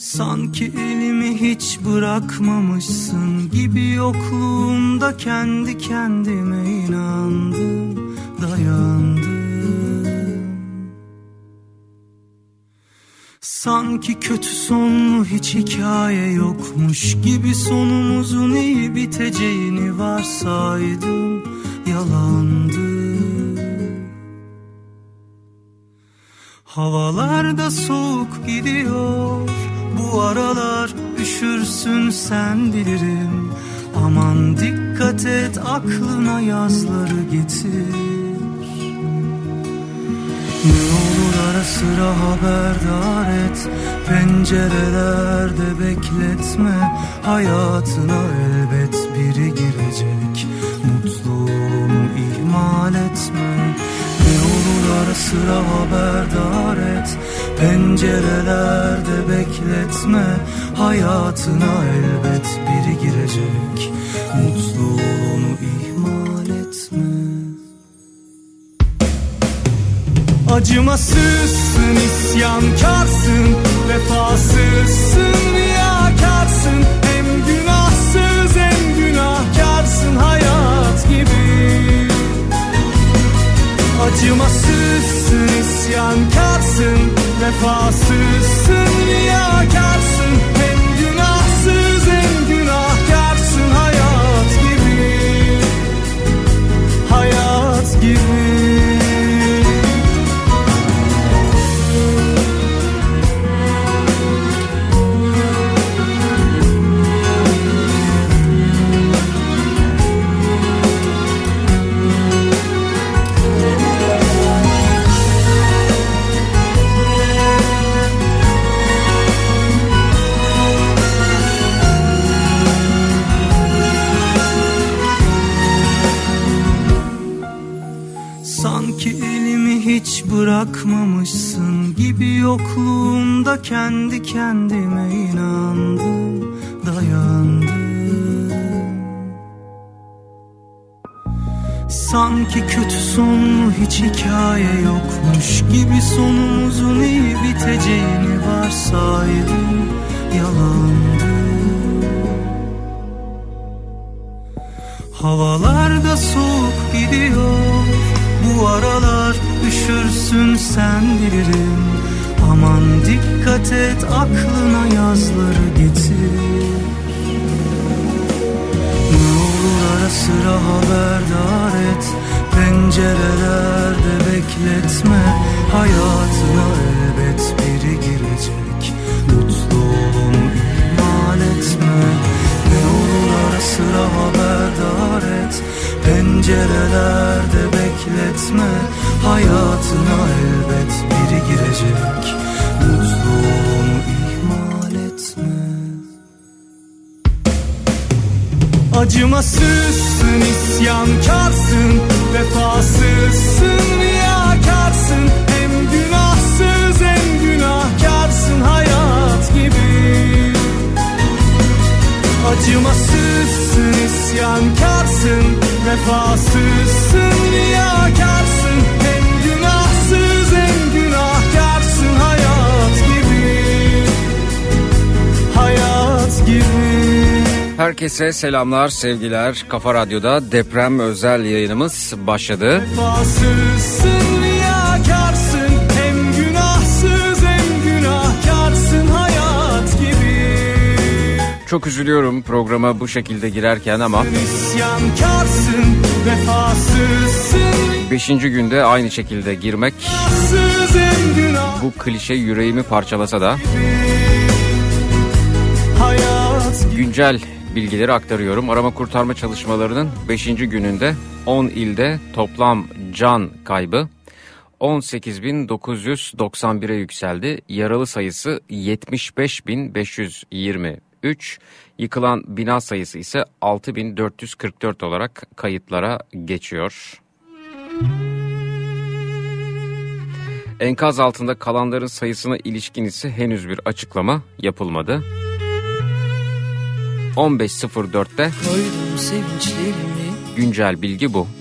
Sanki elimi hiç bırakmamışsın gibi yokluğumda kendi kendime inandım, dayandım. Sanki kötü sonlu hiç hikaye yokmuş gibi sonumuzun iyi biteceğini varsaydım, yalandı. Havalarda soğuk gidiyor bu aralar, üşürsün sen bilirim. Aman dikkat et, aklına yazları getir. Ne olur ara sıra haberdar et, pencerelerde bekletme. Hayatına elbet biri girecek, mutluluğunu ihmal etme. Ne olur ara sıra haberdar et, pencerelerde bekletme. Hayatına elbet biri girecek, mutluluğunu ihmal etme. Acımasızsın, isyankarsın, vefasızsın, riyakarsın. Hem günahsız hem günahkarsın hayat gibi. Acımasızsın, isyankarsın, vefasızsın, riyakarsın. Hem günahsız hem günahkarsın hayat gibi. Hayat gibi. Sanki elimi hiç bırakmamışsın gibi yokluğumda kendi kendime inandım, dayandım. Sanki kötü sonlu hiç hikaye yokmuş gibi sonumuzun iyi biteceğini varsaydım, yalandı. Havalarda soğuk gidiyor bu aralar, üşürsün sen bilirim. Aman dikkat et, aklına yazları getir. Ne olur ara sıra haberdar et, pencerelerde bekletme. Hayatına elbet biri girecek, mutluluğunu ihmal etme. Ne olur ara sıra haberdar et, pencerelerde bekletme. Hayatına elbet biri girecek, mutluluğunu ihmal etme. Acımasızsın, isyankarsın, vefasızsın, riyakarsın. Hem günahsız hem günahkarsın hayat gibi. Acımasızsın, isyankarsın, vefasızsın, riyakarsın. Hem günahsız hem günahkarsın hayat gibi. Hayat gibi. Herkese selamlar, sevgiler. Kafa Radyo'da deprem özel yayınımız başladı. Vefasızsın, riyakarsın. Hem günahsız hem günahkarsın hayat gibi. Çok üzülüyorum programa bu şekilde girerken ama 5. günde aynı şekilde girmek, bu klişe yüreğimi parçalasa da güncel bilgileri aktarıyorum. Arama kurtarma çalışmalarının 5. gününde 10 ilde toplam can kaybı 18.991'e yükseldi. Yaralı sayısı 75.523. Yıkılan bina sayısı ise 6.444 olarak kayıtlara geçiyor. Enkaz altında kalanların sayısına ilişkin ise henüz bir açıklama yapılmadı. 15.04'te güncel bilgi bu.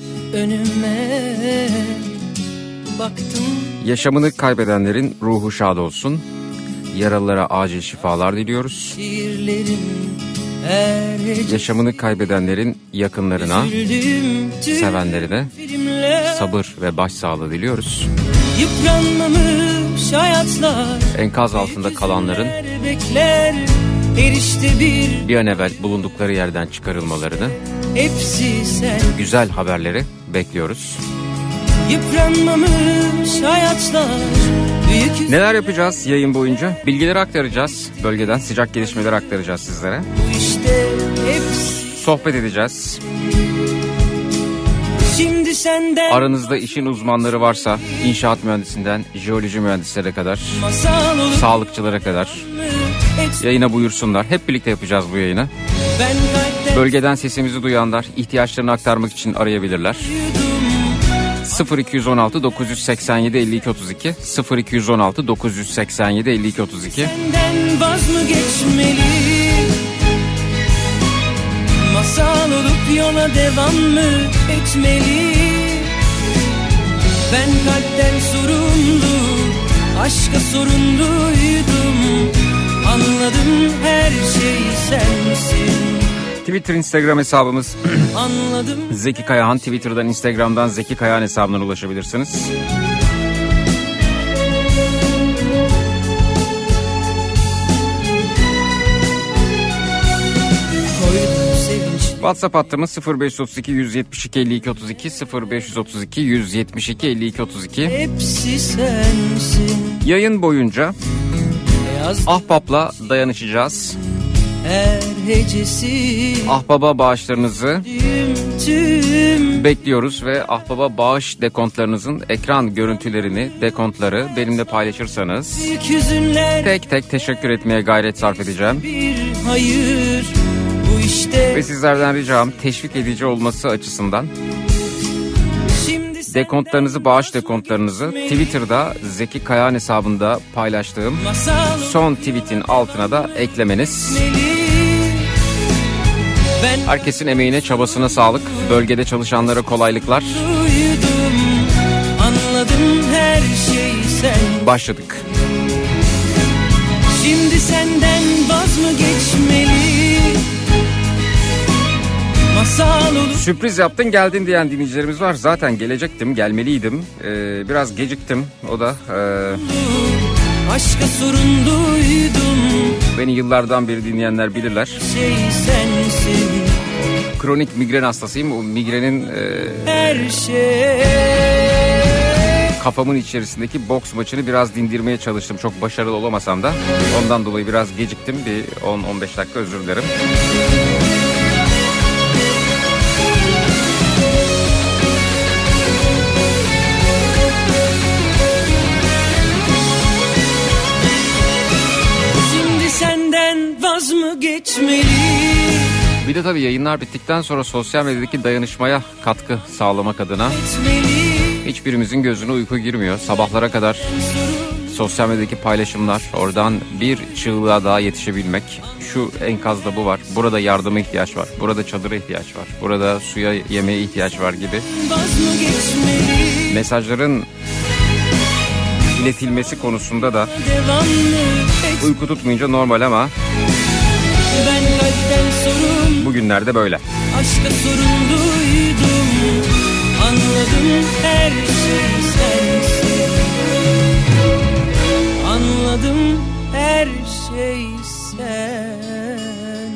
Önüme baktım. Yaşamını kaybedenlerin ruhu şad olsun. Yaralılara acil şifalar diliyoruz. Yaşamını kaybedenlerin yakınlarına, sevenlerine sabır ve başsağlığı diliyoruz. Yıpranmamış hayatlar, enkaz altında kalanların bekler, bir an evvel bulundukları yerden çıkarılmalarını, hepsi sen. güzel haberleri bekliyoruz. Yıpranmamış hayatlar, büyük Neler yapacağız yayın boyunca? Bilgileri aktaracağız. Bölgeden sıcak gelişmeleri aktaracağız sizlere. bu işte hepsi. Sohbet edeceğiz. Şimdi senden Aranızda işin uzmanları varsa inşaat mühendisinden jeoloji mühendislere kadar, masal olup sağlıkçılara kadar yayına buyursunlar. Hep birlikte yapacağız bu yayını. ben kalpten Bölgeden sesimizi duyanlar ihtiyaçlarını aktarmak için arayabilirler. 0216 987 52 32 0216 987 52 32. senden vaz mı geçmeli? Masal olup yola devam mı etmeli? Ben kalpten sorumlu, aşka sorumluydum. Anladım, her şey sensin. Twitter, Instagram hesabımız Anladım. Zeki Kayahan. Twitter'dan, Instagram'dan Zeki Kayahan hesabından ulaşabilirsiniz. WhatsApp hattımız 0532 172 52 32 0532 172 52 32. Hepsi sensin. Yayın boyunca Beyaz Ahbap'la dayanışacağız. her hecesi. Ahbap'a bağışlarınızı Tüm bekliyoruz ve Ahbap'a bağış dekontlarınızın ekran görüntülerini, dekontları benimle paylaşırsanız büyük hüzünler tek tek teşekkür etmeye gayret sarf edeceğim. bir hayır. Bu işte Ve sizlerden ricam teşvik edici olması açısından şimdi sen dekontlarınızı, bağış dekontlarınızı Twitter'da Zeki Kayahan hesabında paylaştığım masal son tweetin altına da eklemeniz. olmalı. Ben Herkesin emeğine, çabasına sağlık. Bölgede çalışanlara kolaylıklar. duydum, anladım, her şey sen. Başladık. Şimdi senden vaz mı geçmeli? Masal olup Sürpriz yaptın geldin diyen dinleyicilerimiz var. Zaten gelecektim, gelmeliydim. Biraz geciktim. O da aşka sorumluydum. beni yıllardan beri dinleyenler bilirler. Şey sensin, Kronik migren hastasıyım. O migrenin her şey. kafamın içerisindeki boks maçını biraz dindirmeye çalıştım. Çok başarılı olamasam da ondan dolayı biraz geciktim. Bir 10-15 dakika özür dilerim. Şimdi senden vaz mı geçmeli? Bir de tabii yayınlar bittikten sonra sosyal medyadaki dayanışmaya katkı sağlamak adına Etmeli. hiçbirimizin gözüne uyku girmiyor. Sabahlara kadar sosyal medyadaki paylaşımlar, oradan bir çığlığa daha yetişebilmek. Şu enkazda bu var, burada yardıma ihtiyaç var, burada çadıra ihtiyaç var, burada suya, yemeğe ihtiyaç var gibi Vaz mı geçmeli? mesajların iletilmesi konusunda da Devam mı et? uyku tutmayınca normal ama Ben kalpten sorumlu, bugünlerde böyle. aşka sorumluydum. Anladım, her şey sensin. Anladım, her şey sensin.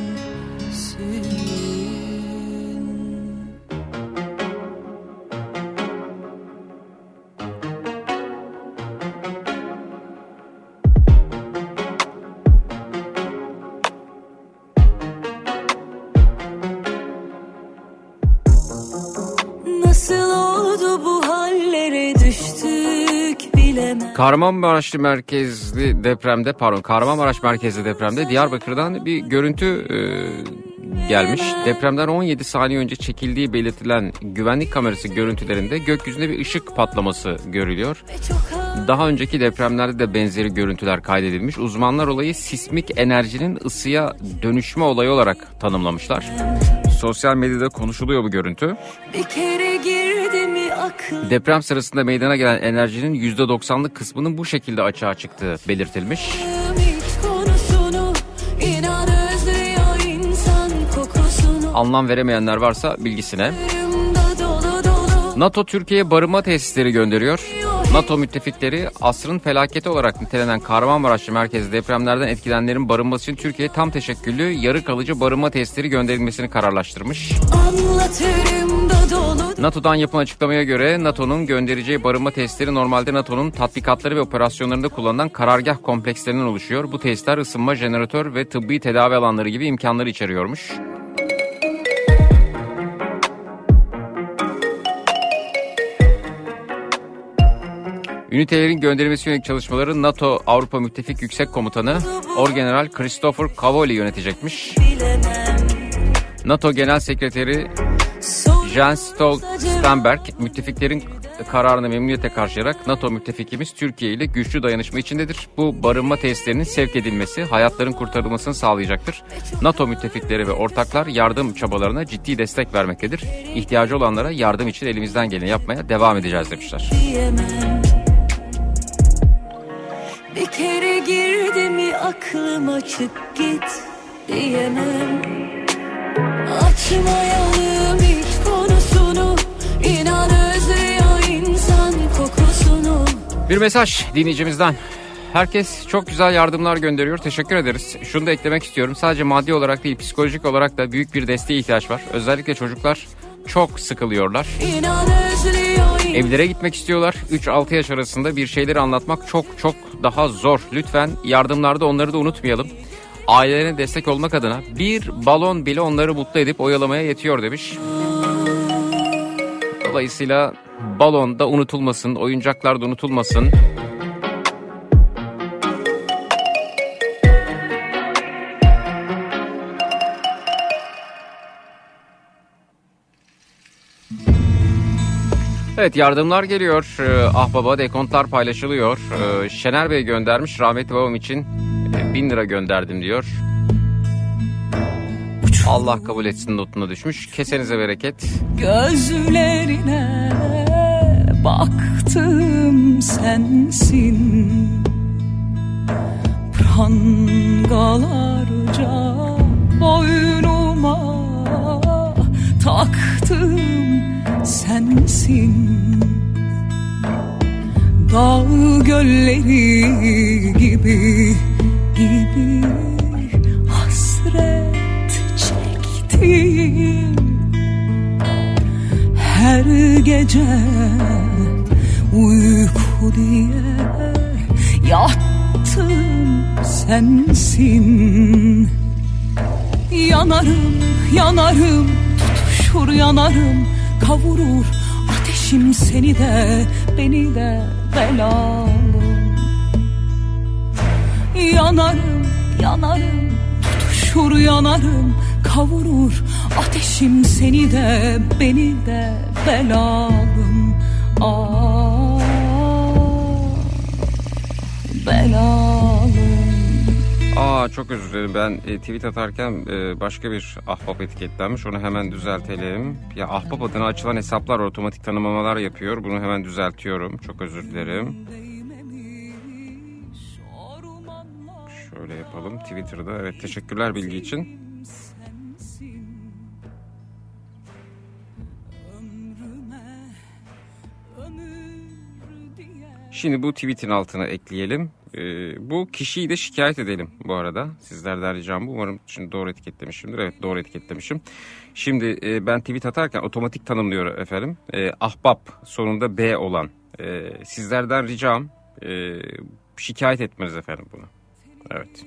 Nasıl oldu bu hallere düştük bilemem. Kahramanmaraş merkezli depremde Diyarbakır'dan bir görüntü gelmiş. Depremden 17 saniye önce çekildiği belirtilen güvenlik kamerası görüntülerinde gökyüzünde bir ışık patlaması görülüyor. Daha önceki depremlerde de benzeri görüntüler kaydedilmiş. Uzmanlar olayı sismik enerjinin ısıya dönüşme olayı olarak tanımlamışlar. Sosyal medyada konuşuluyor bu görüntü. Bir kere girdi mi akıl? Deprem sırasında meydana gelen enerjinin %90'lık kısmının bu şekilde açığa çıktığı belirtilmiş. anlam veremeyenler varsa bilgisine. NATO Türkiye'ye barınma tesisleri gönderiyor. NATO müttefikleri asrın felaketi olarak nitelenen Kahramanmaraşlı merkezi depremlerden etkilenenlerin barınması için Türkiye'ye tam teşekküllü yarı kalıcı barınma tesisleri gönderilmesini kararlaştırmış. NATO'dan yapılan açıklamaya göre NATO'nun göndereceği barınma tesisleri normalde NATO'nun tatbikatları ve operasyonlarında kullanılan karargah komplekslerinden oluşuyor. Bu tesisler ısınma, jeneratör ve tıbbi tedavi alanları gibi imkanları içeriyormuş. Ünitelerin gönderilmesi yönelik çalışmaları NATO Avrupa Müttefik Yüksek Komutanı Orgeneral Christopher Cavoli yönetecekmiş. NATO Genel Sekreteri Jens Stoltenberg müttefiklerin kararını memnuniyetle karşılayarak NATO müttefikimiz Türkiye ile güçlü dayanışma içindedir. Bu barınma tesislerinin sevk edilmesi hayatların kurtarılmasını sağlayacaktır. NATO müttefikleri ve ortaklar yardım çabalarına ciddi destek vermektedir. İhtiyacı olanlara yardım için elimizden geleni yapmaya devam edeceğiz demişler. Bir kere girdi mi aklıma çık git diyemem. Açmayalım hiç konusunu, inan özlüyor insan kokusunu. Bir mesaj dinleyicimizden. Herkes çok güzel yardımlar gönderiyor. Teşekkür ederiz. Şunu da eklemek istiyorum. Sadece maddi olarak değil, psikolojik olarak da büyük bir desteğe ihtiyaç var. Özellikle çocuklar çok sıkılıyorlar. Evlere gitmek istiyorlar. 3-6 yaş arasında bir şeyleri anlatmak çok daha zor. Lütfen yardımlarda onları da unutmayalım. Ailelerine destek olmak adına bir balon bile onları mutlu edip oyalamaya yetiyor demiş. Dolayısıyla balon da unutulmasın, oyuncaklar da unutulmasın. Evet, yardımlar geliyor. Ahbaba dekontlar paylaşılıyor. Şener Bey göndermiş. Rahmetli babam için 1000 lira gönderdim diyor. Allah kabul etsin notuna düşmüş. Kesenize bereket. Gözlerine baktım sensin. Prangalarca boynuma taktım sensin. Dağ gölleri gibi hasret çektim. Her gece uyku diye yattım sensin. Yanarım, yanarım, tutuşur yanarım, kavurur ateşim seni de beni de belalım. Yanarım, yanarım, tutuşur yanarım, kavurur ateşim seni de beni de belalım. Ah, belalım. Çok özür dilerim. Ben tweet atarken başka bir ahbap etiketlenmiş. Onu hemen düzeltelim. Ya ahbap adına açılan hesaplar otomatik tanımlamalar yapıyor. Bunu hemen düzeltiyorum. Çok özür dilerim. Şöyle yapalım. Twitter'da. Evet, teşekkürler bilgi için. Şimdi bu tweetin altına ekleyelim. Bu kişiyi de şikayet edelim bu arada. Sizlerden ricam bu. Umarım şimdi doğru etiketlemişimdir. Evet, doğru etiketlemişim. Şimdi ben tweet atarken otomatik tanımlıyor efendim. Ahbap sonunda B olan. Sizlerden ricam şikayet etmeniz efendim bunu. Evet.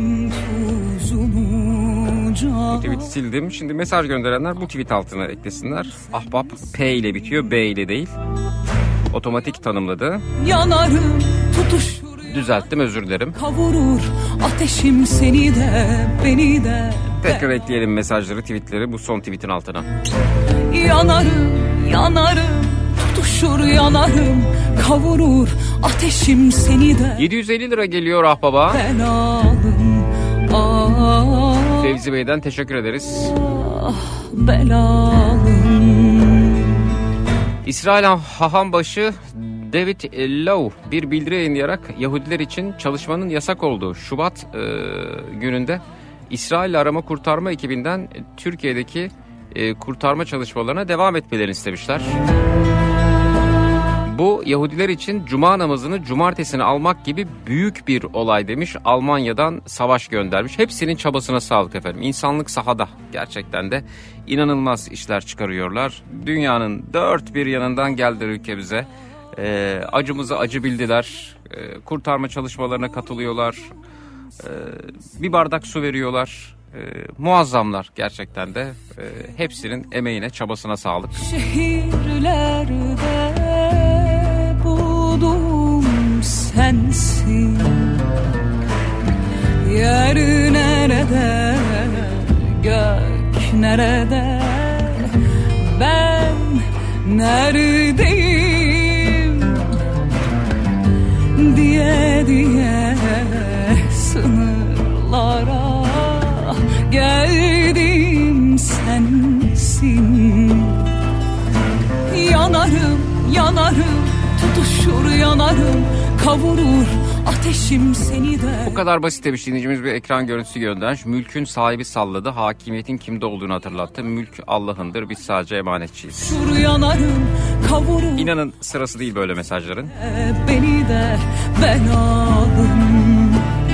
Bu tweet'i sildim. Şimdi mesaj gönderenler bu tweet altına eklesinler. Ahbap P ile bitiyor, B ile değil. Otomatik tanımladı. Yanarım, tutuşur. Düzelttim, özür dilerim. Kavurur ateşim seni de beni de. Tekrar ekleyelim mesajları, tweetleri bu son tweetin altına. Yanarım, yanarım, tutuşur yanarım, kavurur ateşim seni de. 750 lira geliyor ahbaba. Belalım, ah. Fevzi Bey'den teşekkür ederiz. Ah, belalım. İsrail Hahambaşı David Lowe bir bildiri yayınlayarak Yahudiler için çalışmanın yasak olduğu Şubat gününde İsrail arama kurtarma ekibinden Türkiye'deki kurtarma çalışmalarına devam etmelerini istemişler. Bu Yahudiler için cuma namazını cumartesine almak gibi büyük bir olay demiş. Almanya'dan savaş göndermiş. Hepsinin çabasına sağlık efendim. İnsanlık sahada gerçekten de inanılmaz işler çıkarıyorlar. Dünyanın dört bir yanından geldiler ülkemize. Acımızı acı bildiler. Kurtarma çalışmalarına katılıyorlar. Bir bardak su veriyorlar. Muazzamlar gerçekten de. Hepsinin emeğine, çabasına sağlık. Şehirlerde buldum sensin. Yer nerede, gök nerede, ben neredeyim diye diye sınırlara geldim sensin. Yanarım, yanarım, tutuşur yanarım, kavurur ateşim seni de. Bu kadar basit demiş dinleyicimiz, bir ekran görüntüsü göndermiş. Mülkün sahibi salladı, hakimiyetin kimde olduğunu hatırlattı. Mülk Allah'ındır, biz sadece emanetçiyiz. Yanarım, kavurur. İnanın sırası değil böyle mesajların. Beni de ben aldım.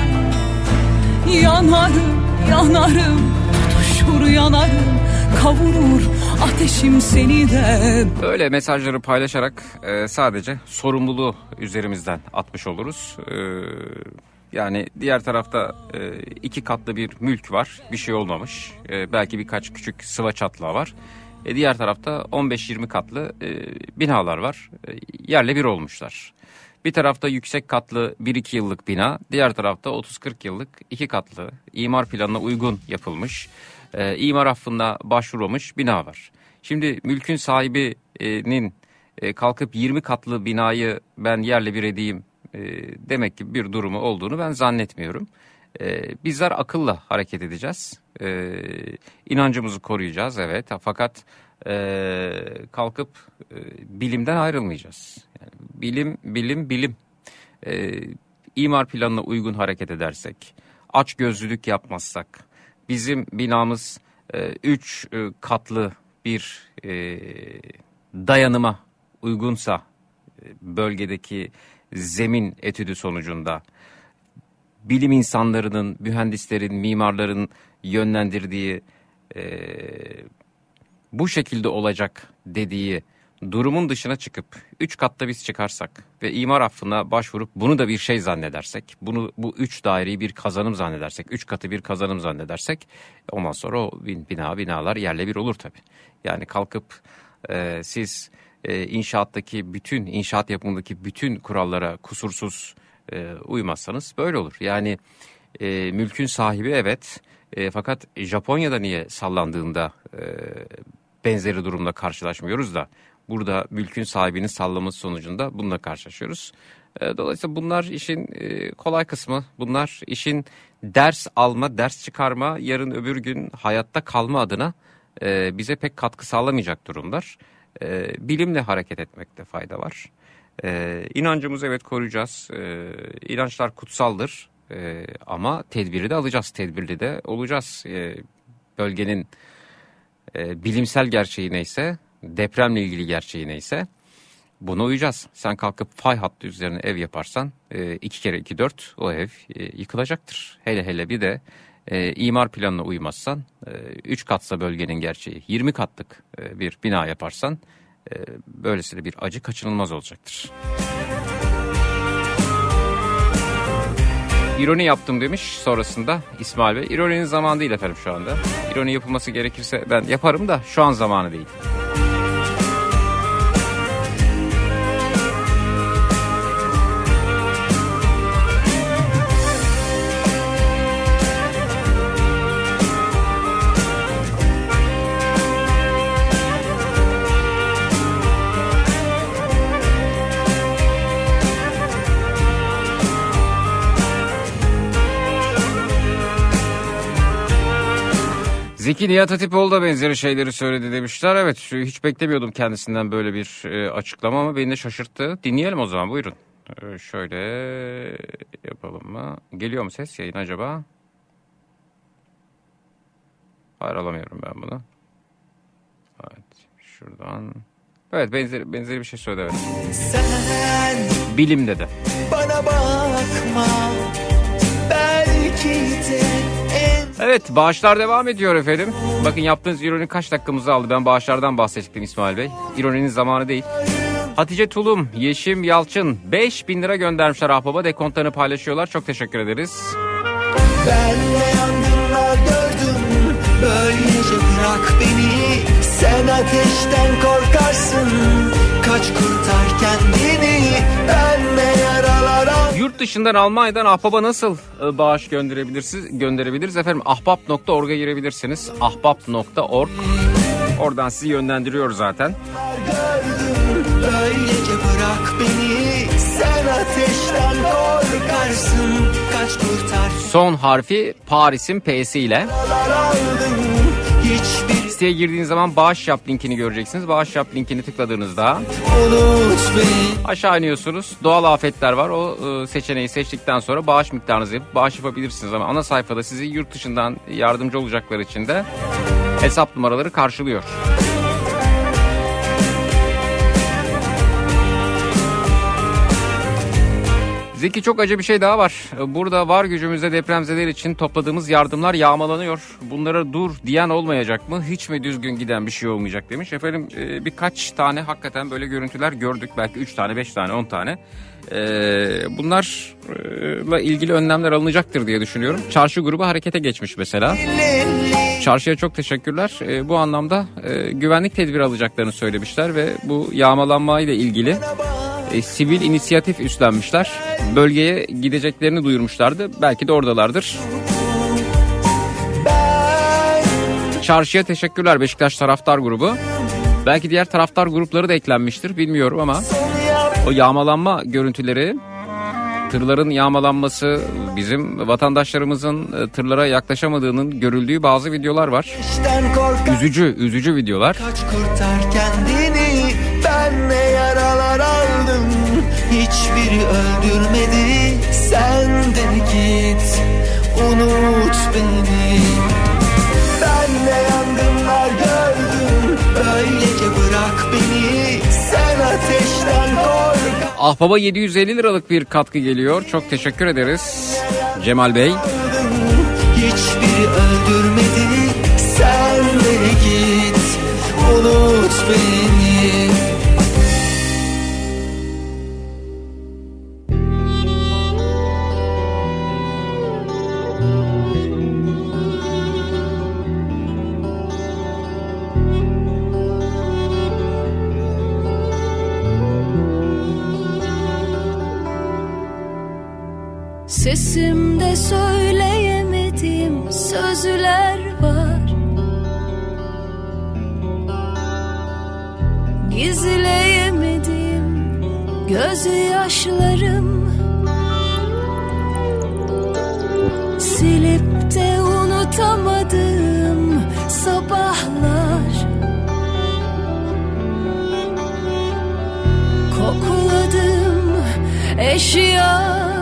Yanarım, yanarım, tutuşur yanarım, kavurur ateşim seni de. Böyle mesajları paylaşarak sadece sorumluluğu üzerimizden atmış oluruz. Yani diğer tarafta 2 katlı bir mülk var, bir şey olmamış. Belki birkaç küçük sıva çatlağı var. Diğer tarafta 15-20 katlı binalar var, yerle bir olmuşlar. Bir tarafta yüksek katlı 1-2 yıllık bina, diğer tarafta 30-40 yıllık 2 katlı imar planına uygun yapılmış, imar affına başvurulmuş bina var. Şimdi mülkün sahibinin kalkıp 20 katlı binayı ben yerle bir edeyim demek gibi bir durumu olduğunu ben zannetmiyorum. Bizler akılla hareket edeceğiz, inancımızı koruyacağız, evet, fakat kalkıp bilimden ayrılmayacağız. Yani bilim. İmar planına uygun hareket edersek, açgözlülük yapmazsak, bizim binamız 3 katlı bir dayanıma uygunsa, bölgedeki zemin etüdü sonucunda bilim insanlarının, mühendislerin, mimarların yönlendirdiği bu şekilde olacak dediği durumun dışına çıkıp 3 katta biz çıkarsak ve imar affına başvurup bunu da bir şey zannedersek, bu 3 daireyi bir kazanım zannedersek, 3 katı bir kazanım zannedersek, ondan sonra o binalar yerle bir olur tabii. Yani kalkıp siz inşaat yapımındaki bütün kurallara kusursuz uymazsanız böyle olur. Yani mülkün sahibi evet, fakat Japonya'da niye sallandığında benzeri durumla karşılaşmıyoruz da burada mülkün sahibinin sallaması sonucunda bununla karşılaşıyoruz. Dolayısıyla bunlar işin kolay kısmı. Bunlar işin ders alma, ders çıkarma, yarın öbür gün hayatta kalma adına bize pek katkı sağlamayacak durumlar. Bilimle hareket etmekte fayda var. İnancımızı evet koruyacağız. İnançlar kutsaldır. Ama tedbiri de alacağız, tedbirli de olacağız. Bölgenin bilimsel gerçeği neyse, depremle ilgili gerçeği neyse buna uyacağız. Sen kalkıp fay hattı üzerine ev yaparsan 2 kere 2 4 o ev yıkılacaktır. Hele bir de imar planına uymazsan 3 katsa bölgenin gerçeği 20 katlık bir bina yaparsan böylesi de bir acı kaçınılmaz olacaktır. İroni yaptım demiş sonrasında İsmail Bey. İroninin zamanı değil efendim şu anda. İroni yapılması gerekirse ben yaparım da şu an zamanı değil. Zeki Nihat Hatipoğlu da benzeri şeyleri söyledi demişler. Evet, hiç beklemiyordum kendisinden böyle bir açıklama ama beni de şaşırttı. Dinleyelim o zaman, buyurun. Şöyle yapalım mı? Geliyor mu ses yayın acaba? Hayır, alamıyorum ben bunu. Şuradan. Evet, benzeri bir şey söyledi. Evet. Sen Bilim dedi. bana bakma, belki de Evet, bağışlar devam ediyor efendim. Bakın yaptığınız ironi kaç dakikamızı aldı. Ben bağışlardan bahsettim İsmail Bey. İroninin zamanı değil. Hatice Tulum, Yeşim Yalçın 5.000 lira göndermişler Ahbaba. Dekontlarını paylaşıyorlar. Çok teşekkür ederiz. ben ne yangınlar gördüm, böylece bırak beni. Sen ateşten korkarsın, kaç kurtar kendini. Ben ne yaralar aldım. Yurt dışından Almanya'dan Ahbaba nasıl bağış gönderebiliriz efendim? Ahbap.org'a girebilirsiniz. Ahbap.org. Oradan sizi yönlendiriyor zaten. Gördüm, böylece bırak beni. Sen ateşten korkarsın, kaç kurtar Son harfi Paris'in P'si ile. aldım. Hiçbir Siteye girdiğiniz zaman bağış yap linkini göreceksiniz. Bağış yap linkini tıkladığınızda unut beni. aşağı iniyorsunuz. Doğal afetler var. O seçeneği seçtikten sonra bağış miktarınızı yapıp bağış yapabilirsiniz. Ama ana sayfada sizi yurt dışından yardımcı olacaklar için de hesap numaraları karşılıyor. Zeki, çok acı bir şey daha var. Burada var gücümüzde depremzedeler için topladığımız yardımlar yağmalanıyor. Bunlara dur diyen olmayacak mı? Hiç mi düzgün giden bir şey olmayacak demiş. Efendim birkaç tane hakikaten böyle görüntüler gördük. Belki 3 tane, 5 tane, 10 tane. Bunlarla ilgili önlemler alınacaktır diye düşünüyorum. Çarşı grubu harekete geçmiş mesela. Çarşıya çok teşekkürler. Bu anlamda güvenlik tedbiri alacaklarını söylemişler ve bu yağmalanmayla ilgili sivil inisiyatif üstlenmişler. Bölgeye gideceklerini duyurmuşlardı. Belki de oradalardır. Çarşıya teşekkürler Beşiktaş taraftar grubu. Belki diğer taraftar grupları da eklenmiştir, bilmiyorum ama o yağmalanma görüntüleri, tırların yağmalanması, bizim vatandaşlarımızın tırlara yaklaşamadığının görüldüğü bazı videolar var. Üzücü videolar. Kaç kurtar kendini, ben ne yaralar aldım. Hiçbiri öldürmedi, sen de git, unut beni. Ben ne yangınlar gördüm, böylece bırak beni. Sen ateşten kork. Ahbaba 750 liralık bir katkı geliyor. Çok teşekkür ederiz Cemal Bey. Hiçbiri öldürmedi, sen de git, unut beni. Sesimde söyleyemediğim sözler var. Gizleyemediğim gözyaşlarım. Silip de unutamadığım sabahlar. Kokladığım eşyalarım.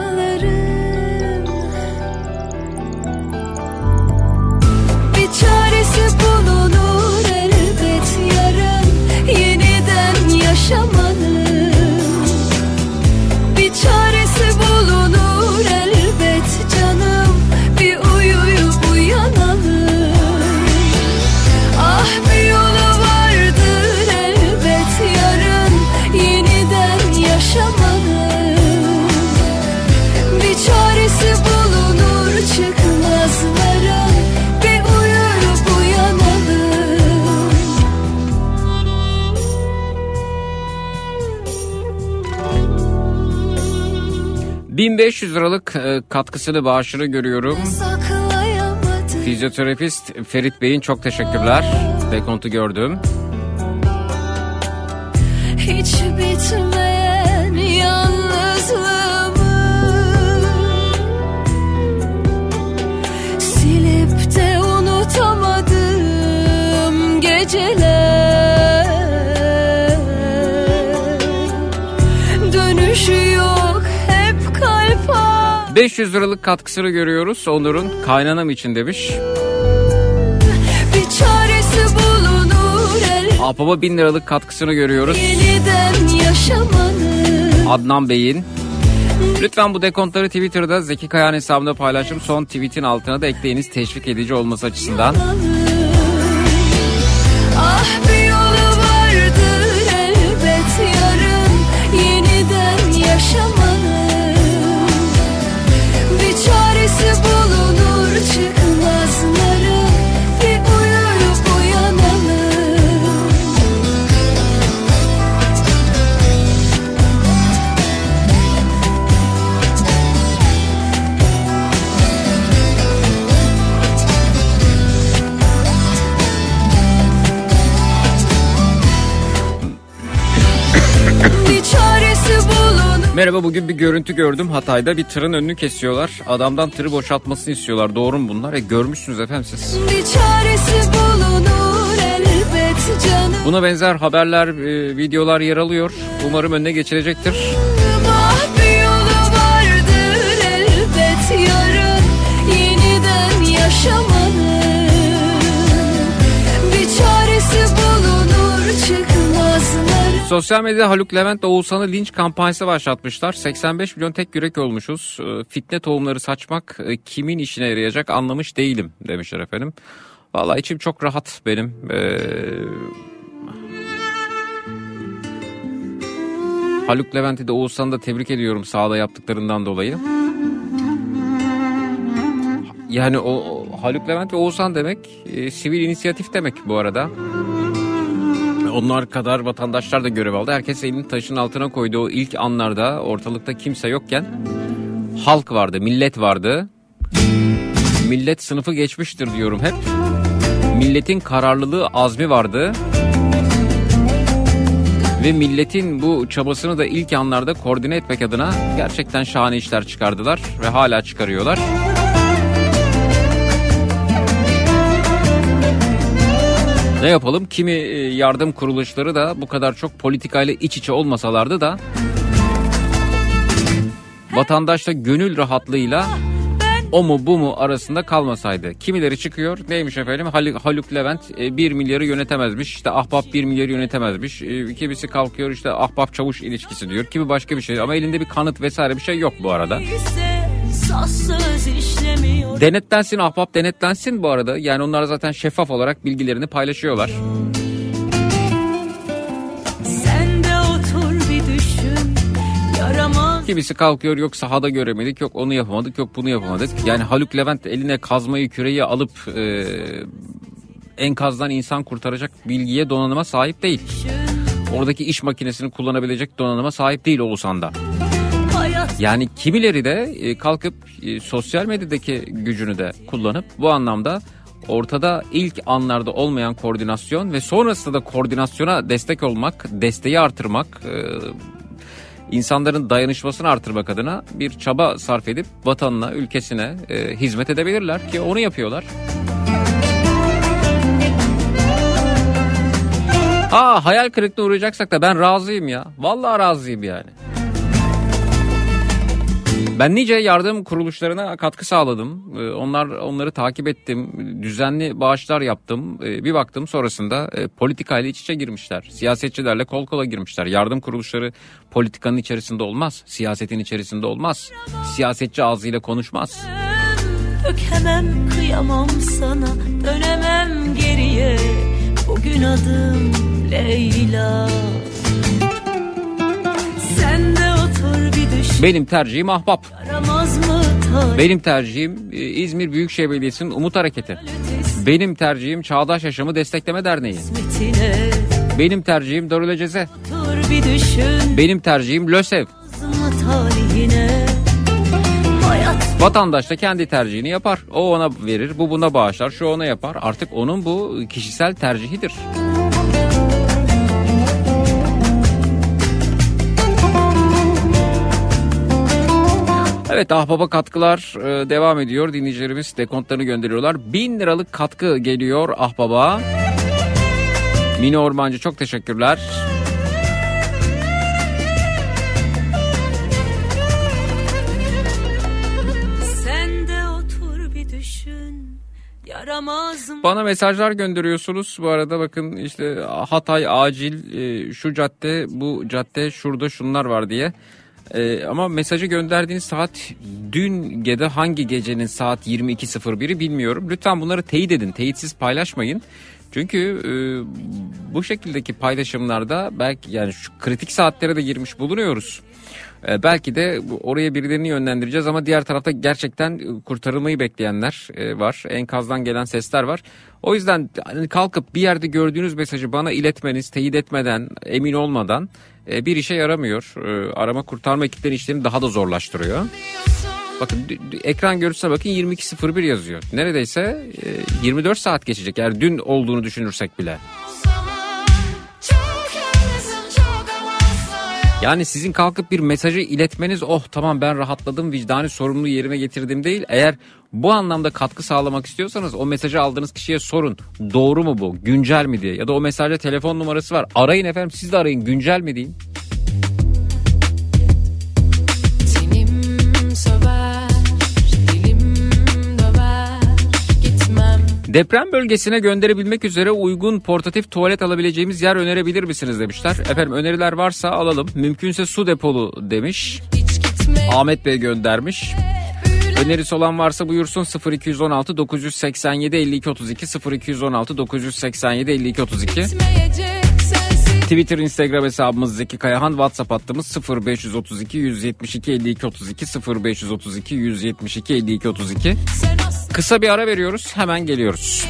Çaresi bulunur elbet yarın, yeniden yaşamanın. Bir çaresi bulunur elbet canım, bir uyuyup uyanalım. Ah, bir yolu vardır elbet yarın, yeniden yaşamanın. Bir çaresi bulunur çıkmazların. 1500 liralık katkısını, bağışını görüyorum. Fizyoterapist Ferit Bey'in çok teşekkürler. Dekontu gördüm. Hiç bitmeyen yalnızlığımı silip de unutamadığım geceler. Dönüşü yok hep kalp ağrı. 500 liralık katkısını görüyoruz. Onur'un kaynanam için demiş. Ahbaba 1000 liralık katkısını görüyoruz. Yeniden yaşamanın. Adnan Bey'in. Lütfen bu dekontları Twitter'da Zeki Kayağan hesabında paylaşım. Son tweetin altına da ekleyiniz, teşvik edici olması açısından. Ah bir yolu vardır elbet yarın yeniden yaşamanın. Bir çaresi bulunur çıkmazların, bir uyuyup uyanalım. Merhaba, bugün bir görüntü gördüm Hatay'da. Bir tırın önünü kesiyorlar. Adamdan tırı boşaltmasını istiyorlar. Doğru mu bunlar? Görmüşsünüz efendim siz. Bir çaresi bulunur elbet canım. Buna benzer haberler, videolar yer alıyor. Umarım önüne geçilecektir. Ah bir yolu vardır elbet yarın yeniden yaşamanın. Bir çaresi bulunur çıkmazların. Sosyal medyada Haluk Levent Oğuzhan'ı linç kampanyası başlatmışlar. 85 milyon tek yürek olmuşuz. Fitne tohumları saçmak kimin işine yarayacak anlamış değilim demişler efendim. Vallahi içim çok rahat benim. Haluk Levent'i de Oğuzhan'ı da tebrik ediyorum sahada yaptıklarından dolayı. Yani o Haluk Levent ve Oğuzhan demek sivil inisiyatif demek bu arada. Onlar kadar vatandaşlar da görev aldı. Herkes elini taşın altına koydu. O ilk anlarda ortalıkta kimse yokken halk vardı, millet vardı. Millet sınıfı geçmiştir diyorum hep. Milletin kararlılığı, azmi vardı. Ve milletin bu çabasını da ilk anlarda koordine etmek adına gerçekten şahane işler çıkardılar ve hala çıkarıyorlar. Ne yapalım? Kimi yardım kuruluşları da bu kadar çok politikayla iç içe olmasalardı da vatandaşla gönül rahatlığıyla o mu bu mu arasında kalmasaydı. Kimileri çıkıyor, neymiş efendim, Haluk Levent 1 milyarı yönetemezmiş, işte Ahbap 1 milyarı yönetemezmiş. Kimisi kalkıyor işte Ahbap Çavuş ilişkisi diyor, kimi başka bir şey, ama elinde bir kanıt vesaire bir şey yok bu arada. Denetlensin Ahbap, denetlensin bu arada. Yani onlar zaten şeffaf olarak bilgilerini paylaşıyorlar. Sen de otur bir düşün, yaramaz. Kimisi kalkıyor, yok sahada göremedik, yok onu yapamadık, yok bunu yapamadık. Yani Haluk Levent eline kazmayı, küreği alıp enkazdan insan kurtaracak bilgiye, donanıma sahip değil. Oradaki iş makinesini kullanabilecek donanıma sahip değil Oğuzhan'da. Yani kimileri de kalkıp sosyal medyadaki gücünü de kullanıp bu anlamda ortada ilk anlarda olmayan koordinasyon ve sonrasında da koordinasyona destek olmak, desteği artırmak, insanların dayanışmasını artırmak adına bir çaba sarf edip vatanına, ülkesine hizmet edebilirler ki onu yapıyorlar. Hayal kırıklığına uğrayacaksak da ben razıyım ya. Vallahi razıyım yani. Ben nice yardım kuruluşlarına katkı sağladım. Onları takip ettim. Düzenli bağışlar yaptım. Bir baktım sonrasında politikayla iç içe girmişler. Siyasetçilerle kol kola girmişler. Yardım kuruluşları politikanın içerisinde olmaz. Siyasetin içerisinde olmaz. Siyasetçi ağzıyla konuşmaz. Dökemem, kıyamam sana, dönemem geriye. Bugün adım Leyla. Sen de otur bir düşün. Benim tercihim Ahbap. Mı benim tercihim İzmir Büyükşehir Belediyesi'nin Umut Hareketi. Benim tercihim Çağdaş Yaşamı Destekleme Derneği. Benim tercihim Darül Ceze. Benim tercihim LÖSEV. Vatandaş da kendi tercihini yapar. O ona verir, bu buna bağışlar, şu ona yapar. Artık onun bu kişisel tercihidir. Evet, Ahbap'a katkılar devam ediyor. Dinleyicilerimiz dekontlarını gönderiyorlar. 1000 liralık katkı geliyor Ahbap'a. Mine Ormancı çok teşekkürler. Sen de otur bir düşün. yaramaz mı? Bana mesajlar gönderiyorsunuz. Bu arada bakın işte Hatay acil, şu cadde, bu cadde, şurada şunlar var diye. Ama mesajı gönderdiğiniz saat dün ya da hangi gecenin saat 22.01'i bilmiyorum. Lütfen bunları teyit edin. Teyitsiz paylaşmayın. Çünkü bu şekildeki paylaşımlarda belki yani şu kritik saatlere de girmiş bulunuyoruz. Belki de oraya birilerini yönlendireceğiz ama diğer tarafta gerçekten kurtarılmayı bekleyenler var. Enkazdan gelen sesler var. O yüzden kalkıp bir yerde gördüğünüz mesajı bana iletmeniz, teyit etmeden, emin olmadan bir işe yaramıyor. Arama kurtarma ekiplerinin işlerini daha da zorlaştırıyor. Bakın ekran görüntüsüne bakın, 22.01 yazıyor. Neredeyse 24 saat geçecek eğer dün olduğunu düşünürsek bile. Yani sizin kalkıp bir mesajı iletmeniz, oh tamam ben rahatladım, vicdani sorumluluğu yerine getirdim değil. Eğer bu anlamda katkı sağlamak istiyorsanız o mesajı aldığınız kişiye sorun. Doğru mu bu? Güncel mi diye. Ya da o mesajda telefon numarası var. Arayın efendim, siz de arayın, güncel mi deyin. Deprem bölgesine gönderebilmek üzere uygun portatif tuvalet alabileceğimiz yer önerebilir misiniz demişler. Efendim öneriler varsa alalım. Mümkünse su depolu demiş. Ahmet Bey göndermiş. Önerisi olan varsa buyursun. 0216 987 52 32 0216 987 52 32. Twitter, Instagram hesabımız Zeki Kayahan, WhatsApp hattımız 0532 172 52 32 0532 172 52 32. Kısa bir ara veriyoruz, hemen geliyoruz.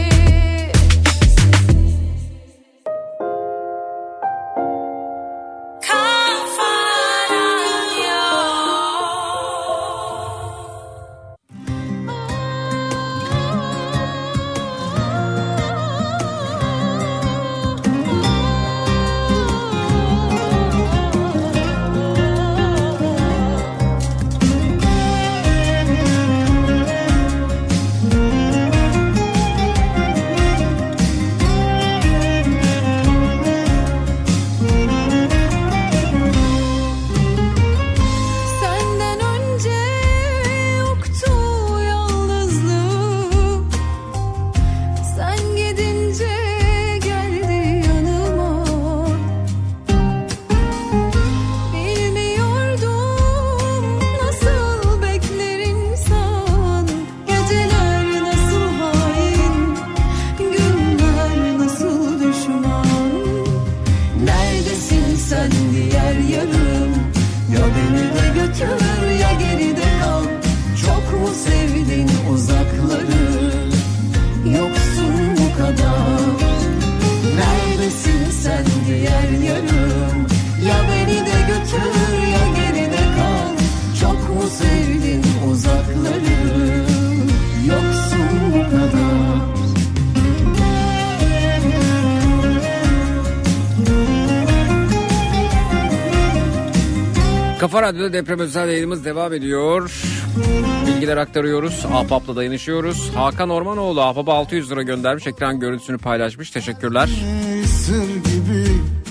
Kafa Radyo'da deprem özel yayınımız devam ediyor. Bilgiler aktarıyoruz. Ahbap'la dayanışıyoruz. Hakan Ormanoğlu Ahbap'a 600 lira göndermiş. Ekran görüntüsünü paylaşmış. Teşekkürler. Sır gibi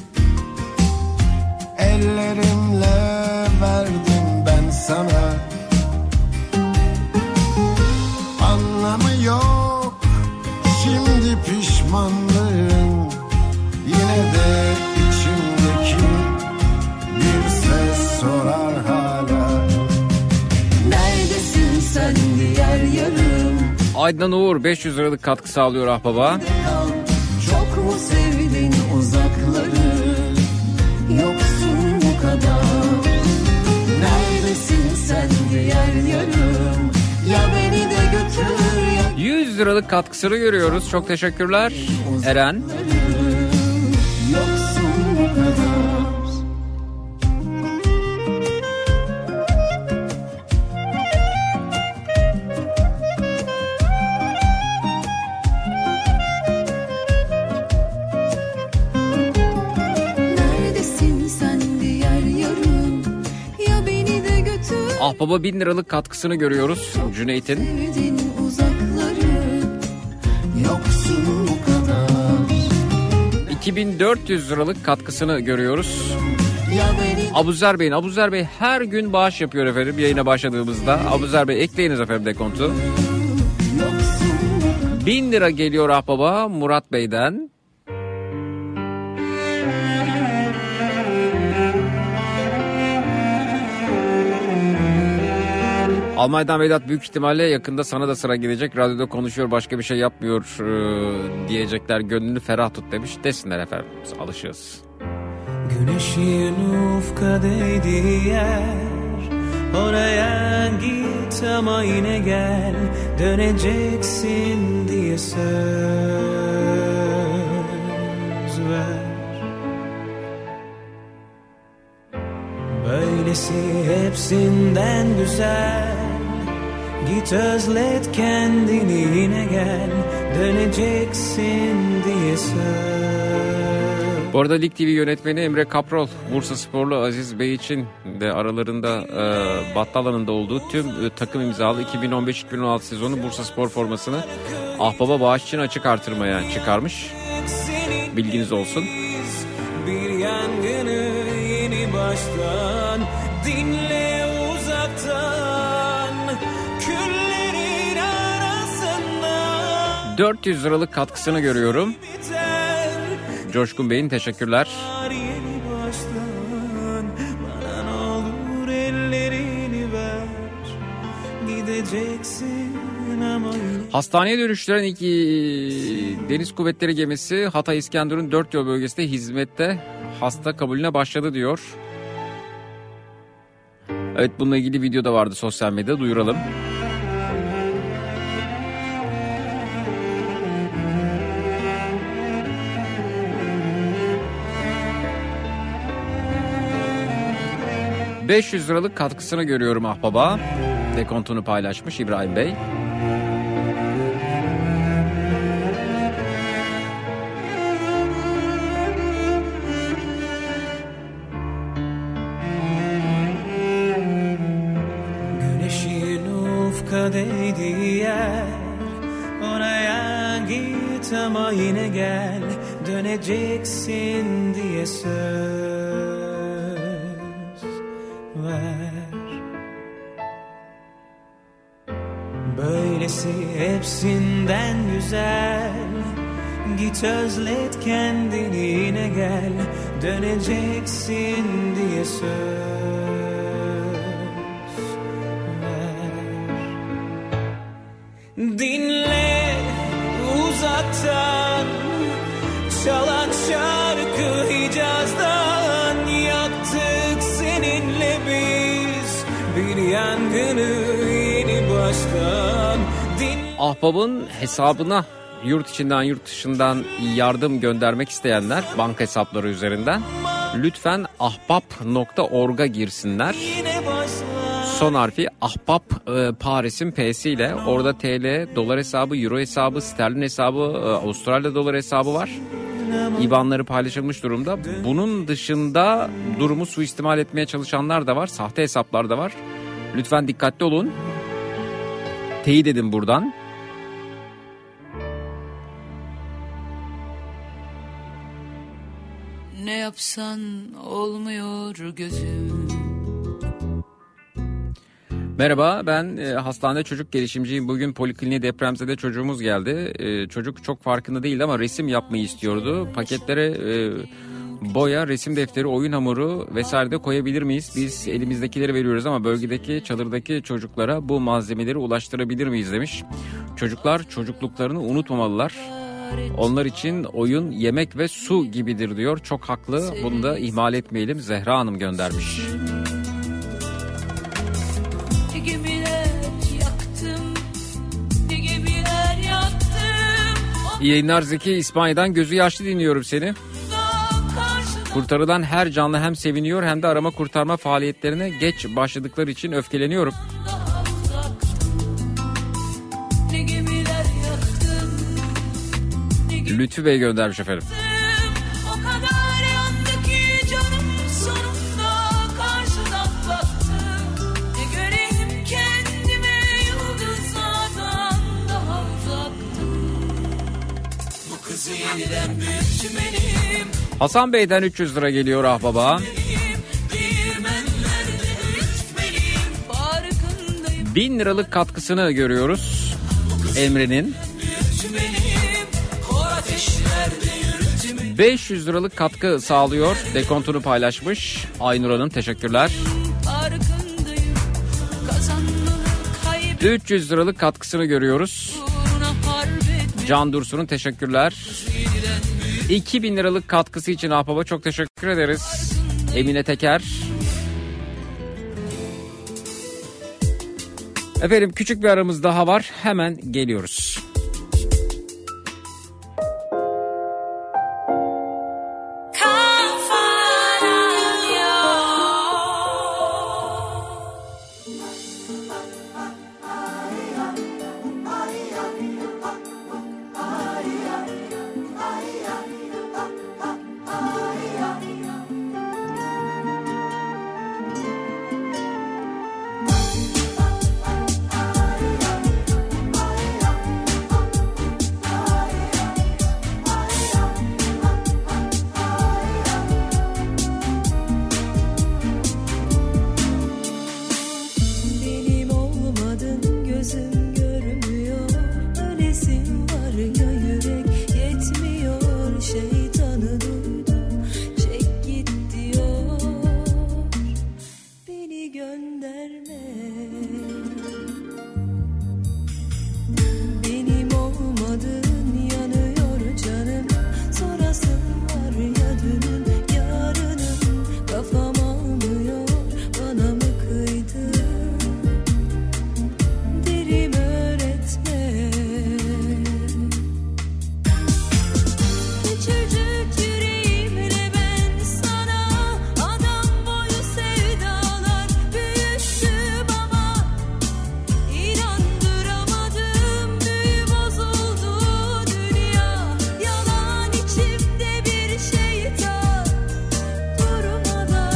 ellerimle verdim ben sana. Anlamı yok şimdi pişmanlığın. Yine de içimdeki bir ses sorar hala. Neredesin sen diğer yarım? Aydın Uğur 500 liralık katkı sağlıyor Ahbap'a. Çok mu sevdin uzakları? Yoksun bu kadar. Neredesin sen diğer yarım? Ya beni de götür ya. 100 liralık katkısını görüyoruz. Çok teşekkürler Eren. Yoksun bu kadar. Ahbap'a 1000 liralık katkısını görüyoruz Cüneyt'in. 2400 liralık katkısını görüyoruz Abuzer Bey'in. Abuzer Bey her gün bağış yapıyor efendim yayına başladığımızda. Abuzer Bey ekleyiniz efendim dekontu. 1000 lira geliyor ahbaba Murat Bey'den. Almanya'dan Vedat, büyük ihtimalle yakında sana da sıra gelecek. Radyoda konuşuyor, başka bir şey yapmıyor diyecekler. Gönlünü ferah tut demiş. Desinler efendim. Biz alışığız. Güneşin ufka değdiği yer, oraya git ama yine gel, döneceksin diye söz ver. Böylesi hepsinden güzel, git özlet kendini yine gel, döneceksin diye söz. Bu arada Lig TV yönetmeni Emre Kaprol, Bursasporlu Aziz Bey için de aralarında battal alanında olduğu tüm takım imzalı 2015-2016 sezonu Bursaspor formasını ahbaba bağış için açık artırmaya çıkarmış. Bilginiz olsun. Bir yangını yeni baştan dinle uzaktan, küllerin arasında 400 liralık katkısını görüyorum. Coşkun Bey'in, teşekkürler. yeni baştan, bana ne olur ellerini ver, gideceksin ama yine. Hastaneye dönüştüren iki Deniz Kuvvetleri gemisi Hatay İskenderun 4 yol bölgesinde hizmette, hasta kabulüne başladı diyor. Evet, bununla ilgili video da vardı sosyal medyada, duyuralım. $500 liralık katkısını görüyorum ahbaba. Dekontunu paylaşmış İbrahim Bey. Güneşin ufka değdiği yer, oraya git ama yine gel, döneceksin diye söz ver. Böylesi hepsinden güzel, git özlet kendini yine gel, döneceksin diye söz ver. Dinle uzaktan çalan şarkı Hicaz'dan, yaktık seninle biz bir yangını yeni baştan. Ahbabın hesabına yurt içinden yurt dışından yardım göndermek isteyenler banka hesapları üzerinden lütfen ahbap.org'a girsinler. Son harfi ahbap, Paris'in P'si ile, orada TL, dolar hesabı, euro hesabı, sterlin hesabı, Avustralya dolar hesabı var. İBAN'ları paylaşılmış durumda. Bunun dışında durumu suistimal etmeye çalışanlar da var. Sahte hesaplar da var. Lütfen dikkatli olun. Teyit edin buradan. Ne yapsan olmuyor gözüm. Merhaba, ben hastanede çocuk gelişimciyim. Bugün polikliniğe depremzede çocuğumuz geldi. Çocuk çok farkında değildi ama resim yapmayı istiyordu. Paketlere boya, resim defteri, oyun hamuru vesaire de koyabilir miyiz? Biz elimizdekileri veriyoruz ama bölgedeki çadırdaki çocuklara bu malzemeleri ulaştırabilir miyiz demiş. Çocuklar çocukluklarını unutmamalılar. Onlar için oyun, yemek ve su gibidir diyor. Çok haklı. Bunu da ihmal etmeyelim. Zehra Hanım göndermiş. İyi yayınlar Zeki. İspanya'dan gözü yaşlı dinliyorum seni. Kurtarılan her canlı hem seviniyor hem de arama kurtarma faaliyetlerine geç başladıkları için öfkeleniyorum. Lütfü Bey göndermiş efendim. Hasan Bey'den 300 lira geliyor ahbaba. 1000 liralık katkısını görüyoruz Emre'nin. yürütmeliyim. Kor ateşlerde yürütmeliyim. 500 liralık katkı sağlıyor. Dekontunu paylaşmış Aynur Hanım, teşekkürler. Farkındayım, kazanmalı, kaybettiğim 300 liralık katkısını görüyoruz. uğruna harp Can Dursun'un teşekkürler. 2000 liralık katkısı için Ahbap'a çok teşekkür ederiz. Emine Teker. Efendim küçük bir aramız daha var. Hemen geliyoruz. Benim olmadın gözüm görmüyor. Ölesim var ya yürek yetmiyor. Şeytanı duydum çek git diyor. Beni gönderme. Benim olmadığın yanıyor canım. Sorasım var ya dünün yarının. Kafam almıyor bana mı kıydın? Derim öğretme. Küçücük yüreğimle ben sana adam boyu sevdalar büyüttüm ama inandıramadım. Büyü bozuldu dünya. Yalan içimde bir şeytan durmadan.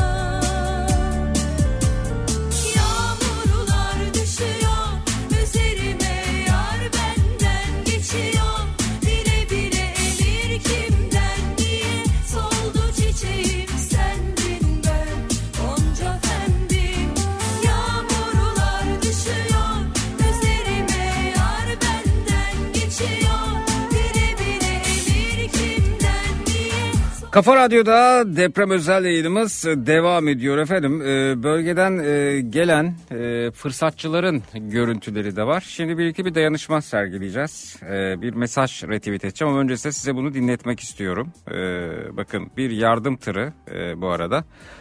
Yağmurlar düşüyor üzerime, yar benden geçiyor. Bile bile emir kimden niye soldu çiçeğim sendin ben onca fendim. Yağmurlar düşüyor üzerime, yar benden geçiyor. Bile bile emir kimden niye. Kafa Radyo'da deprem özel yayınımız devam ediyor efendim. Bölgeden gelen fırsatçıların görüntüleri de var. Şimdi birlikte bir dayanışma sergileyeceğiz. Bir mesaj retweet edeceğim ama öncesinde size bunu dinletmek istiyorum. Bakın bir yardım tırı bu arada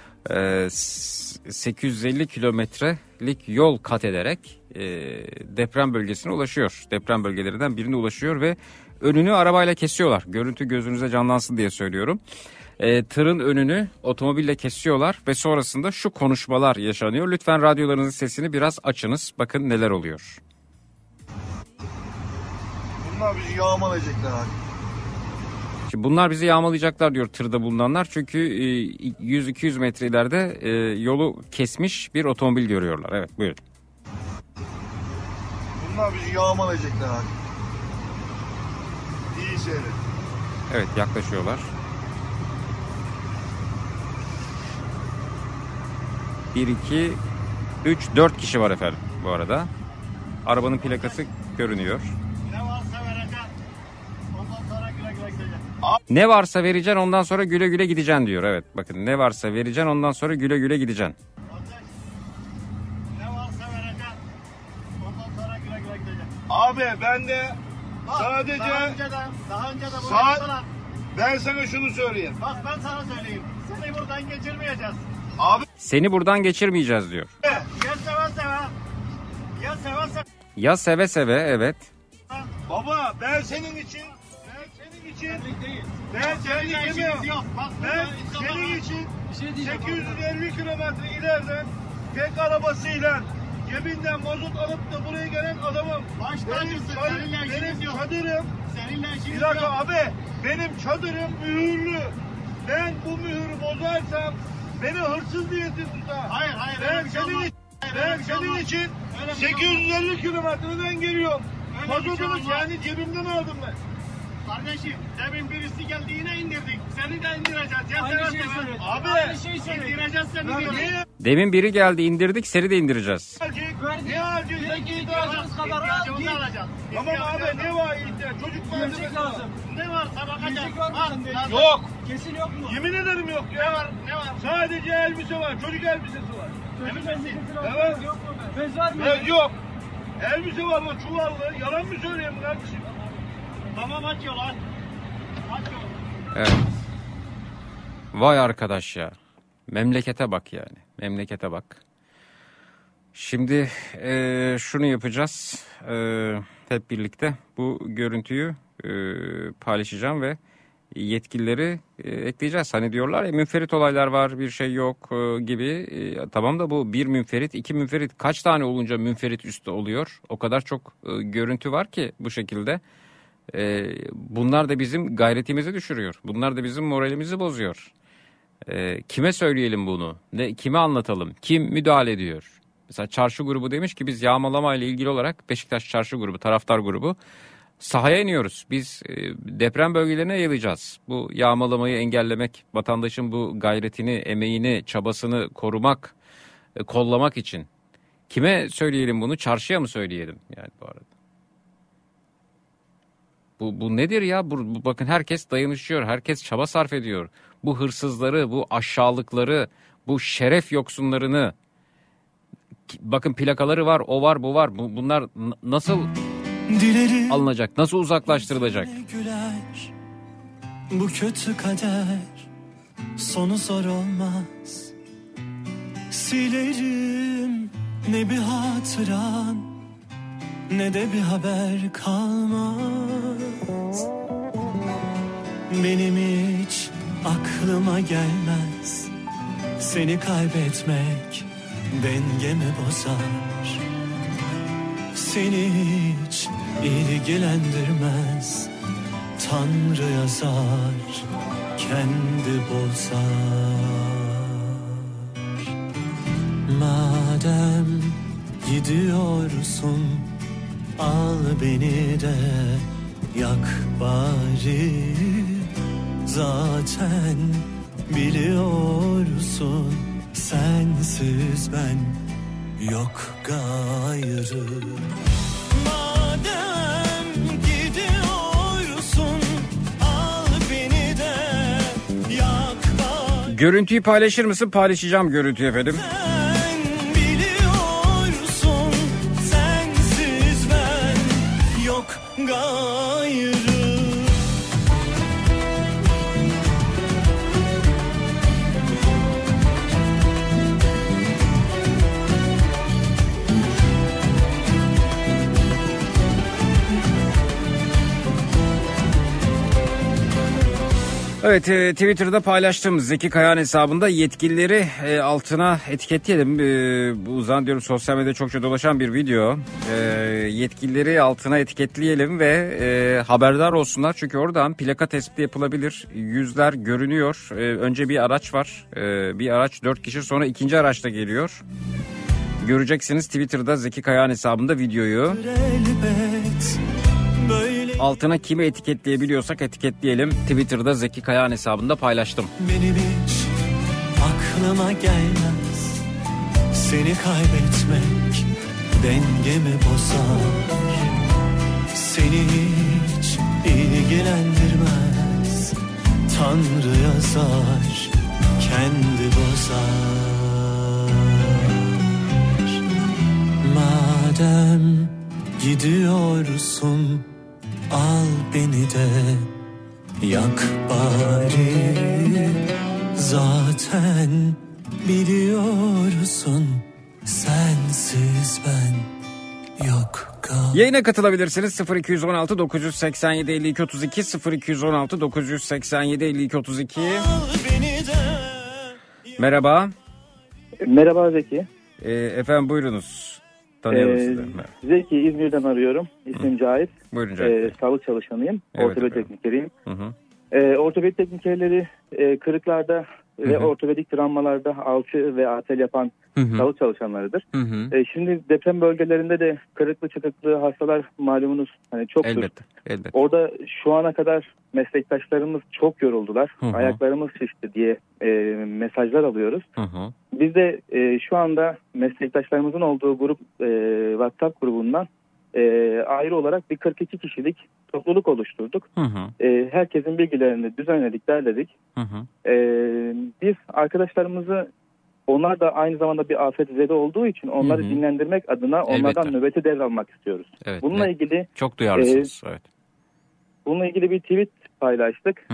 850 kilometrelik yol kat ederek deprem bölgesine ulaşıyor. Deprem bölgelerinden birine ulaşıyor ve önünü arabayla kesiyorlar. Görüntü gözünüze canlansın diye söylüyorum. Tırın önünü otomobille kesiyorlar ve sonrasında şu konuşmalar yaşanıyor. Lütfen radyolarınızın sesini biraz açınız. Bakın neler oluyor. Bunlar bizi yağmalayacaklar abi. Şimdi bunlar bizi yağmalayacaklar diyor tırda bulunanlar. Çünkü 100-200 metre ileride yolu kesmiş bir otomobil görüyorlar. Evet, buyurun. Bunlar bizi yağmalayacaklar abi. İyi seyret. Evet, yaklaşıyorlar. 1, 2, 3, 4 kişi var efendim bu arada. Arabanın plakası görünüyor. Ne varsa vereceğim. Ondan sonra güle güle gideceğim. Ne varsa vereceksin ondan sonra güle güle gideceksin diyor. Evet, bakın ne varsa vereceksin ondan sonra güle güle gideceksin. Ne varsa vereceğim. Ondan sonra güle güle gideceğim. Abi ben de sadece Daha önce de bunu Saat- yaptılar. ben sana şunu söyleyeyim. Bak ben sana söyleyeyim. Seni buradan geçirmeyeceğiz. Abi Seni buradan geçirmeyeceğiz diyor. Ya seve seve. Ya seve seve. Ya seve seve, evet. baba ben senin için Değil. ben senin için İşimiz yok. Bak ben burada senin için bir şey diyeceğim. 850 kilometre ileriden tek arabasıyla cebinden mazot alıp da buraya gelen adamım. Baş tacısın. Seninle işimiz Benim yok. çadırım, Seninle bir işimiz dakika yok. abi, benim çadırım mühürlü. Ben bu mühürü bozarsam beni hırsız diye tutar. Hayır Ben öyle bir şey senin olmaz. için, Hayır, ben öyle bir şey senin olmaz. için Öyle bir şey olmaz. 850 kilometreden geliyorum. Öyle bir şey Mazotumu olmaz. kendi cebimden aldım ben. Kardeşim demin birisi geldi yine indirdik. Seni de indireceğiz. Ya Aynı sever şeyi sever. söyledim. Abi Aynı şeyi söyledim. indireceğiz seni diyor. Niye? Demin biri geldi indirdik, seni de indireceğiz. Niye alacağız? Peki ihtiyacımız kadar İhtiyacımızı değil. alacağız. Tamam abi ne var ihtiyaç? Çocuk Gerçek lazım. Ne varsa bakacağız. Gerçek var mı Bak, sende? lazım. Yok. Kesin yok mu? Yemin ederim yok ya. Ne var? Ne var? Sadece elbise var. Çocuk elbisesi var. Çocuk elbisesi Evet. yok mu? Bez var mı? Yok. Elbise var lan çuvallı. Yalan mı söyleyeyim kardeşim? Tamam aç yolu aç. Aç yolu. Evet. Vay arkadaş ya. Memlekete bak yani. Memlekete bak. Şimdi şunu yapacağız. Hep birlikte bu görüntüyü paylaşacağım ve yetkilileri ekleyeceğiz. Hani diyorlar ya münferit olaylar var, bir şey yok gibi. Tamam da bu bir münferit, iki münferit, kaç tane olunca münferit üstü oluyor? O kadar çok görüntü var ki bu şekilde. Bunlar da bizim gayretimizi düşürüyor. Bunlar da bizim moralimizi bozuyor. Kime söyleyelim bunu? Kime anlatalım? Kim müdahale ediyor? Mesela çarşı grubu demiş ki biz yağmalama ile ilgili olarak Beşiktaş çarşı grubu, taraftar grubu sahaya iniyoruz. Biz deprem bölgelerine yayılacağız. Bu yağmalamayı engellemek, vatandaşın bu gayretini, emeğini, çabasını korumak, kollamak için. Kime söyleyelim bunu? Çarşıya mı söyleyelim yani bu arada? Bu nedir ya? Bakın herkes dayanışıyor, herkes çaba sarf ediyor. Bu hırsızları, bu aşağılıkları, bu şeref yoksunlarını, bakın plakaları var, o var, bu var. Bunlar nasıl Dilerim alınacak, nasıl uzaklaştırılacak? güler, bu kötü kader sonu zor olmaz. Silerim ne bir hatıran ne de bir haber kalmaz. Benim hiç aklıma gelmez seni kaybetmek dengemi bozar. Seni hiç ilgilendirmez Tanrı yazar kendi bozar. Madem gidiyorsun al beni de yak bari. Zaten biliyorsun sensiz ben yok gayrı. Madem gidiyorsun al beni de yak bari. Görüntüyü paylaşır mısın? Paylaşacağım görüntüyü efendim. Sen biliyorsun sensiz ben yok gayrı. Evet, Twitter'da paylaştığım Zeki Kayağan hesabında yetkilileri altına etiketleyelim. Bu zannediyorum sosyal medyada çokça dolaşan bir video. Yetkilileri altına etiketleyelim ve haberdar olsunlar. Çünkü oradan plaka tespiti yapılabilir. Yüzler görünüyor. Önce bir araç var. Bir araç 4 kişi, sonra ikinci araç da geliyor. Göreceksiniz Twitter'da Zeki Kayağan hesabında videoyu. Elbet böyle Altına kimi etiketleyebiliyorsak etiketleyelim. Twitter'da Zeki Kayağan hesabında paylaştım. benim hiç aklıma gelmez seni kaybetmek dengemi bozar. Seni hiç ilgilendirmez Tanrı yazar kendi bozar. Madem gidiyorsun al beni de yak bari. Zaten biliyorsun sensiz ben yok gal. Yayına katılabilirsiniz. 0216 987 52 32 0216 987 52 32. Al beni de Merhaba. Merhaba Zeki. Efendim buyurunuz. Tanıyalım sizi. Zeki, İzmir'den arıyorum. İsmim Cahit. Buyurun Cahit. Sağlık çalışanıyım. Evet, Ortopedi efendim. teknikeriyim. Hı hı. Ortopedi teknikerleri kırıklarda ve ortopedik travmalarda alçı ve atel yapan sağlık çalışanlarıdır. Şimdi deprem bölgelerinde de kırıklı çıkıklı hastalar malumunuz hani çoktur. Elbette. Orada şu ana kadar meslektaşlarımız çok yoruldular. Ayaklarımız şişti diye mesajlar alıyoruz. Biz de şu anda meslektaşlarımızın olduğu grup WhatsApp grubundan ayrı olarak bir 42 kişilik topluluk oluşturduk. Herkesin bilgilerini düzenledik, derledik. Biz arkadaşlarımızı, onlar da aynı zamanda bir afetzede olduğu için onları dinlendirmek adına onlardan nöbeti devralmak istiyoruz. Bununla ilgili çok duyarlısınız. Bununla ilgili bir tweet paylaştık.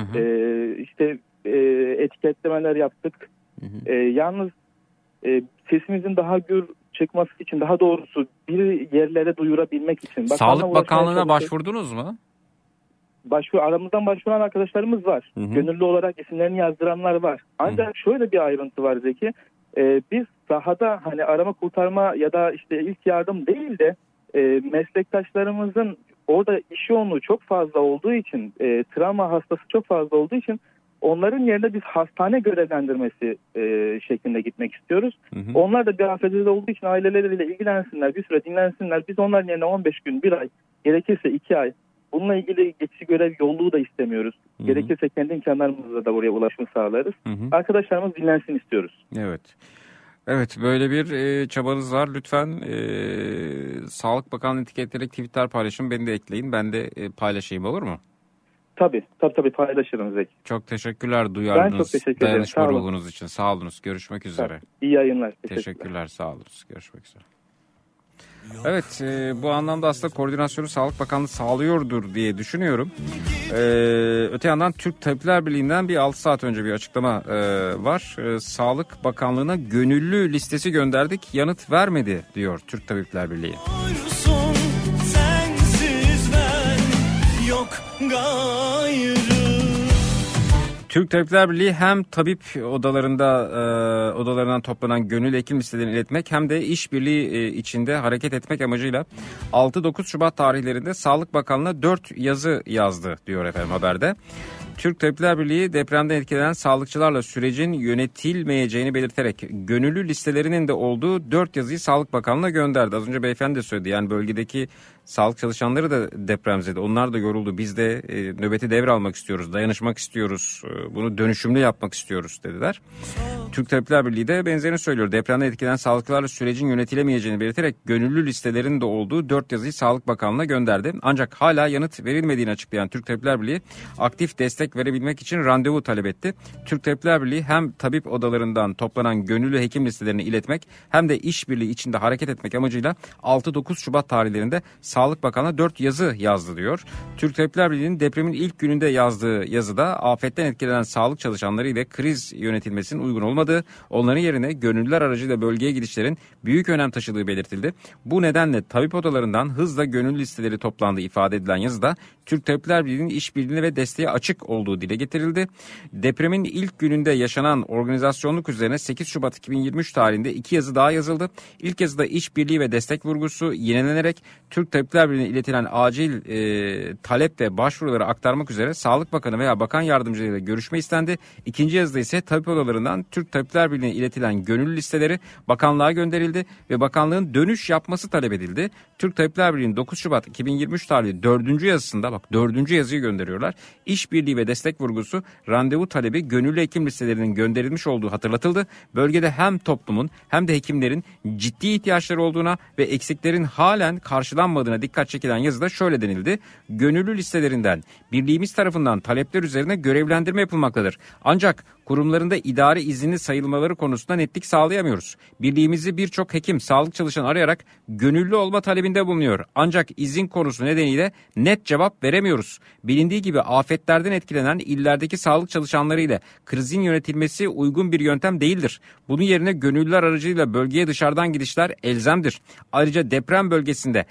Etiketlemeler yaptık. Yalnız sesimizin daha gür çıkması için, daha doğrusu bir yerlere duyurabilmek için. Sağlık Bakanlığı'na başvurdunuz mu? Aramızdan başvuran arkadaşlarımız var. Gönüllü olarak isimlerini yazdıranlar var. Ancak şöyle bir ayrıntı var Zeki. Biz sahada hani arama kurtarma ya da işte ilk yardım değil de meslektaşlarımızın orada iş yoğunluğu çok fazla olduğu için, travma hastası çok fazla olduğu için onların yerine biz hastane görevlendirmesi şeklinde gitmek istiyoruz. Onlar da bir afetzede olduğu için aileleriyle ilgilensinler, bir süre dinlensinler. Biz onların yerine 15 gün, 1 ay, gerekirse 2 ay. Bununla ilgili geçici görev yolluğu da istemiyoruz. Gerekirse kendi imkanlarımızla da buraya ulaşımı sağlarız. Arkadaşlarımız dinlensin istiyoruz. Evet, böyle bir çabanız var. Lütfen Sağlık Bakanlığı etiketleyerek tweetler paylaşın. Beni de ekleyin. Ben de paylaşayım, olur mu? Tabii paylaşırım Zeki. Çok teşekkürler duyardınız. Ben çok teşekkür ederim. Dayanışma ruhunuz için. Sağ olunuz. Görüşmek üzere. İyi yayınlar. Teşekkürler. Sağ olunuz. Görüşmek üzere. Evet, bu anlamda aslında koordinasyonu Sağlık Bakanlığı sağlıyordur diye düşünüyorum. Öte yandan Türk Tabipler Birliği'nden bir 6 saat önce bir açıklama var. Sağlık Bakanlığı'na gönüllü listesi gönderdik, yanıt vermedi diyor Türk Tabipler Birliği. Sensiz ben yok gayrı. Türk Tabipler Birliği hem tabip odalarından toplanan gönüllü hekim listelerini iletmek hem de işbirliği içinde hareket etmek amacıyla 6-9 Şubat tarihlerinde Sağlık Bakanlığı'na 4 yazı yazdı diyor efendim haberde. Türk Tabipler Birliği depremden etkilenen sağlıkçılarla sürecin yönetilmeyeceğini belirterek gönüllü listelerinin de olduğu 4 yazıyı Sağlık Bakanlığı'na gönderdi. Az önce beyefendi de söyledi, yani bölgedeki sağlık çalışanları da depremzedi. Onlar da yoruldu. Biz de nöbeti devralmak istiyoruz, dayanışmak istiyoruz, bunu dönüşümlü yapmak istiyoruz dediler. Türk Tabipler Birliği de benzerini söylüyor. Depremden etkilenen sağlıkçılarla sürecin yönetilemeyeceğini belirterek gönüllü listelerinin de olduğu 4 yazıyı Sağlık Bakanlığı'na gönderdi. Ancak hala yanıt verilmediğini açıklayan Türk Tabipler Birliği aktif destek verebilmek için randevu talep etti. Türk Tabipler Birliği hem tabip odalarından toplanan gönüllü hekim listelerini iletmek hem de işbirliği içinde hareket etmek amacıyla 6-9 Şubat tarihlerinde Sağlık Bakanlığı'na 4 yazı yazdı diyor. Türk Tabipler Birliği'nin depremin ilk gününde yazdığı yazıda afetten etkilenen sağlık çalışanları ile kriz yönetilmesinin uygun olmadığı, onların yerine gönüllüler aracıyla bölgeye gidişlerin büyük önem taşıdığı belirtildi. Bu nedenle tabip odalarından hızla gönüllü listeleri toplandığı ifade edilen yazıda Türk Tabipler Birliği'nin işbirliğine ve desteğe açık olduğu dile getirildi. Depremin ilk gününde yaşanan organizasyonluk üzerine 8 Şubat 2023 tarihinde 2 yazı daha yazıldı. İlk yazıda işbirliği ve destek vurgusu yenilenerek Türk Tabipler Birliği'ne iletilen acil talep ve başvuruları aktarmak üzere Sağlık Bakanı veya Bakan Yardımcılarıyla görüşme istendi. İkinci yazıda ise tabip odalarından Türk Tabipler Birliği'ne iletilen gönüllü listeleri bakanlığa gönderildi ve bakanlığın dönüş yapması talep edildi. Türk Tabipler Birliği'nin 9 Şubat 2023 tarihli 4. yazısında, bak 4. yazıyı gönderiyorlar, İşbirliği ve destek vurgusu, randevu talebi, gönüllü hekim listelerinin gönderilmiş olduğu hatırlatıldı. Bölgede hem toplumun hem de hekimlerin ciddi ihtiyaçları olduğuna ve eksiklerin halen karşılanmadığına dikkat çekilen yazıda şöyle denildi. Gönüllü listelerinden birliğimiz tarafından talepler üzerine görevlendirme yapılmaktadır. Ancak kurumlarında idari izinli sayılmaları konusunda netlik sağlayamıyoruz. Birliğimizi birçok hekim, sağlık çalışanı arayarak gönüllü olma talebinde bulunuyor. Ancak izin konusu nedeniyle net cevap veremiyoruz. Bilindiği gibi afetlerden etkilenen illerdeki sağlık çalışanları ile krizin yönetilmesi uygun bir yöntem değildir. Bunun yerine gönüllüler aracılığıyla bölgeye dışarıdan gidişler elzemdir. Ayrıca deprem bölgesinde aynı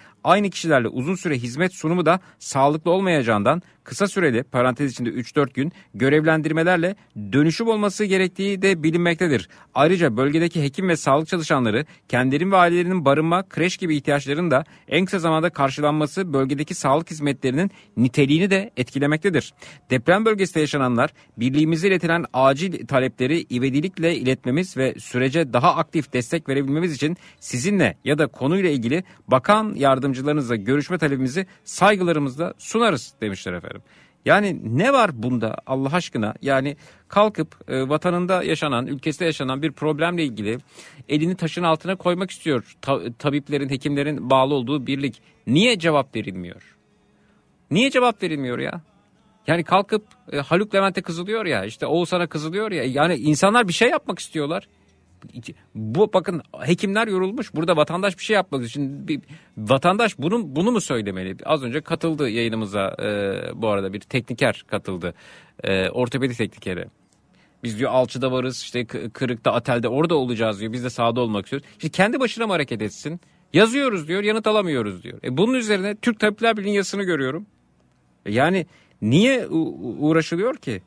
aynı kişilerle uzun süre hizmet sunumu da sağlıklı olmayacağından kısa süreli parantez içinde 3-4 gün görevlendirmelerle dönüşüm olması gerektiği de bilinmektedir. Ayrıca bölgedeki hekim ve sağlık çalışanları kendilerinin ve ailelerinin barınma, kreş gibi ihtiyaçlarının da en kısa zamanda karşılanması bölgedeki sağlık hizmetlerinin niteliğini de etkilemektedir. Deprem bölgesinde yaşananlar birliğimize iletilen acil talepleri ivedilikle iletmemiz ve sürece daha aktif destek verebilmemiz için sizinle ya da konuyla ilgili bakan yardımcılarınızla görüşme talebimizi saygılarımızla sunarız demişler efendim. Yani ne var bunda Allah aşkına? Yani kalkıp vatanında yaşanan, ülkesinde yaşanan bir problemle ilgili elini taşın altına koymak istiyor tabiplerin, hekimlerin bağlı olduğu birlik. Niye cevap verilmiyor? Niye cevap verilmiyor ya? Yani kalkıp Haluk Levent'e kızılıyor ya, işte Oğuzhan'a kızılıyor ya. Yani insanlar bir şey yapmak istiyorlar. Bu bakın hekimler yorulmuş. Burada vatandaş bir şey yapmak için vatandaş bunu mu söylemeli? Az önce katıldı yayınımıza bu arada bir tekniker katıldı. Ortopedi teknikeri. Biz diyor alçıda varız, işte Kırık'ta, Atel'de orada olacağız diyor. Biz de sahada olmak istiyoruz. İşte kendi başına mı hareket etsin? Yazıyoruz diyor, yanıt alamıyoruz diyor. Bunun üzerine Türk Tabipler Birliği'nin yazısını görüyorum. Yani niye uğraşılıyor ki?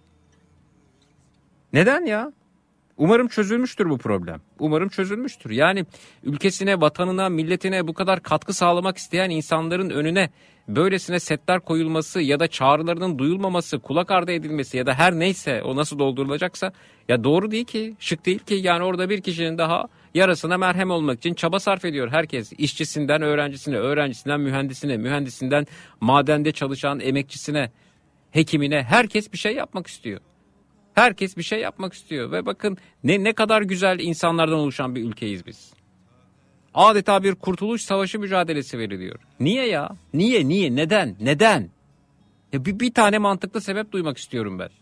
Neden ya? Umarım çözülmüştür bu problem. Umarım çözülmüştür. Yani ülkesine, vatanına, milletine bu kadar katkı sağlamak isteyen insanların önüne böylesine setler koyulması ya da çağrılarının duyulmaması, kulak ardı edilmesi ya da her neyse o nasıl doldurulacaksa ya doğru değil ki, şık değil ki. Yani orada bir kişinin daha yarasına merhem olmak için çaba sarf ediyor herkes. İşçisinden öğrencisine, öğrencisinden mühendisine, mühendisinden madende çalışan emekçisine, hekimine herkes bir şey yapmak istiyor. Herkes bir şey yapmak istiyor ve bakın ne kadar güzel insanlardan oluşan bir ülkeyiz biz. Adeta bir kurtuluş savaşı mücadelesi veriliyor. Niye ya? Niye? Neden? Ya bir tane mantıklı sebep duymak istiyorum ben.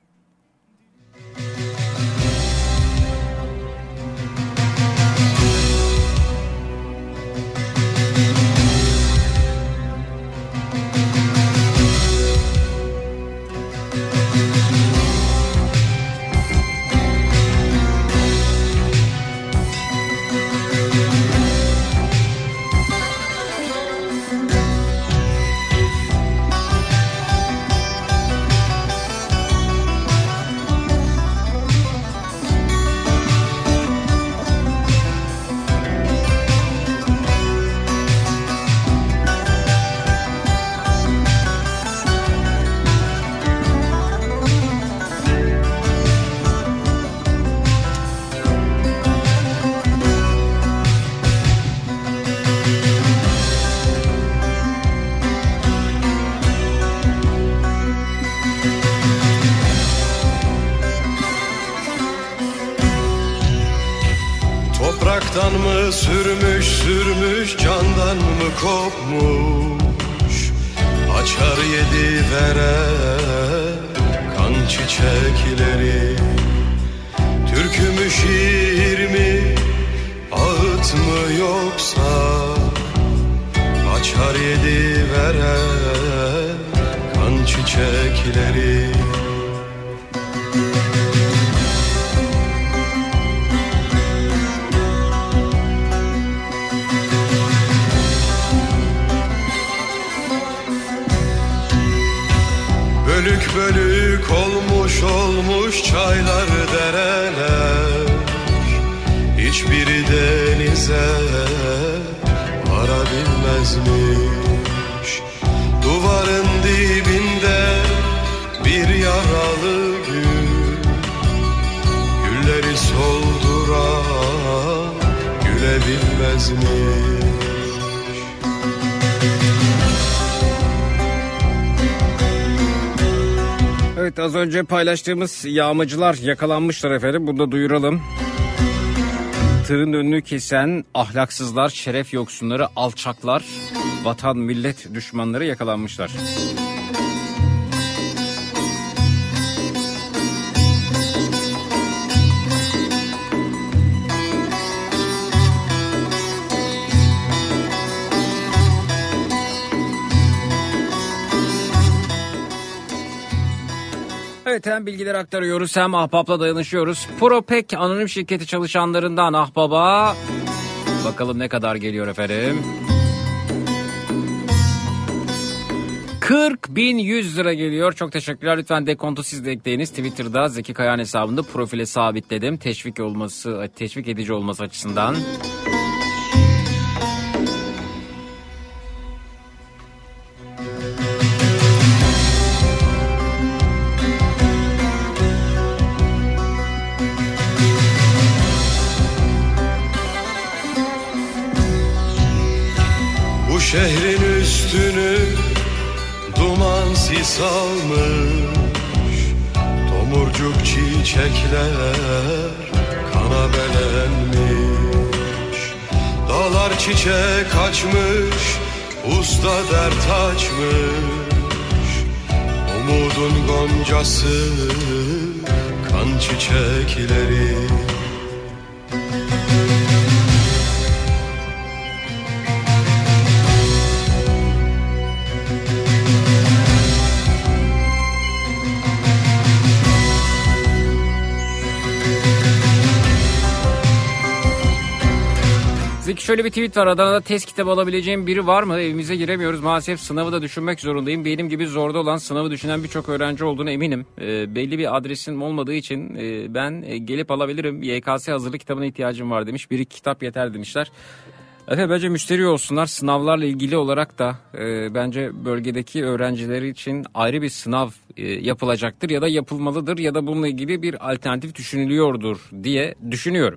Topraktan mı sürmüş candan mı kopmuş, açar yedi vere kan çiçekleri. Türkü mü şiir mi ağıt mı yoksa, açar yedi vere kan çiçekleri. Bölük bölük olmuş çaylar dereler, hiçbiri denize varabilmezmiş. Duvarın dibinde bir yaralı gül, gülleri solduran gülebilmezmiş. Evet, az önce paylaştığımız yağmacılar yakalanmışlar efendim. Bunu da duyuralım. Tırın önünü kesen ahlaksızlar, şeref yoksunları, alçaklar, vatan millet düşmanları yakalanmışlar. Evet, hem bilgiler aktarıyoruz hem Ahbap'la dayanışıyoruz. Propek anonim şirketi çalışanlarından Ahbap'a bakalım ne kadar geliyor efendim. 40.100 lira geliyor. Çok teşekkürler. Lütfen dekontu siz de ekleyiniz. Twitter'da Zeki Kayan hesabında profile sabitledim. Teşvik edici olması açısından. Bu şehrin üstünü duman sis almış, tomurcuk çiçekler kana belenmiş. Dağlar çiçek açmış, usta dert açmış. Umudun goncası, kan çiçekleri. Zeki şöyle bir tweet var. Adana'da test kitabı alabileceğim biri var mı? Evimize giremiyoruz. Maalesef sınavı da düşünmek zorundayım. Benim gibi zorda olan sınavı düşünen birçok öğrenci olduğunu eminim. Belli bir adresim olmadığı için ben gelip alabilirim. YKS hazırlık kitabına ihtiyacım var demiş. Bir iki kitap yeter demişler. Evet, bence müşteri olsunlar. Sınavlarla ilgili olarak da bence bölgedeki öğrencileri için ayrı bir sınav yapılacaktır ya da yapılmalıdır ya da bununla ilgili bir alternatif düşünülüyordur diye düşünüyorum.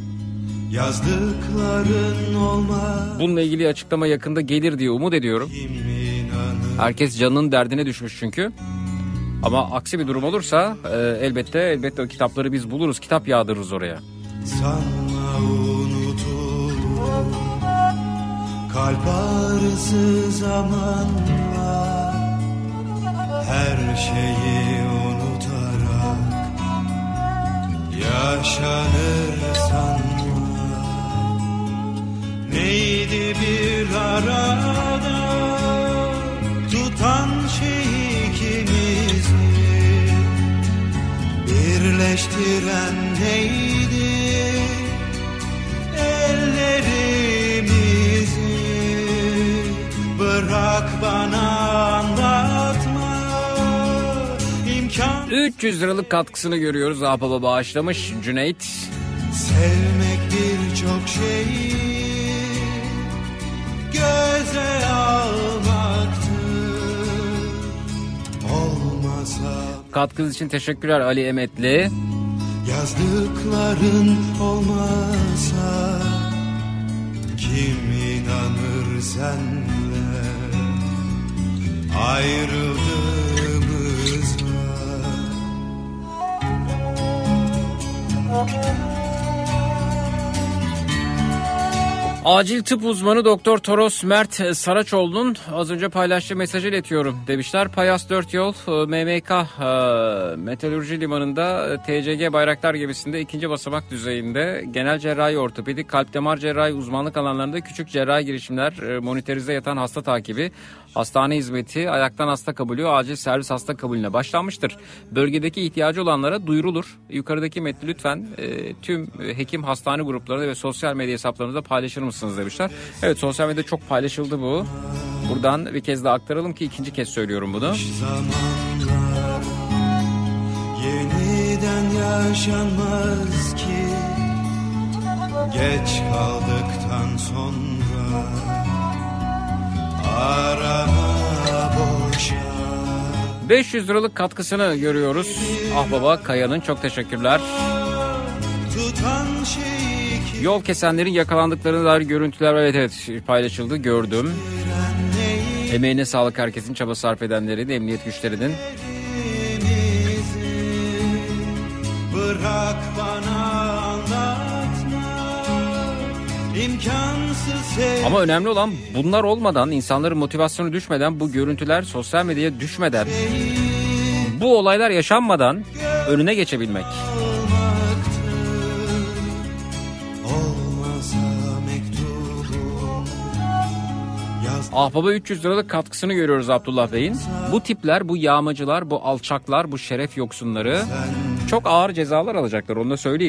Yazdıkların olmaz. Bununla ilgili açıklama yakında gelir diye umut ediyorum. Herkes canının derdine düşmüş çünkü. Ama aksi bir durum olursa elbette o kitapları biz buluruz. Kitap yağdırırız oraya. Sanma unuturum. Kalp ağrısı zamanla her şeyi unutarak yaşanır sanma. Neydi bir arada tutan şey ikimizi, birleştiren neydi ellerimizi? Bırak bana anlatma imkan. 300 liralık katkısını görüyoruz. Ahbaba bağışlamış Cüneyt. Sevmek birçok şeyi göze almaktır. Olmasa Katkınız için teşekkürler Ali Emetli. yazdıkların olmasa kim inanır senle ayrıldığımıza? Acil tıp uzmanı Doktor Toros Mert Saraçoğlu'nun az önce paylaştığı mesajı iletiyorum demişler. Payas 4 yol MMK Metalurji Limanı'nda TCG Bayraktar gemisinde 2. basamak düzeyinde genel cerrahi ortopedik, kalp damar cerrahi uzmanlık alanlarında küçük cerrahi girişimler, monitörize yatan hasta takibi, hastane hizmeti, ayaktan hasta kabulü, acil servis hasta kabulüne başlanmıştır. Bölgedeki ihtiyacı olanlara duyurulur. Yukarıdaki metni lütfen tüm hekim hastane gruplarında ve sosyal medya hesaplarınızda paylaşır mısınız demişler. Evet, sosyal medyada çok paylaşıldı bu. Buradan bir kez daha aktaralım ki ikinci kez söylüyorum bunu. Zamanlar yeniden yaşanmaz ki geç kaldıktan sonra arama boşa. 500 liralık katkısını görüyoruz. Ahbaba Kaya'nın, çok teşekkürler. Tutan şey Yol kesenlerin yakalandıklarına dair görüntüler evet paylaşıldı, gördüm. Emeğine sağlık herkesin, çaba sarf edenlerin, emniyet güçlerinin. Bırak bana anlatma imkansız. Ama önemli olan bunlar olmadan, insanların motivasyonu düşmeden, bu görüntüler sosyal medyaya düşmeden, bu olaylar yaşanmadan önüne geçebilmek. Ahbaba 300 liralık katkısını görüyoruz Abdullah Bey'in. Bu tipler, bu yağmacılar, bu alçaklar, bu şeref yoksunları çok ağır cezalar alacaklar, onu da söyleyeyim.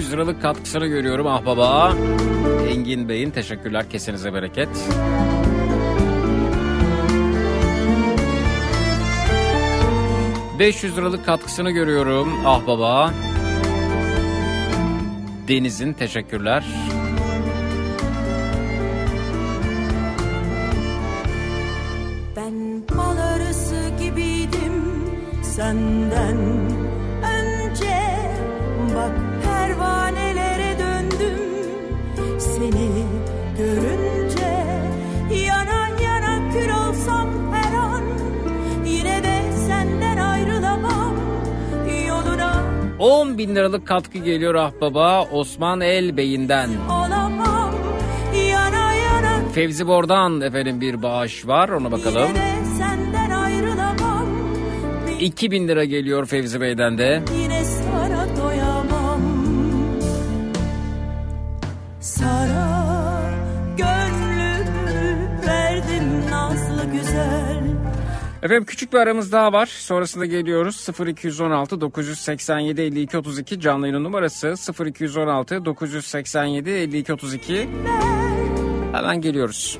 500 liralık katkısını görüyorum Ahbaba. Engin Bey'in, teşekkürler, kesenize bereket. ...500 liralık katkısını görüyorum Ahbaba. Deniz'in, teşekkürler. Ben bal arısı gibiydim senden önce. Bak pervanelere döndüm seni görünce. Yana yana kül olsam her an, yine de senden ayrılamam yoluna. 10.000 liralık katkı geliyor Ahbaba Osman El Bey'inden. Olamam yana yana. Fevzi Bor'dan efendim bir bağış var, ona bakalım. Yine de senden ayrılamam. 2.000 lira geliyor Fevzi Bey'den de. Yine sana doyamam. Sana gönlümü verdim nazlı güzel. Efendim küçük bir aramız daha var. Sonrasında geliyoruz. 0216 987 52 32 canlı yayın numarası 0216 987 52 32. Hemen geliyoruz.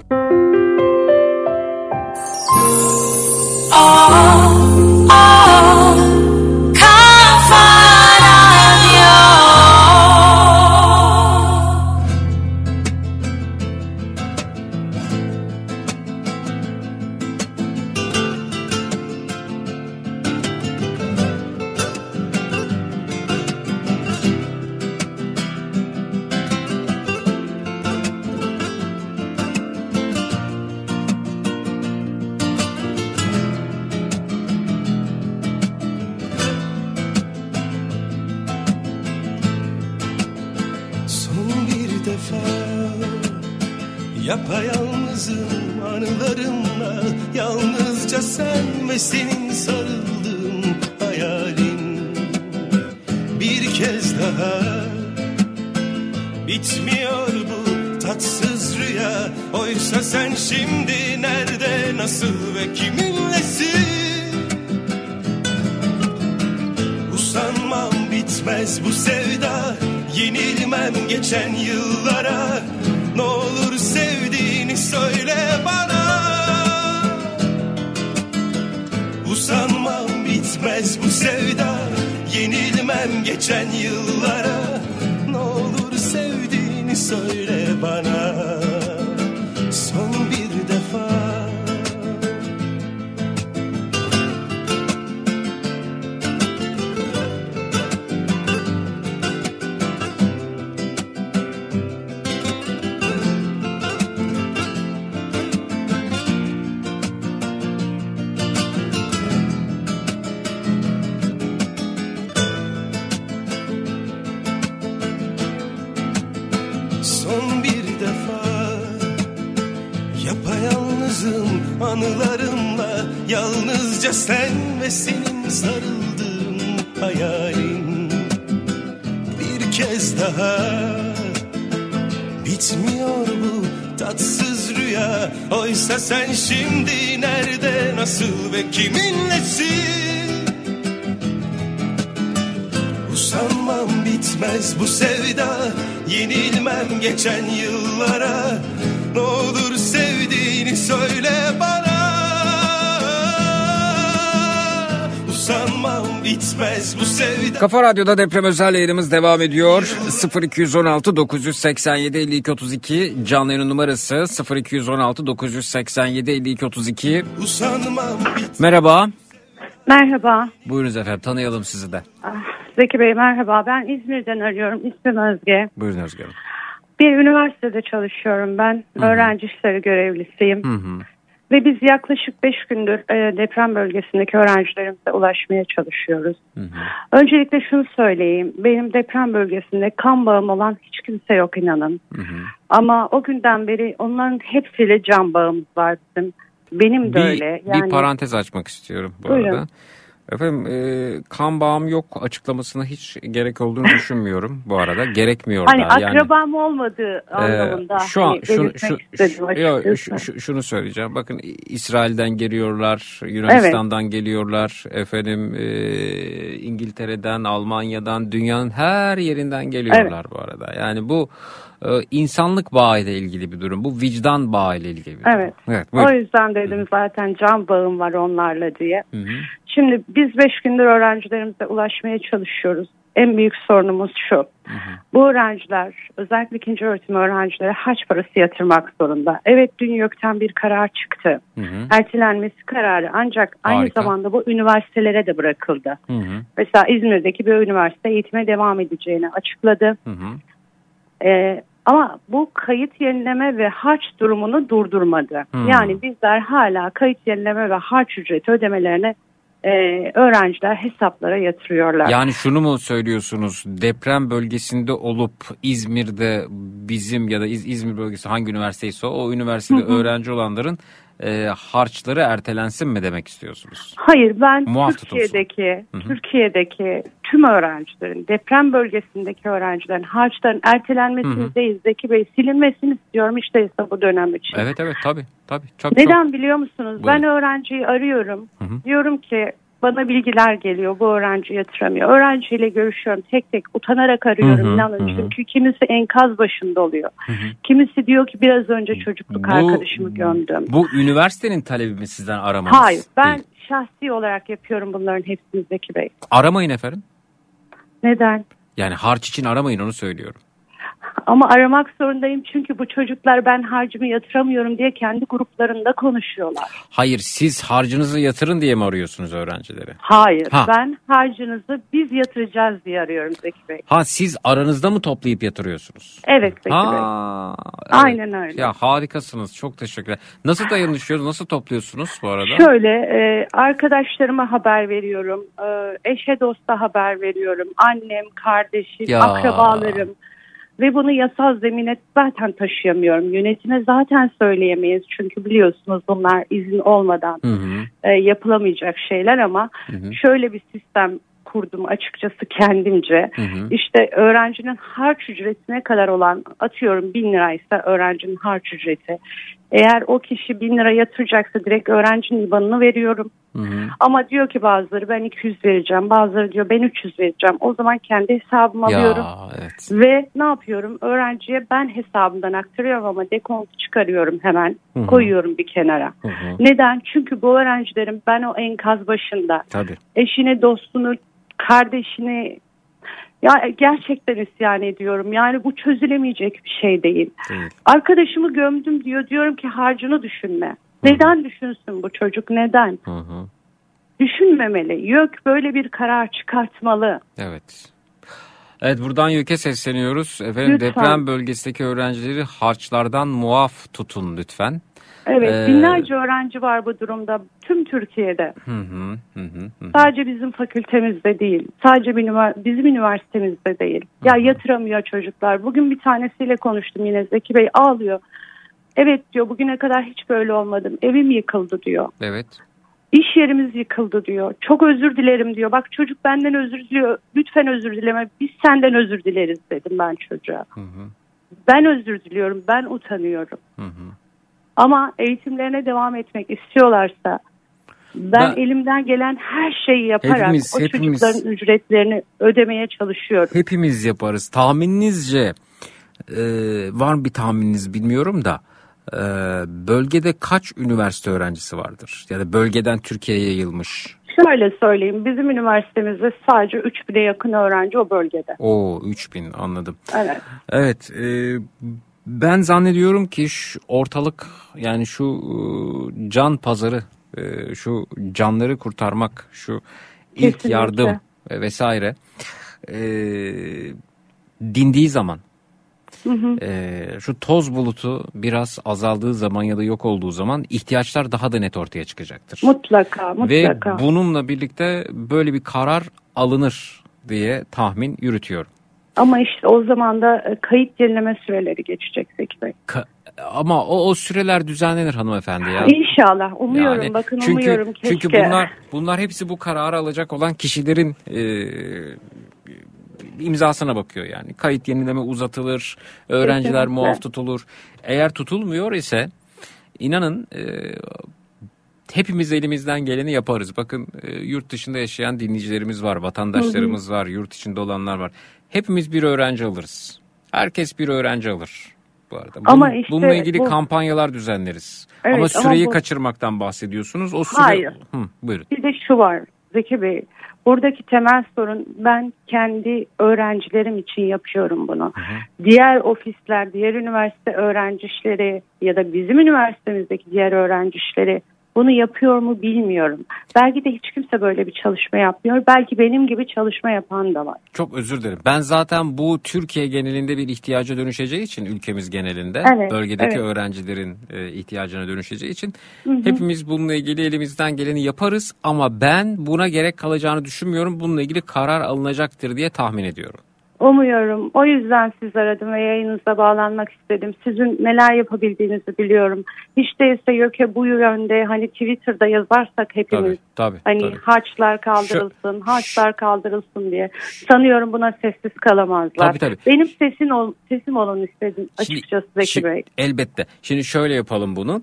Yapayalnızım anılarımla, yalnızca sen ve senin sarıldığım hayalin. Bir kez daha bitmiyor bu tatsız rüya. Oysa sen şimdi nerede, nasıl ve kiminlesin? Usanmam, bitmez bu sevda, yenilmem geçen yıllara. Ne olur sevdiğini söyle bana. Usanmam, bitmez bu sevda, yenilmem geçen yıllara. Ne olur sevdiğini söyle bana. Son bir defa. Anılarımla, yalnızca sen ve senin sarıldığın hayalin. Bir kez daha bitmiyor bu tatsız rüya. Oysa sen şimdi nerede, nasıl ve kiminlesin? Usanmam, bitmez bu sevda, yenilmem geçen yıllara. Ne olur sevdiğini söyle bana. Usanmam, bitmez bu sevda. Kafa Radyo'da deprem özel yayınımız devam ediyor. 0216 987 52 32 canlı yayın numarası 0216 987 52 32. Usanmam, merhaba. Merhaba. Buyurunuz efendim, tanıyalım sizi de. Zeki Bey merhaba, ben İzmir'den arıyorum, ismim Özge. Buyurun Özge Hanım. Bir üniversitede çalışıyorum ben. Hı-hı. Öğrenci işleri görevlisiyim. Hı-hı. Ve biz yaklaşık 5 gündür deprem bölgesindeki öğrencilerimize ulaşmaya çalışıyoruz. Hı-hı. Öncelikle şunu söyleyeyim. Benim deprem bölgesinde kan bağım olan hiç kimse yok, inanın. Hı-hı. Ama o günden beri onların hepsiyle can bağımız var bizim. Benim de öyle. Yani... Bir parantez açmak istiyorum bu Buyurun. arada. Efendim kan bağım yok açıklamasına hiç gerek olduğunu düşünmüyorum bu arada. Gerekmiyor da. Hani akrabam olmadığı anlamında. Şu an hani şunu söyleyeceğim. Bakın İsrail'den geliyorlar, Yunanistan'dan geliyorlar, efendim İngiltere'den, Almanya'dan, dünyanın her yerinden geliyorlar bu arada. Yani bu insanlık bağıyla ilgili bir durum. Bu vicdan bağıyla ilgili bir durum. Evet. O yüzden dedim zaten can bağım var onlarla diye. Hı-hı. Şimdi biz 5 gündür öğrencilerimize ulaşmaya çalışıyoruz. En büyük sorunumuz şu. Hı-hı. Bu öğrenciler, özellikle ikinci öğretim öğrencileri harç parası yatırmak zorunda. Evet, dün YÖK'ten bir karar çıktı. Hı-hı. Ertelenmesi kararı, ancak aynı zamanda bu üniversitelere de bırakıldı. Hı-hı. Mesela İzmir'deki bir üniversite eğitime devam edeceğini açıkladı. Hı-hı. Ama bu kayıt yenileme ve harç durumunu durdurmadı. Yani bizler hala kayıt yenileme ve harç ücreti ödemelerini öğrenciler hesaplara yatırıyorlar. Yani şunu mu söylüyorsunuz? Deprem bölgesinde olup İzmir'de bizim ya da İzmir bölgesi hangi üniversiteyse o üniversitede öğrenci olanların harçları ertelensin mi demek istiyorsunuz? Hayır, ben Türkiye'deki tüm öğrencilerin, deprem bölgesindeki öğrencilerin harçların ertelenmesini değil Zeki Bey, silinmesini istiyorum işte bu dönem için. Evet tabii. Neden biliyor musunuz? Buyurun. Ben öğrenciyi arıyorum. Diyorum ki bana bilgiler geliyor, bu öğrenci yatıramıyor. Öğrenciyle görüşüyorum, tek tek utanarak arıyorum, inanın. Çünkü kimisi enkaz başında oluyor. Kimisi diyor ki biraz önce çocukluk arkadaşımı gömdüm. Bu üniversitenin talebi mi sizden aramanız? Hayır, ben şahsi olarak yapıyorum bunların hepsini Zeki Bey. Aramayın efendim. Neden? Yani harç için aramayın, onu söylüyorum. Ama aramak zorundayım çünkü bu çocuklar ben harcımı yatıramıyorum diye kendi gruplarında konuşuyorlar. Hayır, siz harcınızı yatırın diye mi arıyorsunuz öğrencileri? Hayır, ben harcınızı biz yatıracağız diye arıyorum Zeki Bey. Siz aranızda mı toplayıp yatırıyorsunuz? Evet Zeki Bey. Evet. Aynen öyle. Ya harikasınız, çok teşekkürler. Nasıl dayanışıyorsunuz, nasıl topluyorsunuz bu arada? Şöyle, arkadaşlarıma haber veriyorum, eşe dosta haber veriyorum, annem, kardeşim, akrabalarım. Ve bunu yasal zemine zaten taşıyamıyorum. Yönetime zaten söyleyemeyiz. Çünkü biliyorsunuz bunlar izin olmadan yapılamayacak şeyler ama şöyle bir sistem kurdum açıkçası kendimce. İşte öğrencinin harç ücretine kadar olan, atıyorum 1000 liraysa öğrencinin harç ücreti. Eğer o kişi 1000 lira yatıracaksa direkt öğrencinin IBAN'ını veriyorum. Ama diyor ki bazıları ben 200 vereceğim, bazıları diyor ben 300 vereceğim. O zaman kendi hesabıma alıyorum. Ve ne yapıyorum? Öğrenciye ben hesabımdan aktarıyorum ama dekontu çıkarıyorum hemen. Koyuyorum bir kenara. Neden? Çünkü bu öğrencilerin ben o enkaz başında eşini, dostunu, kardeşini gerçekten isyan ediyorum. Yani bu çözülemeyecek bir şey değil. Arkadaşımı gömdüm diyor. Diyorum ki harcını düşünme. Neden düşünsün bu çocuk? Neden? Düşünmemeli. YÖK böyle bir karar çıkartmalı. Evet, buradan YÖK'e sesleniyoruz. Efendim, lütfen. Deprem bölgesindeki öğrencileri harçlardan muaf tutun lütfen. Evet, binlerce öğrenci var bu durumda tüm Türkiye'de. Sadece bizim fakültemizde değil, sadece bizim üniversitemizde değil. Ya yatıramıyor çocuklar. Bugün bir tanesiyle konuştum yine, Zeki Bey ağlıyor. Evet diyor, bugüne kadar hiç böyle olmadım. Evim yıkıldı diyor. Evet. İş yerimiz yıkıldı diyor. Çok özür dilerim diyor. Bak çocuk benden özür diliyor. Lütfen özür dileme. Biz senden özür dileriz dedim ben çocuğa. Ben özür diliyorum. Ben utanıyorum. Ama eğitimlerine devam etmek istiyorlarsa ben elimden gelen her şeyi yaparak çocukların ücretlerini ödemeye çalışıyorum. Hepimiz yaparız. Tahmininizce var mı bir tahmininiz bilmiyorum da bölgede kaç üniversite öğrencisi vardır? Ya da bölgeden Türkiye'ye yayılmış. Şöyle söyleyeyim, bizim üniversitemizde sadece 3000'e yakın öğrenci o bölgede. 3000, anladım. Evet. Ben zannediyorum ki ortalık, yani şu can pazarı, şu canları kurtarmak, şu ilk kesinlikle yardım vesaire dindiği zaman, şu toz bulutu biraz azaldığı zaman ya da yok olduğu zaman ihtiyaçlar daha da net ortaya çıkacaktır. Mutlaka. Ve bununla birlikte böyle bir karar alınır diye tahmin yürütüyorum. Ama işte o zaman da kayıt yenileme süreleri geçecek Zeki Bey. Ama o süreler düzenlenir hanımefendi ya. İnşallah. Umuyorum. Yani, bakın umuyorum. Keşke. Çünkü bunlar hepsi bu kararı alacak olan kişilerin imzasına bakıyor yani. Kayıt yenileme uzatılır, öğrenciler Kesinlikle. muaf tutulur. Eğer tutulmuyor ise inanın hepimiz elimizden geleni yaparız. Bakın yurt dışında yaşayan dinleyicilerimiz var, vatandaşlarımız var, yurt içinde olanlar var. Hepimiz bir öğrenci alırız. Herkes bir öğrenci alır bu arada. Ama işte bununla ilgili kampanyalar düzenleriz. Evet, ama süreyi ama kaçırmaktan bahsediyorsunuz. O süre... Hayır. Buyurun. Bir de şu var Zeki Bey. Buradaki temel sorun, ben kendi öğrencilerim için yapıyorum bunu. Diğer ofisler, diğer üniversite öğrenci işleri ya da bizim üniversitemizdeki diğer öğrenci işleri bunu yapıyor mu bilmiyorum. Belki de hiç kimse böyle bir çalışma yapmıyor. Belki benim gibi çalışma yapan da var. Çok özür dilerim. Ben zaten bu Türkiye genelinde bir ihtiyaca dönüşeceği için, ülkemiz genelinde, bölgedeki öğrencilerin ihtiyacına dönüşeceği için hepimiz bununla ilgili elimizden geleni yaparız. Ama ben buna gerek kalacağını düşünmüyorum. Bununla ilgili karar alınacaktır diye tahmin ediyorum. Umuyorum. O yüzden sizi aradım ve yayınınıza bağlanmak istedim. Sizin neler yapabildiğinizi biliyorum. Hiç değilse YÖK'e bu yönde hani Twitter'da yazarsak hepimiz tabii. harçlar kaldırılsın, harçlar kaldırılsın diye. Sanıyorum buna sessiz kalamazlar. Tabii. Benim sesim olun istedim açıkçası Zeki Bey. Elbette. Şimdi şöyle yapalım bunu.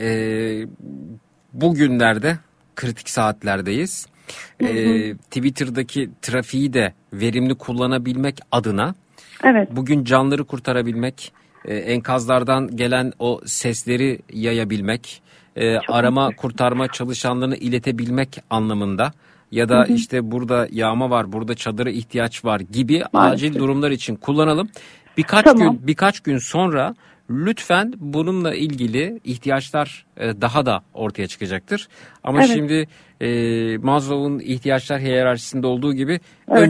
Bugünlerde kritik saatlerdeyiz. Twitter'daki trafiği de verimli kullanabilmek adına bugün canları kurtarabilmek, enkazlardan gelen o sesleri yayabilmek, arama kurtarma çalışanlarını iletebilmek anlamında ya da işte burada yağma var, burada çadıra ihtiyaç var gibi acil durumlar için kullanalım. Birkaç gün sonra lütfen bununla ilgili ihtiyaçlar daha da ortaya çıkacaktır. Ama şimdi Maslow'un ihtiyaçlar hiyerarşisinde olduğu gibi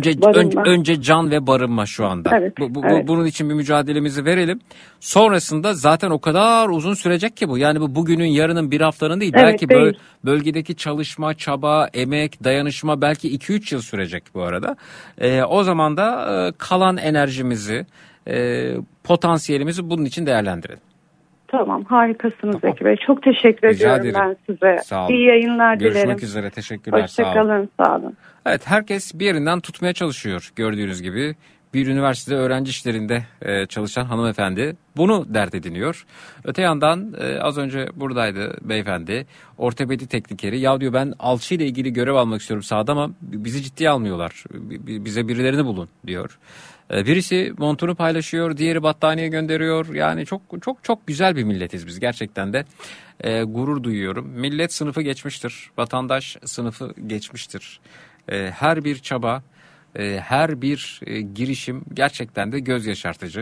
önce can ve barınma şu anda. Bunun için bir mücadelemizi verelim. Sonrasında zaten o kadar uzun sürecek ki bu. Yani bu bugünün, yarının, bir haftanın değil. Belki bölgedeki çalışma, çaba, emek, dayanışma belki 2-3 yıl sürecek bu arada. O zaman da kalan enerjimizi, potansiyelimizi bunun için değerlendirelim. Tamam, harikasınız Zeki Bey. Çok teşekkür ediyorum ben size. Sağ olun. İyi yayınlar dilerim. Görüşmek üzere. Teşekkürler. Hoşçakalın. Sağ olun. Evet, herkes bir yerinden tutmaya çalışıyor gördüğünüz gibi. Bir üniversitede öğrenci işlerinde çalışan hanımefendi bunu dert ediniyor. Öte yandan az önce buradaydı beyefendi, ortopedi teknikeri. Ya diyor, ben alçı ile ilgili görev almak istiyorum sahada ama bizi ciddiye almıyorlar. Bize birilerini bulun diyor. Birisi montunu paylaşıyor, diğeri battaniye gönderiyor. Yani çok güzel bir milletiz biz gerçekten de. Gurur duyuyorum. Millet sınıfı geçmiştir. Vatandaş sınıfı geçmiştir. Her bir çaba, her bir girişim gerçekten de göz yaşartıcı.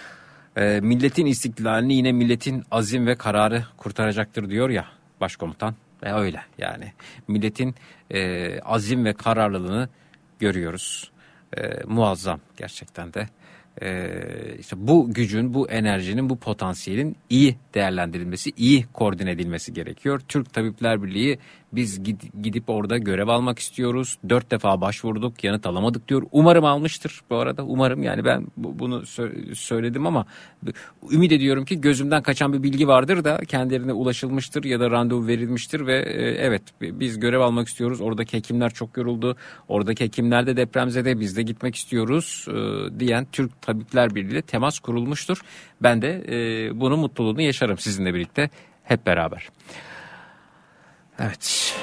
Milletin istiklalini yine milletin azim ve kararı kurtaracaktır diyor ya başkomutan. Öyle yani. Milletin azim ve kararlılığını görüyoruz. Muazzam gerçekten de. İşte bu gücün, bu enerjinin, bu potansiyelin iyi değerlendirilmesi, iyi koordine edilmesi gerekiyor. Türk Tabipler Birliği, biz gidip orada görev almak istiyoruz. 4 defa başvurduk, yanıt alamadık diyor. Umarım almıştır bu arada. Umarım, yani ben bunu söyledim ama ümit ediyorum ki gözümden kaçan bir bilgi vardır da kendilerine ulaşılmıştır ya da randevu verilmiştir ve evet, biz görev almak istiyoruz. Oradaki hekimler çok yoruldu. Oradaki hekimler de depremzede, biz de gitmek istiyoruz diyen Türk Tabipler Birliği ile temas kurulmuştur. Ben de bunun mutluluğunu yaşarım sizinle birlikte hep beraber. Evet.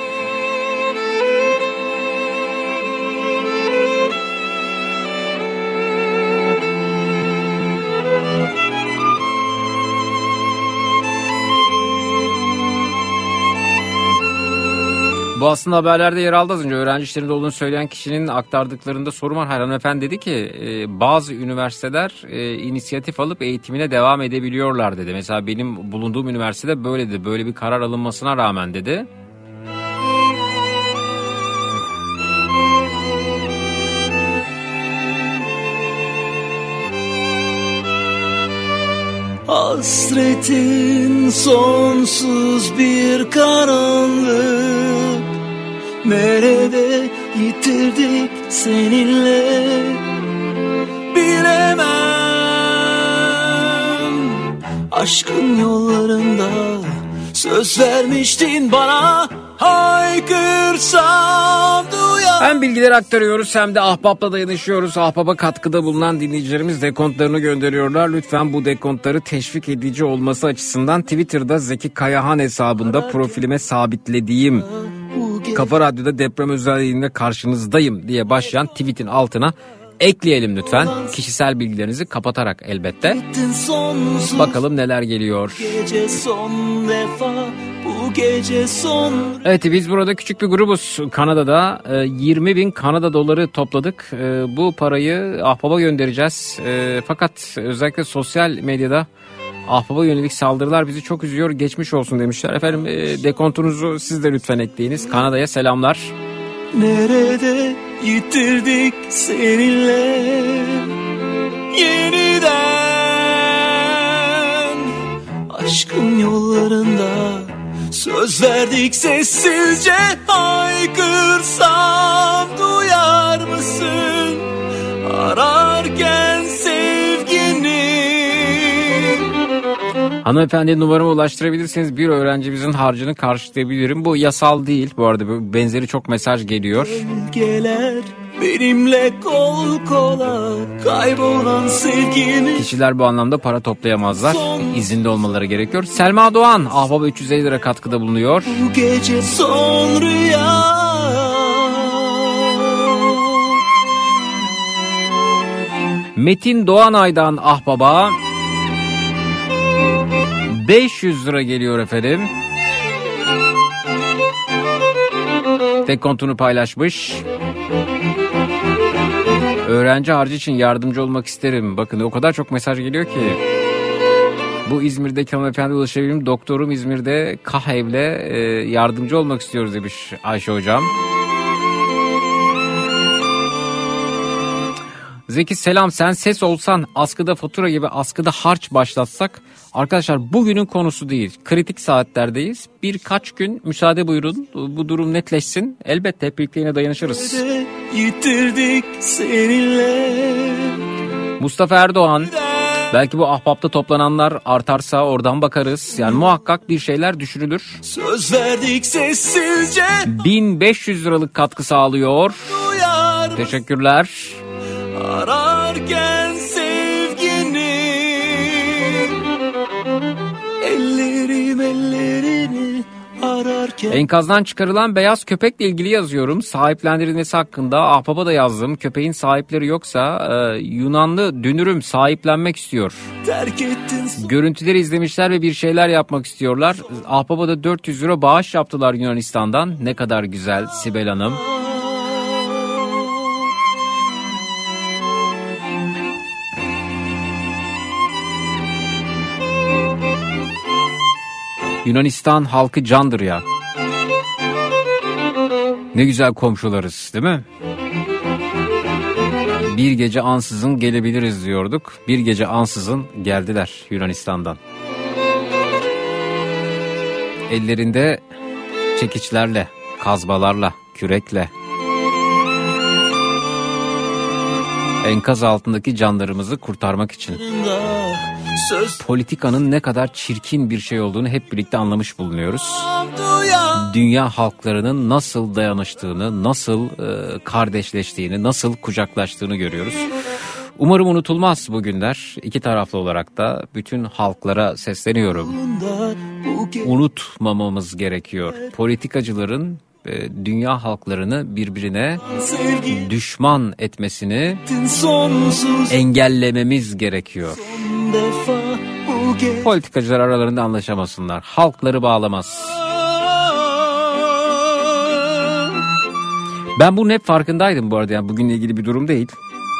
Bu aslında haberlerde yer aldı az önce. Öğrenci işlerinde olduğunu söyleyen kişinin aktardıklarında sorun var. Hanımefendi dedi ki bazı üniversiteler inisiyatif alıp eğitimine devam edebiliyorlar dedi. Mesela benim bulunduğum üniversitede böyle dedi. Böyle bir karar alınmasına rağmen dedi. Hasretin sonsuz bir karanlık, nerede yitirdik seninle bilemem. aşkın yollarında. Söz vermiştin bana, haykırsam duyar. Hem bilgileri aktarıyoruz hem de Ahbap'la dayanışıyoruz. Ahbap'a katkıda bulunan dinleyicilerimiz dekontlarını gönderiyorlar. Lütfen bu dekontları teşvik edici olması açısından Twitter'da Zeki Kayahan hesabında profilime sabitlediğim Kafa Radyo'da deprem özel yayınında karşınızdayım diye başlayan tweetin altına ekleyelim lütfen. Kişisel bilgilerinizi kapatarak elbette. Bakalım neler geliyor. Gece son defa, bu gece son. Evet, biz burada küçük bir grubuz. Kanada'da 20.000 Kanada doları topladık. Bu parayı Ahbap'a göndereceğiz. Fakat özellikle sosyal medyada Ahbap'a yönelik saldırılar bizi çok üzüyor. Geçmiş olsun demişler. Efendim dekontunuzu siz de lütfen ekleyiniz. Kanada'ya selamlar. Nerede yitirdik seninle yeniden aşkın yollarında. Söz verdik sessizce, haykırsam duyar mısın? Ararken sevgini. Hanımefendi, numaramı ulaştırabilirseniz bir öğrencimizin harcını karşılayabilirim. Bu yasal değil bu arada, benzeri çok mesaj geliyor. Gölgeler benimle kol kola, kaybolan sevgimi. Kişiler bu anlamda para toplayamazlar. İzinde olmaları gerekiyor. Selma Doğan Ahbap'a 350 lira katkıda bulunuyor. Bu gece son rüya. Metin Doğanay'dan Ahbap'a 500 lira geliyor efendim. Dekontunu paylaşmış. Öğrenci harcı için yardımcı olmak isterim. Bakın o kadar çok mesaj geliyor ki. Bu İzmir'deki hanımefendi ulaşabilirim. Doktorum İzmir'de Kahev'le yardımcı olmak istiyoruz demiş Ayşe hocam. Zeki selam, sen ses olsan askıda fatura gibi askıda harç başlatsak. Arkadaşlar bugünün konusu değil, kritik saatlerdeyiz. Birkaç gün müsaade buyurun, bu durum netleşsin. Elbette hep birlikte yine dayanışırız. Yitirdik seninle. Mustafa Erdoğan, belki bu Ahbap'ta toplananlar artarsa oradan bakarız. Yani muhakkak bir şeyler düşürülür. Söz verdik sessizce. 1500 liralık katkı sağlıyor. Teşekkürler. Ararken sevgini, ellerini ararken. Enkazdan çıkarılan beyaz köpekle ilgili yazıyorum. Sahiplendirilmesi hakkında Ahbap'a da yazdım. Köpeğin sahipleri yoksa Yunanlı dünürüm sahiplenmek istiyor. Görüntüleri izlemişler ve bir şeyler yapmak istiyorlar. Ahbap'a da 400 euro bağış yaptılar Yunanistan'dan. Ne kadar güzel Sibel Hanım. Yunanistan halkı candır ya. Ne güzel komşularız, değil mi? Bir gece ansızın gelebiliriz diyorduk. Bir gece ansızın geldiler Yunanistan'dan. Ellerinde çekiçlerle, kazmalarla, kürekle. Enkaz altındaki canlarımızı kurtarmak için. Politikanın ne kadar çirkin bir şey olduğunu hep birlikte anlamış bulunuyoruz. Dünya halklarının nasıl dayanıştığını, nasıl kardeşleştiğini, nasıl kucaklaştığını görüyoruz. Umarım unutulmaz bu günler. İki taraflı olarak da bütün halklara sesleniyorum. Unutmamamız gerekiyor. Politikacıların dünya halklarını birbirine düşman etmesini engellememiz gerekiyor. Politikacılar aralarında anlaşamasınlar. Halkları bağlamaz. Ben bunun hep farkındaydım bu arada. Yani bugünle ilgili bir durum değil.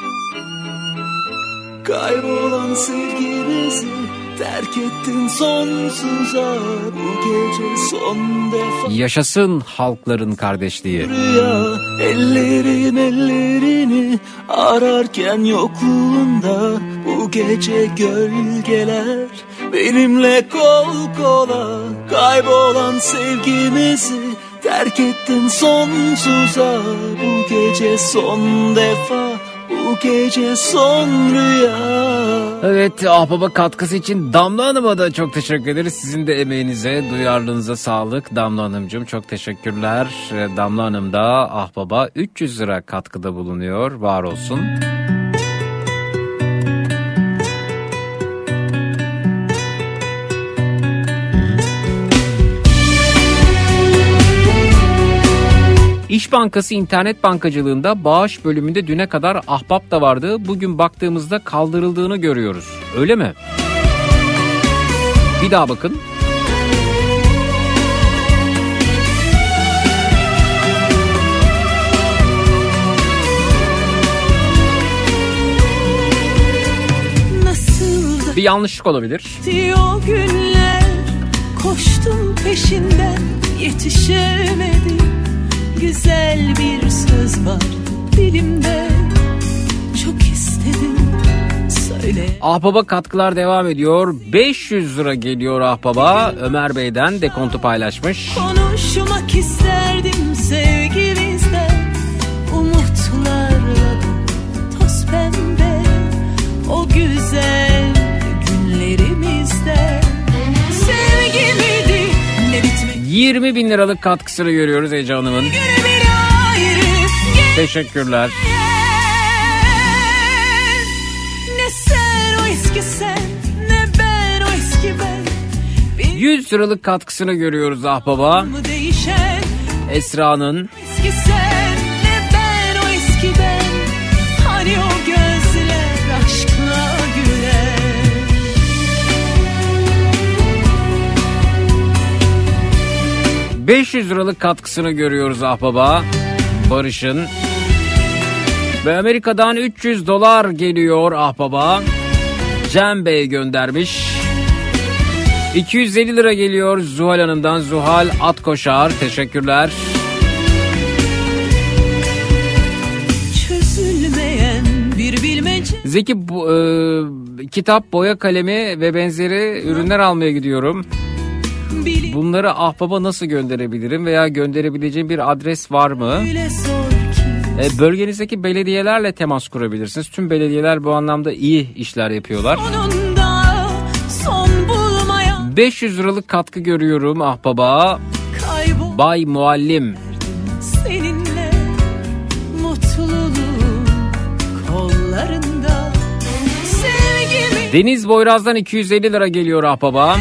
Kaybolan sevgimizi terk ettin sonsuza, bu gece son defa. Yaşasın halkların kardeşliği. Rüya, ellerini ararken yokluğunda, bu gece gölgeler benimle kol kola. Kaybolan sevgimizi terk ettin sonsuza, bu gece son defa, bu gece son rüya. Evet, Ahbaba katkısı için Damla Hanım'a da çok teşekkür ederiz. Sizin de emeğinize, duyarlılığınıza sağlık Damla Hanımcığım. Çok teşekkürler. Damla Hanım da Ahbaba 300 lira katkıda bulunuyor. Var olsun. İş Bankası internet bankacılığında bağış bölümünde düne kadar Ahbap da vardı. Bugün baktığımızda kaldırıldığını görüyoruz. Öyle mi? Bir daha bakın. Nasıl bir yanlışlık olabilir. O günler koştum peşinden yetişemedim. Güzel bir söz var dilimde, çok istedim söyle. Ahbaba katkılar devam ediyor. 500 lira geliyor Ahbaba. Ömer Bey'den dekontu paylaşmış. Konuşmak isterdim sevgimizden, umutlarla toz pembe o güzel günlerimizde. Sevgimidi ne bitmek. 20 bin liralık katkısını görüyoruz Ece Hanım'ın. Teşekkürler. Ne sen o eski sen, ne ben o eski ben. 100 liralık katkısını görüyoruz Ahbaba. Esra'nın. Eski sen, ne ben o eski ben. Hani o gözler aşkla güler. 500 liralık katkısını görüyoruz Ahbaba. Barış'ın. Ve Amerika'dan 300 dolar geliyor Ahbaba. Cem Bey göndermiş. 250 lira geliyor Zuhal Hanım'dan. Zuhal Atkoşar. Teşekkürler. Çözülmeyen bir bilmece. Zeki kitap, boya kalemi ve benzeri ürünler almaya gidiyorum. Bunları Ahbaba nasıl gönderebilirim veya gönderebileceğim bir adres var mı? Bölgenizdeki belediyelerle temas kurabilirsiniz. Tüm belediyeler bu anlamda iyi işler yapıyorlar. 500 liralık katkı görüyorum Ahbaba. Bay Muallim. Seninle mutluluğun kollarında. Sevgimi Deniz Boyraz'dan 250 lira geliyor Ahbaba.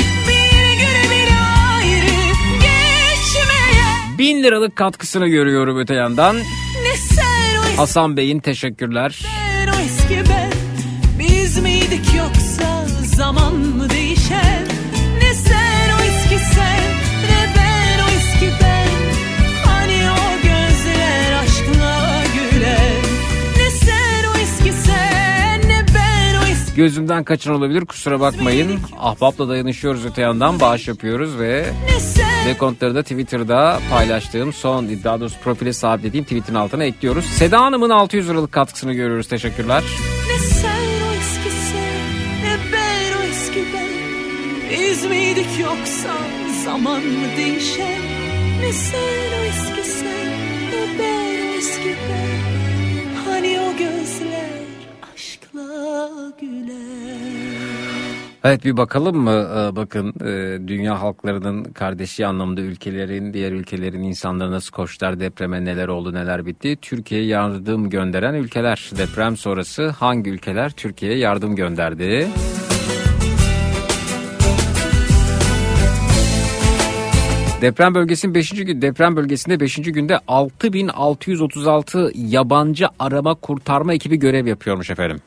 1000 liralık katkısını görüyorum öte yandan. Hasan Bey'in teşekkürler. Ben o eski ben, biz miydik yoksa zaman mı değişen? Ne sen o eski sen, ne ben o eski ben. Hani o gözler aşkla güler. Ne sen o eski sen, ne ben o eski. Gözümden kaçan olabilir, kusura bakmayın. Ahbap'la dayanışıyoruz öte yandan, bağış yapıyoruz ve dekontları da Twitter'da paylaştığım son, daha doğrusu profile sabitlediğim tweetin altına ekliyoruz. Seda Hanım'ın 600 liralık katkısını görüyoruz. Teşekkürler. Ne sen o eski sen, ne ben o eski ben. Biz miydik yoksa zaman mı değişen? Ne sen o eski sen, ne ben o eski ben. Hani o gözler aşkla güler. Evet, bir bakalım mı? Bakın dünya halklarının kardeşi anlamda ülkelerin, diğer ülkelerin insanları nasıl koştular, depreme neler oldu, neler bitti. Türkiye'ye yardım gönderen ülkeler. Deprem sonrası hangi ülkeler Türkiye'ye yardım gönderdi? Deprem bölgesinde 5. günde 6636 yabancı arama kurtarma ekibi görev yapıyormuş efendim.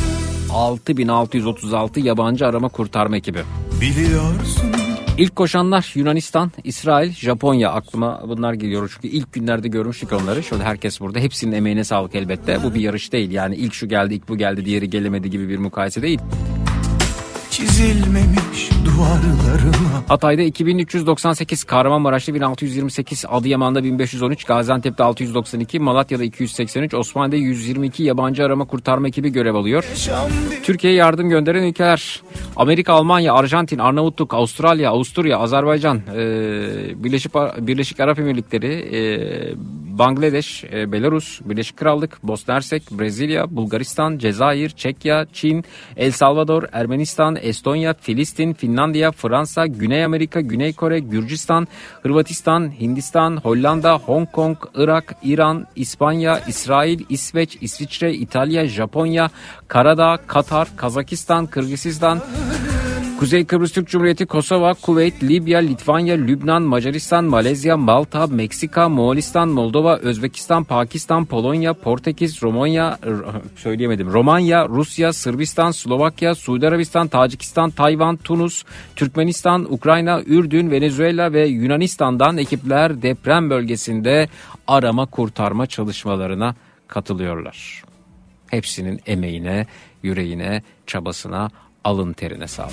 6636 yabancı arama kurtarma ekibi. Biliyorsun. İlk koşanlar Yunanistan, İsrail, Japonya, aklıma bunlar geliyor. Çünkü ilk günlerde görmüştük onları. Şöyle herkes burada. Hepsinin emeğine sağlık elbette. Bu bir yarış değil. Yani ilk şu geldi, ilk bu geldi, diğeri gelemedi gibi bir mukayese değil. Çizilmemiş duvarlarına. Hatay'da 2398, Kahramanmaraş'ta 1628, Adıyaman'da 1513, Gaziantep'te 692, Malatya'da 283, Osmaniye'de 122 yabancı arama kurtarma ekibi görev alıyor. Türkiye'ye yardım gönderen ülkeler: Amerika, Almanya, Arjantin, Arnavutluk, Avustralya, Avusturya, Azerbaycan, Birleşik Arap Emirlikleri, Bangladeş, Belarus, Birleşik Krallık, Bosna Hersek, Brezilya, Bulgaristan, Cezayir, Çekya, Çin, El Salvador, Ermenistan, Estonya, Filistin, Finlandiya, Fransa, Güney Amerika, Güney Kore, Gürcistan, Hırvatistan, Hindistan, Hollanda, Hong Kong, Irak, İran, İspanya, İsrail, İsveç, İsviçre, İtalya, Japonya, Karadağ, Katar, Kazakistan, Kırgızistan, Kuzey Kıbrıs Türk Cumhuriyeti, Kosova, Kuveyt, Libya, Litvanya, Lübnan, Macaristan, Malezya, Malta, Meksika, Moğolistan, Moldova, Özbekistan, Pakistan, Polonya, Portekiz, Romanya, Rusya, Sırbistan, Slovakya, Suudi Arabistan, Tacikistan, Tayvan, Tunus, Türkmenistan, Ukrayna, Ürdün, Venezuela ve Yunanistan'dan ekipler deprem bölgesinde arama kurtarma çalışmalarına katılıyorlar. Hepsinin emeğine, yüreğine, çabasına, alın terine sağlık.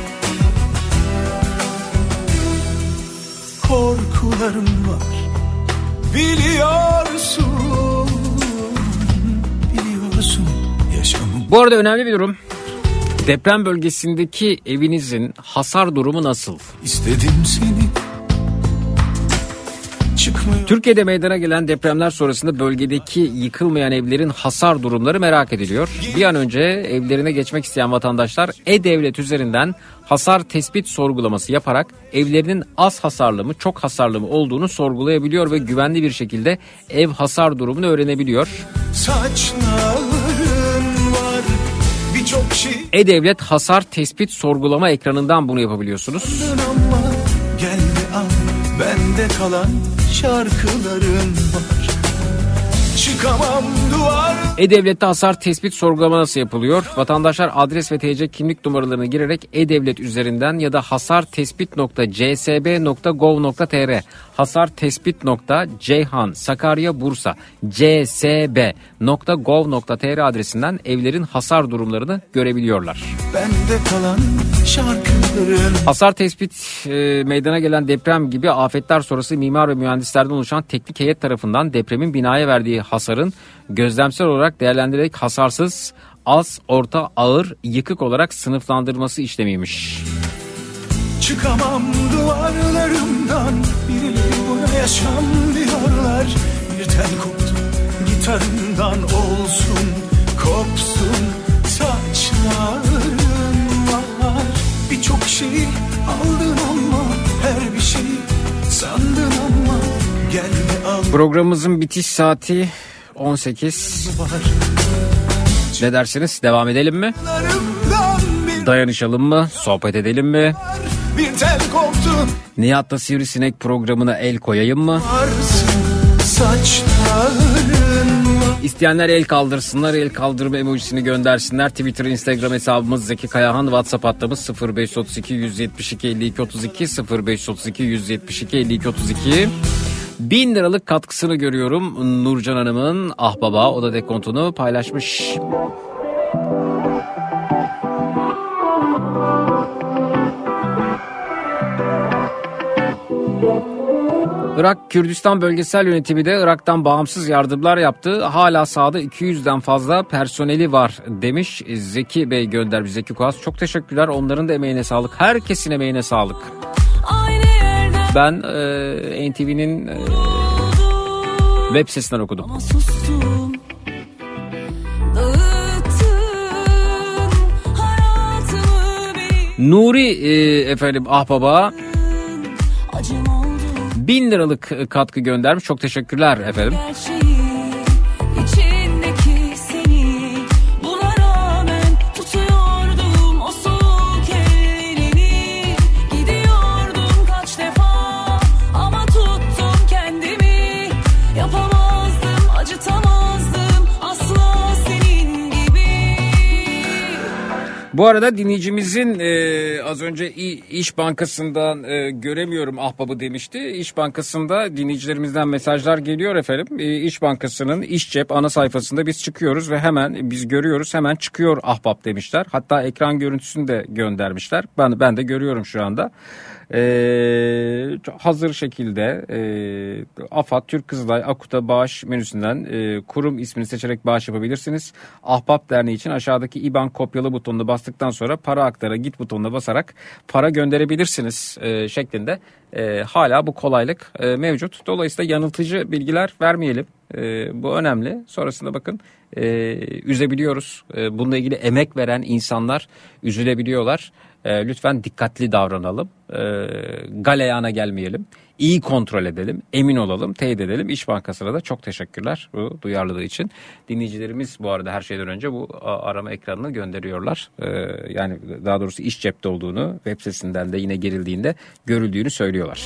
Korkularım var, biliyorsun yaşamım. Bu arada önemli bir durum. Deprem bölgesindeki evinizin hasar durumu nasıl? İstedim seni. Türkiye'de meydana gelen depremler sonrasında bölgedeki yıkılmayan evlerin hasar durumları merak ediliyor. Bir an önce evlerine geçmek isteyen vatandaşlar E-Devlet üzerinden hasar tespit sorgulaması yaparak evlerinin az hasarlı mı çok hasarlı mı olduğunu sorgulayabiliyor ve güvenli bir şekilde ev hasar durumunu öğrenebiliyor. Saçların var birçok şey. E-Devlet hasar tespit sorgulama ekranından bunu yapabiliyorsunuz. Ama geldi an bende kalan şarkıların var. Çıkamam duvar. E-Devlet'te hasar tespit sorgulama nasıl yapılıyor? Vatandaşlar adres ve TC kimlik numaralarını girerek E-Devlet üzerinden ya da hasartespit.csb.gov.tr hasartespit.ceyhan Sakarya Bursa csb.gov.tr adresinden evlerin hasar durumlarını görebiliyorlar. Bende kalan şarkıların. Hasar tespit meydana gelen deprem gibi afetler sonrası mimar ve mühendislerden oluşan teknik heyet tarafından depremin binaya verdiği hasarın gözlemsel olarak değerlendirerek hasarsız, az, orta, ağır, yıkık olarak sınıflandırılması işlemiymiş. Çıkamam duvarlarımdan, birileri buna yaşam diyorlar. Bir tel koptu gitarından, olsun kopsun saçların var. Birçok şeyi aldın ama her bir şeyi sandın ama gelme al. Programımızın bitiş saati 18. Ne dersiniz? Devam edelim mi? Dayanışalım mı? Sohbet edelim mi? Bir tel koptu. Nihat'la Sivrisinek programına el koyayım mı? İsteyenler el kaldırsınlar, el kaldırma emojisini göndersinler. Twitter, Instagram hesabımız Zeki Kayahan, WhatsApp hattımız 0532 172 52 32 0532 172 52 32. 1000 liralık katkısını görüyorum Nurcan Hanım'ın. Ah baba, o da dekontunu paylaşmış. Irak Kürdistan Bölgesel Yönetimi de Irak'tan bağımsız yardımlar yaptı. Hala sahada 200'den fazla personeli var demiş Zeki Bey göndermiş. Zeki Kuas, çok teşekkürler. Onların da emeğine sağlık. Herkesin emeğine sağlık. Ben NTV'nin web sitesinden okudum. Nuri efendim ahbaba 1000 liralık katkı göndermiş. Çok teşekkürler efendim. Bu arada dinleyicimizin az önce İş Bankası'ndan göremiyorum ahbabı demişti. İş Bankası'nda dinleyicilerimizden mesajlar geliyor efendim. İş Bankası'nın İş Cep ana sayfasında biz çıkıyoruz ve hemen biz görüyoruz, hemen çıkıyor ahbap demişler. Hatta ekran görüntüsünü de göndermişler. Ben de görüyorum şu anda. Hazır şekilde AFAD, Türk Kızılay, Akut'a bağış menüsünden kurum ismini seçerek bağış yapabilirsiniz. Ahbap Derneği için aşağıdaki IBAN kopyala butonuna bastırın. bastıktan sonra para aktara git butonuna basarak para gönderebilirsiniz şeklinde hala bu kolaylık mevcut. Dolayısıyla yanıltıcı bilgiler vermeyelim. Bu önemli. Sonrasında bakın üzebiliyoruz. Bununla ilgili emek veren insanlar üzülebiliyorlar. Lütfen dikkatli davranalım. Galeyana gelmeyelim. İyi kontrol edelim, emin olalım, teyit edelim. İş Bankası'na da çok teşekkürler bu duyarlılığı için. Dinleyicilerimiz bu arada her şeyden önce bu arama ekranını gönderiyorlar. Yani daha doğrusu iş cepte olduğunu, web sitesinden de yine girildiğinde görüldüğünü söylüyorlar.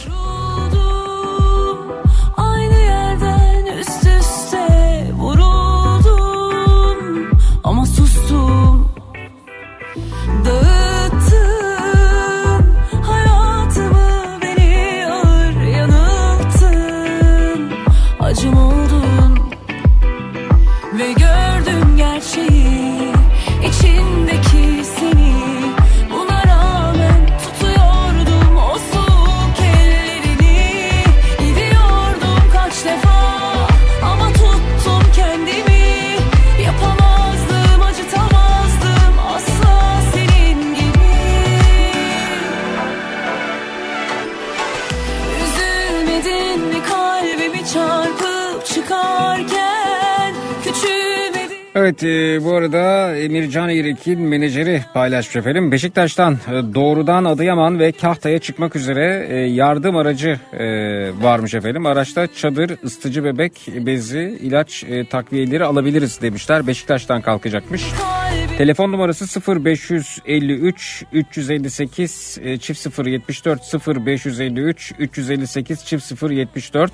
Aynı yerden üst üste vuruldum ama sustum. Acım oldun ve gördüm gerçeği, içindeki seni. Buna rağmen tutuyordum o soğuk ellerini. Gidiyordum kaç defa ama tuttum kendimi. Yapamazdım, acıtamazdım asla senin gibi. Üzülmedin mi kalbimi çarpıp çıkarken küçülmedi. Evet, bu arada Emircan İrek'in menajeri paylaşmış efendim. Beşiktaş'tan doğrudan Adıyaman ve Kahta'ya çıkmak üzere yardım aracı varmış efendim. Araçta çadır, ısıtıcı bebek bezi, ilaç takviyeleri alabiliriz demişler. Beşiktaş'tan kalkacakmış. Telefon numarası 0553 358 0074 0553 358 0074.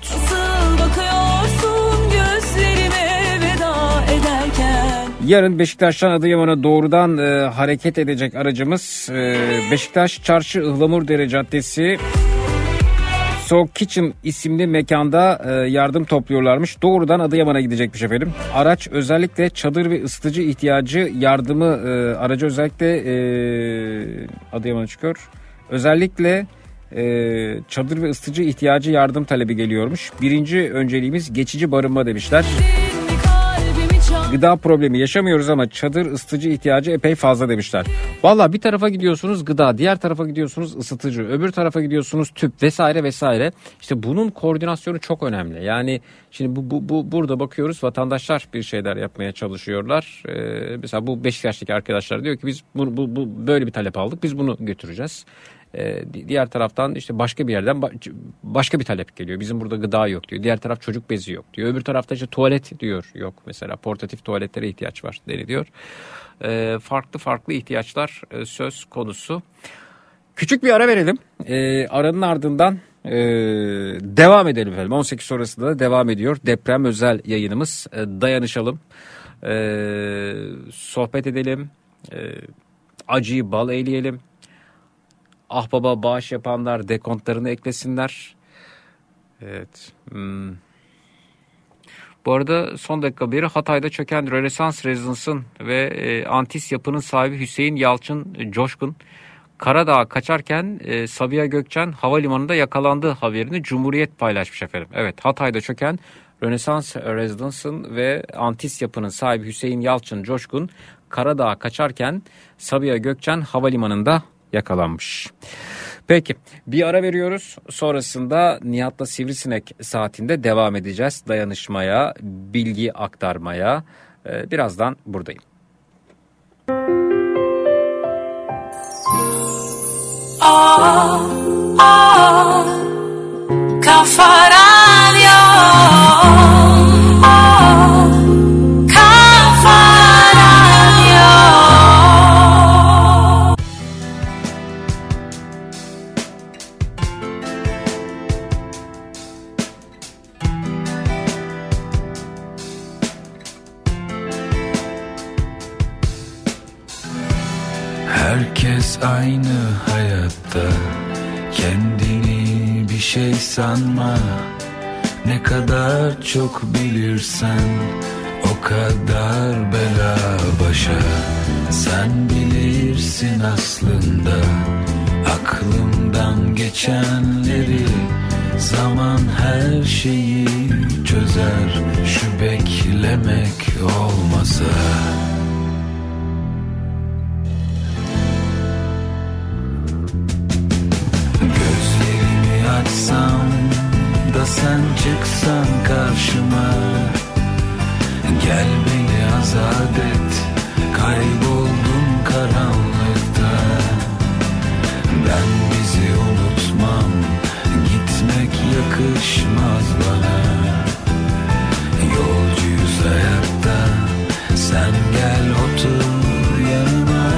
Yarın Beşiktaş'tan Adıyaman'a doğrudan hareket edecek aracımız Beşiktaş Çarşı Ihlamurdere Caddesi Soğuk Kitchen isimli mekanda yardım topluyorlarmış. Doğrudan Adıyaman'a gidecekmiş efendim. Araç özellikle çadır ve ısıtıcı ihtiyacı yardımı aracı özellikle Adıyaman'a çıkıyor. Özellikle çadır ve ısıtıcı ihtiyacı yardım talebi geliyormuş. Birinci önceliğimiz geçici barınma demişler. Gıda problemi yaşamıyoruz ama çadır ısıtıcı ihtiyacı epey fazla demişler. Valla bir tarafa gidiyorsunuz gıda, diğer tarafa gidiyorsunuz ısıtıcı, öbür tarafa gidiyorsunuz tüp vesaire vesaire. İşte bunun koordinasyonu çok önemli. Yani şimdi burada bakıyoruz, vatandaşlar bir şeyler yapmaya çalışıyorlar. Mesela bu Beşiktaş'taki arkadaşlar diyor ki biz bu böyle bir talep aldık, biz bunu götüreceğiz. Diğer taraftan işte başka bir yerden başka bir talep geliyor. Bizim burada gıda yok diyor. Diğer taraf çocuk bezi yok diyor. Öbür tarafta işte tuvalet diyor yok. Mesela portatif tuvaletlere ihtiyaç var deniliyor. Farklı ihtiyaçlar söz konusu. Küçük bir ara verelim. Aranın ardından devam edelim efendim. 18 sonrasında da devam ediyor. Deprem özel yayınımız. Dayanışalım. Sohbet edelim. Acıyı bal eyleyelim. Ahbaba bağış yapanlar dekontlarını eklesinler. Evet. Bu arada son dakika haberi, Hatay'da çöken Rönesans Rezidans'ın ve Antis Yapı'nın sahibi Hüseyin Yalçın Coşkun Karadağ'a kaçarken Sabiha Gökçen Havalimanı'nda yakalandığı haberini Cumhuriyet paylaşmış efendim. Evet, Hatay'da çöken Rönesans Rezidans'ın ve Antis Yapı'nın sahibi Hüseyin Yalçın Coşkun Karadağ'a kaçarken Sabiha Gökçen Havalimanı'nda yakalanmış. Peki bir ara veriyoruz. Sonrasında Nihat'la Sivrisinek saatinde devam edeceğiz. Dayanışmaya, bilgi aktarmaya. Birazdan buradayım. Kafa Radyo. Herkes aynı hayatta, kendini bir şey sanma. Ne kadar çok bilirsen o kadar bela başa. Sen bilirsin aslında aklımdan geçenleri. Zaman her şeyi çözer, şu beklemek olmasa. sen çıksan karşıma. Gel beni azat et, kayboldum karanlıkta. Ben bizi unutmam, gitmek yakışmaz bana. Yolcuyuz hayatta, sen gel otur yanıma.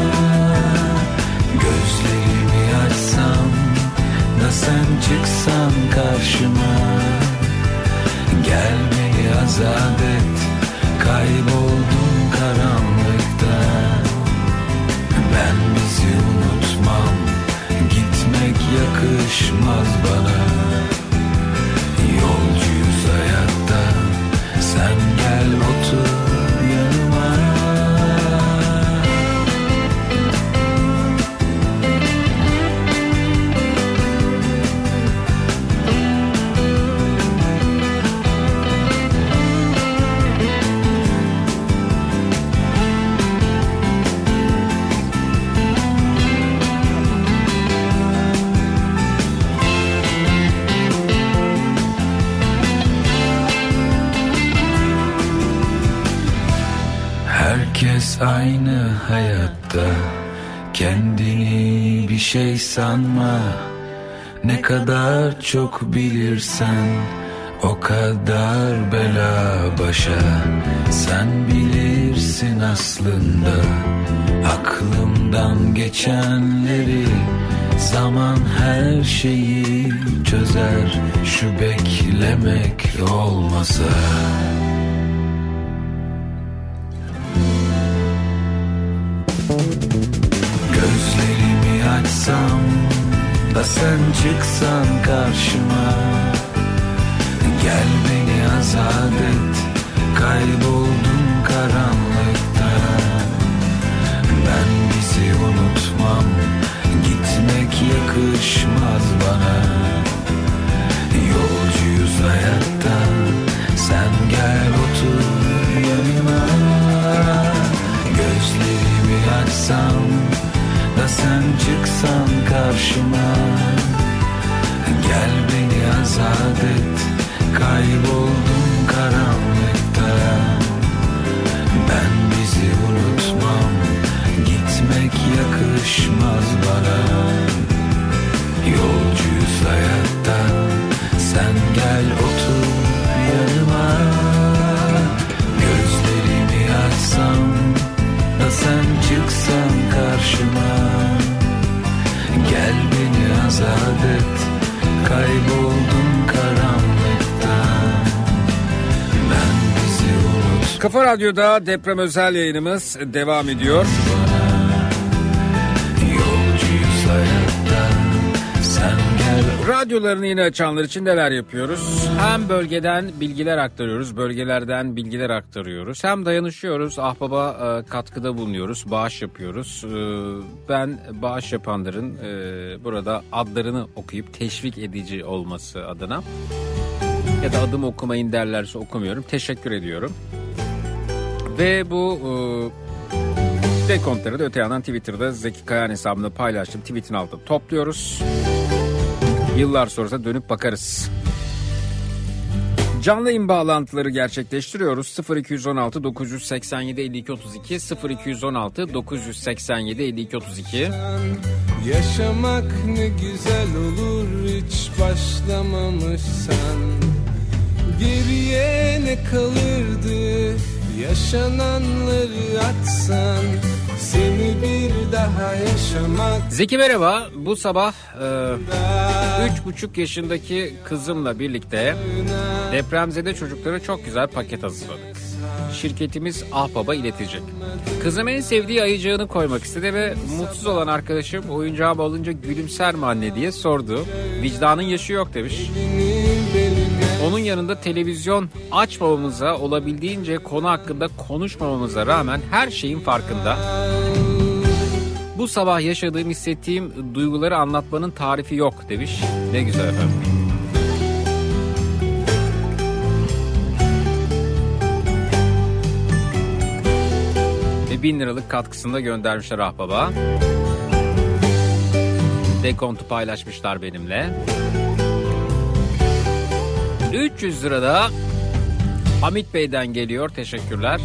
Gözlerimi açsam da sen çıksan karşıma. Gel beni azat et, kayboldum karanlıkta. Ben bizi unutmam, gitmek yakışmaz bana. Yolcuyuz hayatta, sen gel otur yanıma. Herkes aynı hayatta, kendini bir şey sanma. Ne kadar çok bilirsen o kadar bela başa. Sen bilirsin aslında aklımdan geçenleri. Zaman her şeyi çözer, şu beklemek olmasa. Gözlerimi açsam da sen çıksan karşıma. Gel beni azat et, kayboldum karanlıkta. Ben bizi unutmam, gitmek yakışmaz bana. Yolcuyuz hayatta, sen gel otur yanıma. Gözlerimi açsam da sen çıksan karşıma. Gel beni azat et, kayboldum karanlıkta. Ben bizi unutmam, gitmek yakışmaz bana. Yolcuyuz hayatta, sen gel otur yanıma. Gözlerimi açsam da sen çıksan karşıma. Gel beni azat et, kayboldum karanlıkta. Ben bizi unut. Kafa Radyo'da deprem özel yayınımız devam ediyor. Yolcuyuz hayatta, sen gel. Radyolarını yine açanlar için neler yapıyoruz? Hem bölgeden bilgiler aktarıyoruz, bölgelerden bilgiler aktarıyoruz. Hem dayanışıyoruz, Ahbap'a katkıda bulunuyoruz, bağış yapıyoruz. Ben bağış yapanların burada adlarını okuyup teşvik edici olması adına ya da adımı okumayın derlerse okumuyorum. Teşekkür ediyorum. Ve bu dekontları da öte yandan Twitter'da Zeki Kayan hesabında paylaştım. Tweet'in altında topluyoruz. Yıllar sonrasında dönüp bakarız. Canlı yayın bağlantıları gerçekleştiriyoruz. 0216 987 52 32 0216 987 52 32. Yaşamak ne güzel olur hiç başlamamışsan. Geriye ne kalırdı yaşananları atsan. Seni bir daha yaşamak. Zeki merhaba. Bu sabah 3,5 yaşındaki kızımla birlikte depremzede çocuklara çok güzel paket hazırladık. Şirketimiz Ahbap'a iletecek. Kızım en sevdiği ayıcığını koymak istedi ve mutsuz olan arkadaşım oyuncağımı alınca gülümser mi anne diye sordu. Vicdanın yaşı yok demiş. Onun yanında televizyon açmamamıza, olabildiğince konu hakkında konuşmamamıza rağmen her şeyin farkında. Bu sabah yaşadığım, hissettiğim duyguları anlatmanın tarifi yok demiş. Ne güzel efendim. Ve 1000 liralık katkısını da göndermişler Ahbap'a. Dekontu paylaşmışlar benimle. 300 lira da Hamit Bey'den geliyor. Teşekkürler.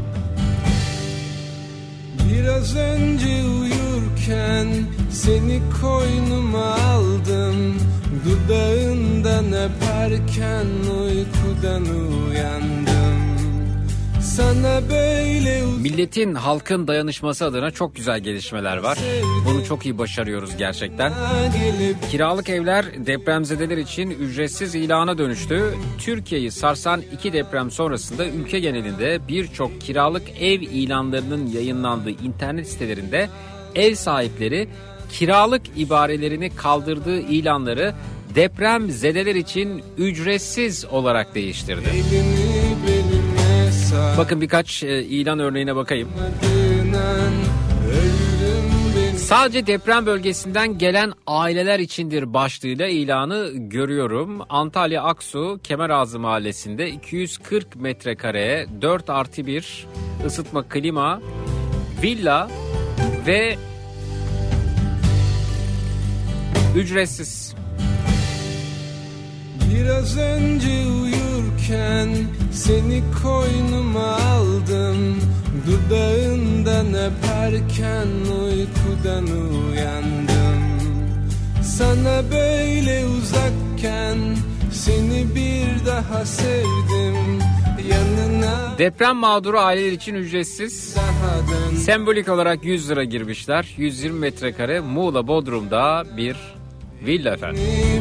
Biraz önce uyurken seni koynuma aldım. Dudağından öperken uykudan uyandım. Sana böyle milletin, halkın dayanışması adına çok güzel gelişmeler var. Bunu çok iyi başarıyoruz gerçekten. Kiralık evler depremzedeler için ücretsiz ilana dönüştü. Türkiye'yi sarsan 2 deprem sonrasında ülke genelinde birçok kiralık ev ilanlarının yayınlandığı internet sitelerinde ev sahipleri kiralık ibarelerini kaldırdığı ilanları depremzedeler için ücretsiz olarak değiştirdi. Bakın birkaç ilan örneğine bakayım. Sadece deprem bölgesinden gelen aileler içindir başlığıyla ilanı görüyorum. Antalya Aksu Kemerazı Mahallesi'nde 240 metrekareye 4+1 ısıtma, klima, villa ve ücretsiz. Biraz önce uyurken seni koynuma aldım. Dudağından öperken uykudan uyandım. Sana böyle uzakken seni bir daha sevdim. Yanına deprem mağduru aileler için ücretsiz. Sembolik olarak 100 lira girmişler. 120 metrekare Muğla Bodrum'da bir villa efendim.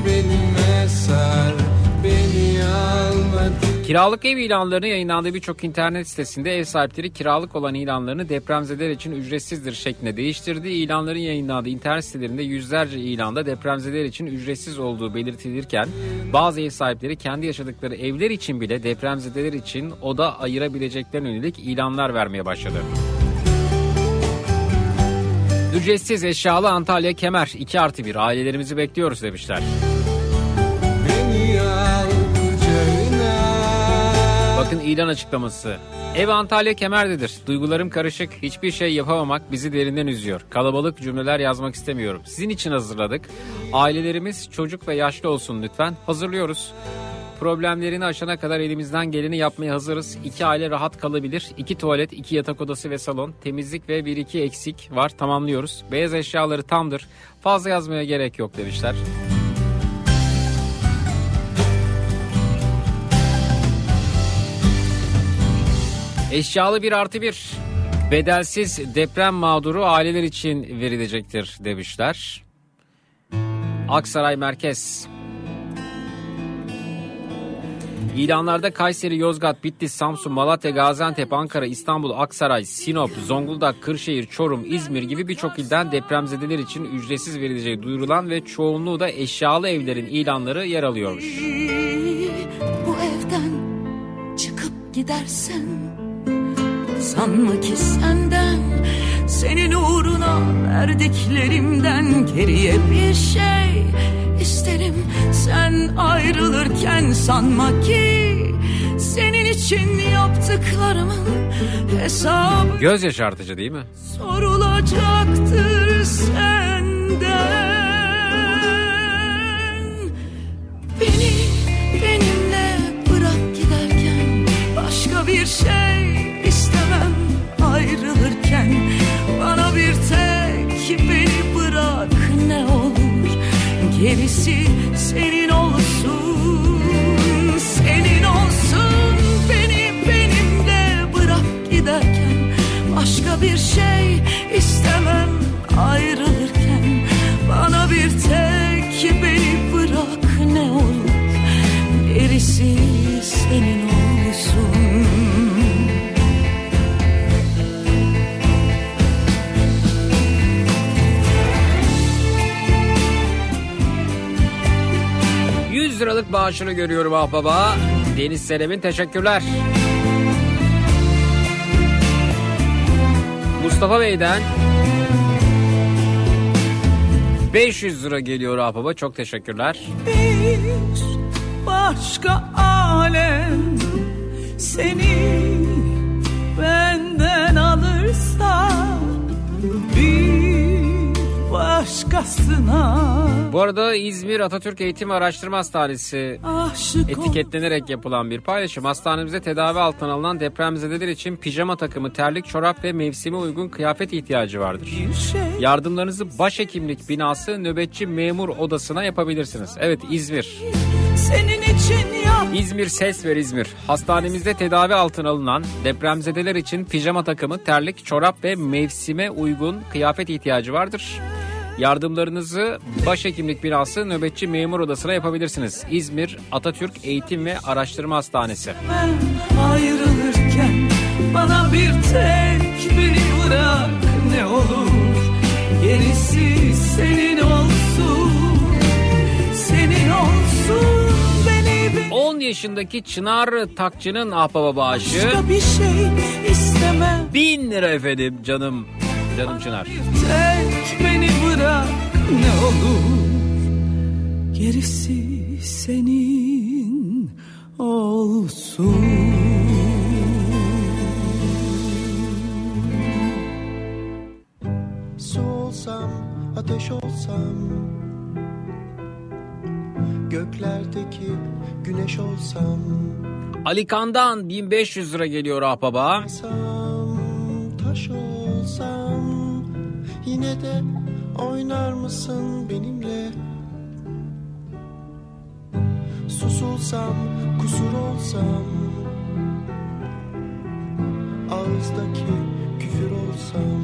Kiralık ev ilanlarının yayınlandığı birçok internet sitesinde ev sahipleri kiralık olan ilanlarını depremzedeler için ücretsizdir şeklinde değiştirdi. İlanların yayınlandığı internet sitelerinde yüzlerce ilanda depremzedeler için ücretsiz olduğu belirtilirken bazı ev sahipleri kendi yaşadıkları evler için bile depremzedeler için oda ayırabileceklerine yönelik ilanlar vermeye başladı. Ücretsiz eşyalı Antalya Kemer 2+1 ailelerimizi bekliyoruz demişler. Bakın ilan açıklaması. Ev Antalya Kemer'dedir. Duygularım karışık. Hiçbir şey yapamamak bizi derinden üzüyor. Kalabalık cümleler yazmak istemiyorum. Sizin için hazırladık. Ailelerimiz çocuk ve yaşlı olsun lütfen. Hazırlıyoruz. Problemlerini aşana kadar elimizden geleni yapmaya hazırız. 2 aile rahat kalabilir. 2 tuvalet, 2 yatak odası ve salon. Temizlik ve 1-2 eksik var. Tamamlıyoruz. Beyaz eşyaları tamdır. Fazla yazmaya gerek yok demişler. Eşyalı 1+1 bedelsiz deprem mağduru aileler için verilecektir demişler. Aksaray Merkez. İlanlarda Kayseri, Yozgat, Bitlis, Samsun, Malatya, Gaziantep, Ankara, İstanbul, Aksaray, Sinop, Zonguldak, Kırşehir, Çorum, İzmir gibi birçok ilden depremzedeler için ücretsiz verileceği duyurulan ve çoğunluğu da eşyalı evlerin ilanları yer alıyormuş. Bu evden çıkıp gidersen sanma ki senden, senin uğruna verdiklerimden geriye bir şey isterim. Sen ayrılırken sanma ki senin için yaptıklarımın hesabı göz yaşartıcı değil mi? Sorulacaktır senden. Beni benimle bırak giderken başka bir şey istemem. Ayrılırken bana bir tek beni bırak ne olur, gerisi senin olsun, senin olsun. Beni benimle bırak giderken başka bir şey istemem. Ayrılırken bana bir tek beni bırak ne olur, gerisi senin olsun. Liralık bağışını görüyorum ahbaba. Deniz Senem'in teşekkürler. Mustafa Bey'den 500 lira geliyor ahbaba. Çok teşekkürler. Bir başka alem seni benden alırsa bir başkasına. Bu arada İzmir Atatürk Eğitim ve Araştırma Hastanesi etiketlenerek yapılan bir paylaşım. Hastanemizde tedavi altına alınan depremzedeler için pijama takımı, terlik, çorap ve mevsime uygun kıyafet ihtiyacı vardır. Yardımlarınızı Başhekimlik Binası Nöbetçi Memur Odası'na yapabilirsiniz. Evet, İzmir. Senin için yap. İzmir, ses ver İzmir. Hastanemizde tedavi altına alınan depremzedeler için pijama takımı, terlik, çorap ve mevsime uygun kıyafet ihtiyacı vardır. Yardımlarınızı Başhekimlik Binası Nöbetçi Memur Odası'na yapabilirsiniz. İzmir Atatürk Eğitim ve Araştırma Hastanesi. Ben ayrılırken bana bir tek beni bırak ne olur. Gerisi senin olsun. Senin olsun. 10 yaşındaki Çınar Takçı'nın ahbaba bağışı. Başka bir şey istemem. 1000 lira efendim canım. Canım Çınar. Tek beni bırak ne olur. Gerisi senin olsun. Su olsam, ateş olsam, göklerdeki güneş olsam. Ali Kan'dan 1500 lira geliyor ahbaba. Taş olsam, yine de oynar mısın benimle? Susulsam, kusur olsam, ağızdaki küfür olsam,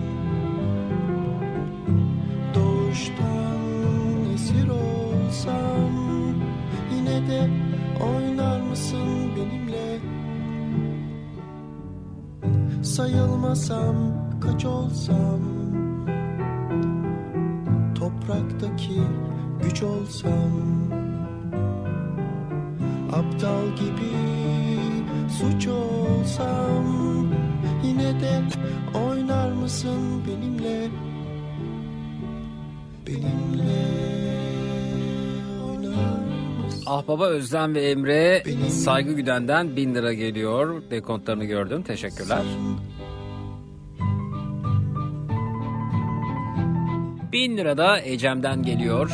doğuştan esir olsam, yine de oynar mısın benimle? Sayılmasam, kaç olsam, topraktaki güç olsam, aptal gibi suç olsam, yine de oynar mısın benimle? Benimle oynar mısın? Ahbaba Özlem ve Emre Saygı Güden'den 1000 lira geliyor. Dekontlarını gördüm. Teşekkürler. 1000 lira da Ecem'den geliyor.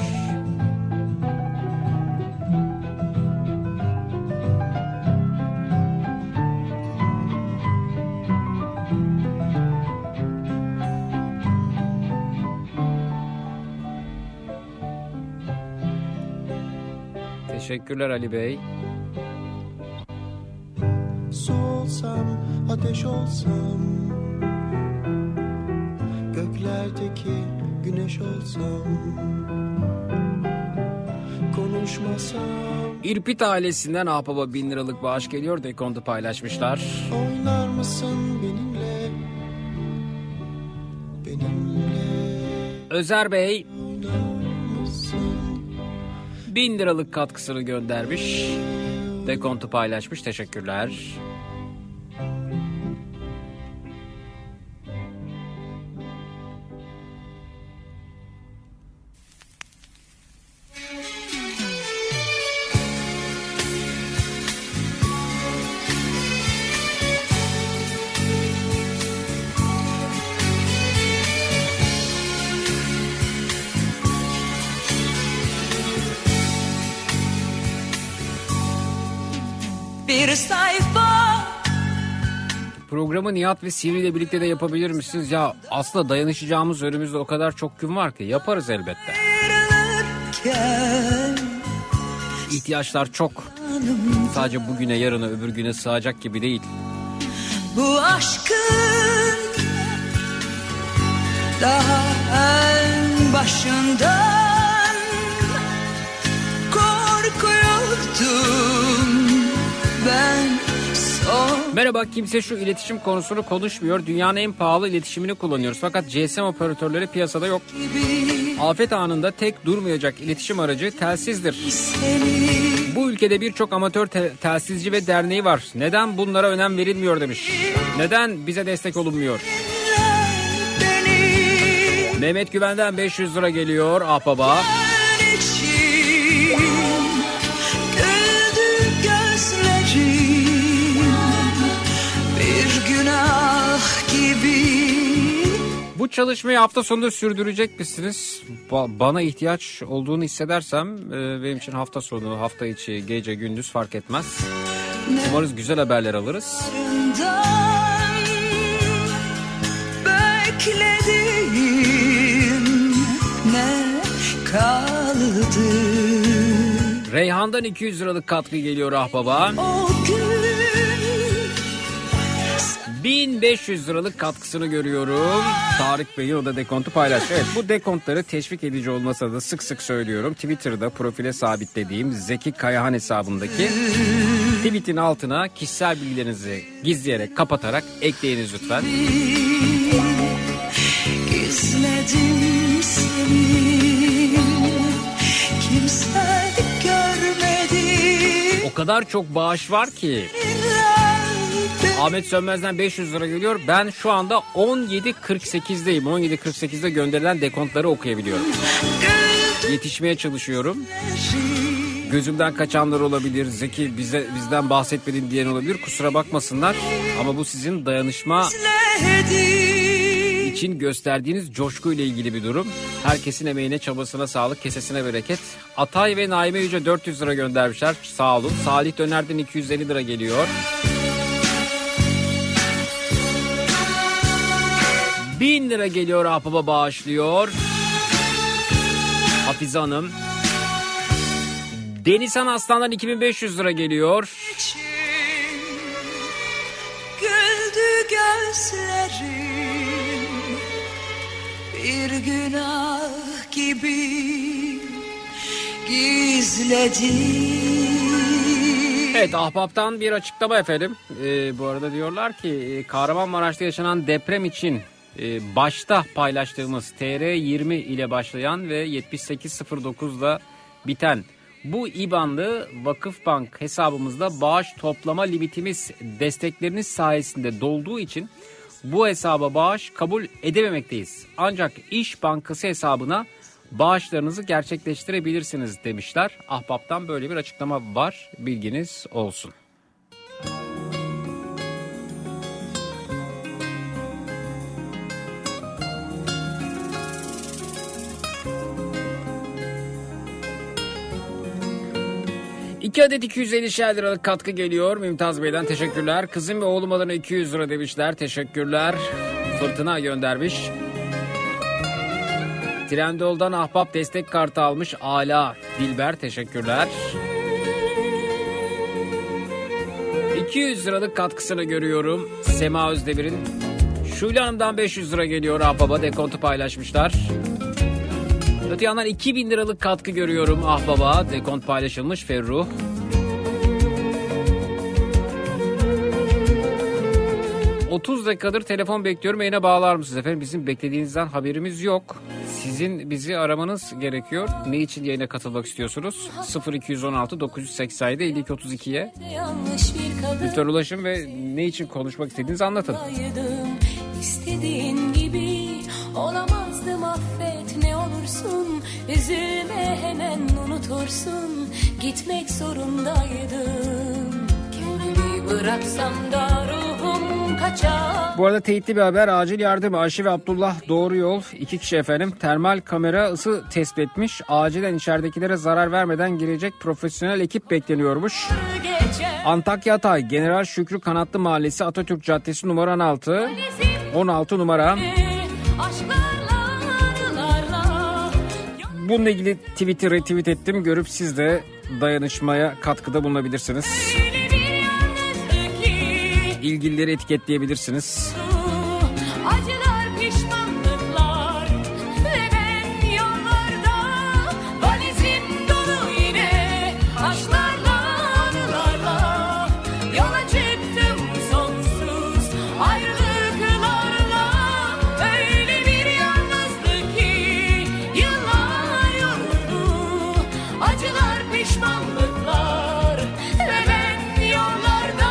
Teşekkürler Ali Bey. Su olsam, ateş olsam, göklerdeki güneş olsam, konuşmasam. İrpit ailesinden ahbaba 1000 liralık bağış geliyor. Dekontu paylaşmışlar. Oynar mısın benimle? Benimle. Özer Bey 1000 liralık katkısını göndermiş. Dekontu paylaşmış. Teşekkürler. Bir sayfa. Programı Nihat ve Sivri ile birlikte de yapabilir misiniz? Ya aslında dayanışacağımız önümüzde o kadar çok gün var ki yaparız elbette. İhtiyaçlar çok. Sadece bugüne, yarına, öbür güne sığacak gibi değil. Bu aşkın daha en başından korkuyordum ben. Merhaba, kimse şu iletişim konusunu konuşmuyor. Dünyanın en pahalı iletişimini kullanıyoruz. Fakat GSM operatörleri piyasada yok. Afet anında tek durmayacak iletişim aracı telsizdir. Bu ülkede birçok amatör telsizci ve derneği var. Neden bunlara önem verilmiyor demiş. Neden bize destek olunmuyor? Mehmet Güven'den 500 lira geliyor ahbaba. Bu çalışmayı hafta sonunda sürdürecek misiniz? Bana ihtiyaç olduğunu hissedersem benim için hafta sonu, hafta içi, gece, gündüz fark etmez. Umarız güzel haberler alırız. Beklediğim ne kaldı? Reyhan'dan 200 liralık katkı geliyor Ahbaba. 1500 liralık katkısını görüyorum. Tarık Bey'in o da dekontu paylaştı. Evet, bu dekontları teşvik edici olmasa da sık sık söylüyorum. Twitter'da profile sabitlediğim Zeki Kayahan hesabındaki tweetin altına kişisel bilgilerinizi gizleyerek, kapatarak ekleyiniz lütfen. Gizledim seni, kimse görmedi. O kadar çok bağış var ki. Ahmet Sönmez'den 500 lira geliyor. Ben şu anda 17.48'deyim. 17.48'de gönderilen dekontları okuyabiliyorum. Yetişmeye çalışıyorum. Gözümden kaçanlar olabilir. Zeki bizden bahsetmedin diyen olabilir. Kusura bakmasınlar. Ama bu sizin dayanışma için gösterdiğiniz coşkuyla ilgili bir durum. Herkesin emeğine, çabasına sağlık, kesesine bereket. Atay ve Naime Yüce 400 lira göndermişler. Sağ olun. Salih Döner'den 250 lira geliyor. 1000 lira geliyor, Ahbaba bağışlıyor. Hafize Hanım. Denizhan Aslan'dan 2500 lira geliyor. Güldü gözlerim bir günah gibi gizledim. Evet, Ahbap'tan bir açıklama efendim. Bu arada diyorlar ki Kahramanmaraş'ta yaşanan deprem için başta paylaştığımız TR20 ile başlayan ve 7809'da biten bu IBAN'lı Vakıfbank hesabımızda bağış toplama limitimiz destekleriniz sayesinde dolduğu için bu hesaba bağış kabul edememekteyiz. Ancak İş Bankası hesabına bağışlarınızı gerçekleştirebilirsiniz demişler. Ahbap'tan böyle bir açıklama var, bilginiz olsun. İki adet 250 liralık katkı geliyor. Mümtaz Bey'den teşekkürler. Kızım ve oğlum adına 200 lira demişler. Teşekkürler. Fırtına göndermiş. Trendyol'dan Ahbap destek kartı almış Ala Dilber, teşekkürler. 200 liralık katkısını görüyorum Sema Özdemir'in. Şule Hanım'dan 500 lira geliyor, Ahbap'a dekontu paylaşmışlar. Öte yandan 2000 liralık katkı görüyorum Ahbap'a, dekont paylaşılmış Ferruh. ...30 dakikadır telefon bekliyorum. Yine bağlar mısınız efendim? Bizim beklediğinizden haberimiz yok. Sizin bizi aramanız gerekiyor. Ne için yayına katılmak istiyorsunuz? 0216 987 52 32'ye lütfen ulaşın ve ne için konuşmak istediğinizi anlatın. İstediğin gibi olamazdım, affet ne olursun. Üzülme, hemen unutursun. Gitmek zorundaydım. Kendimi bıraksam da ruhum kaçar. Bu arada teyitli bir haber. Acil yardım. Ayşe ve Abdullah Doğru Yol 2 kişi efendim. Termal kamera ısı tespit etmiş. Acilen içeridekilere zarar vermeden girecek profesyonel ekip bekleniyormuş. Antakya Hatay General Şükrü Kanatlı Mahallesi Atatürk Caddesi numara 16 numara. Bununla ilgili tweet'i retweet ettim. Görüp siz de dayanışmaya katkıda bulunabilirsiniz. İlgilileri etiketleyebilirsiniz. Acılar, pişmanlıklar ve ben yollarda. Valizim dolu yine aşklarla, anılarla. Yola çıktım sonsuz ayrılıklarla. Öyle bir yalnızlık ki yıllar yoruldu. Acılar, pişmanlıklar ve ben yollarda.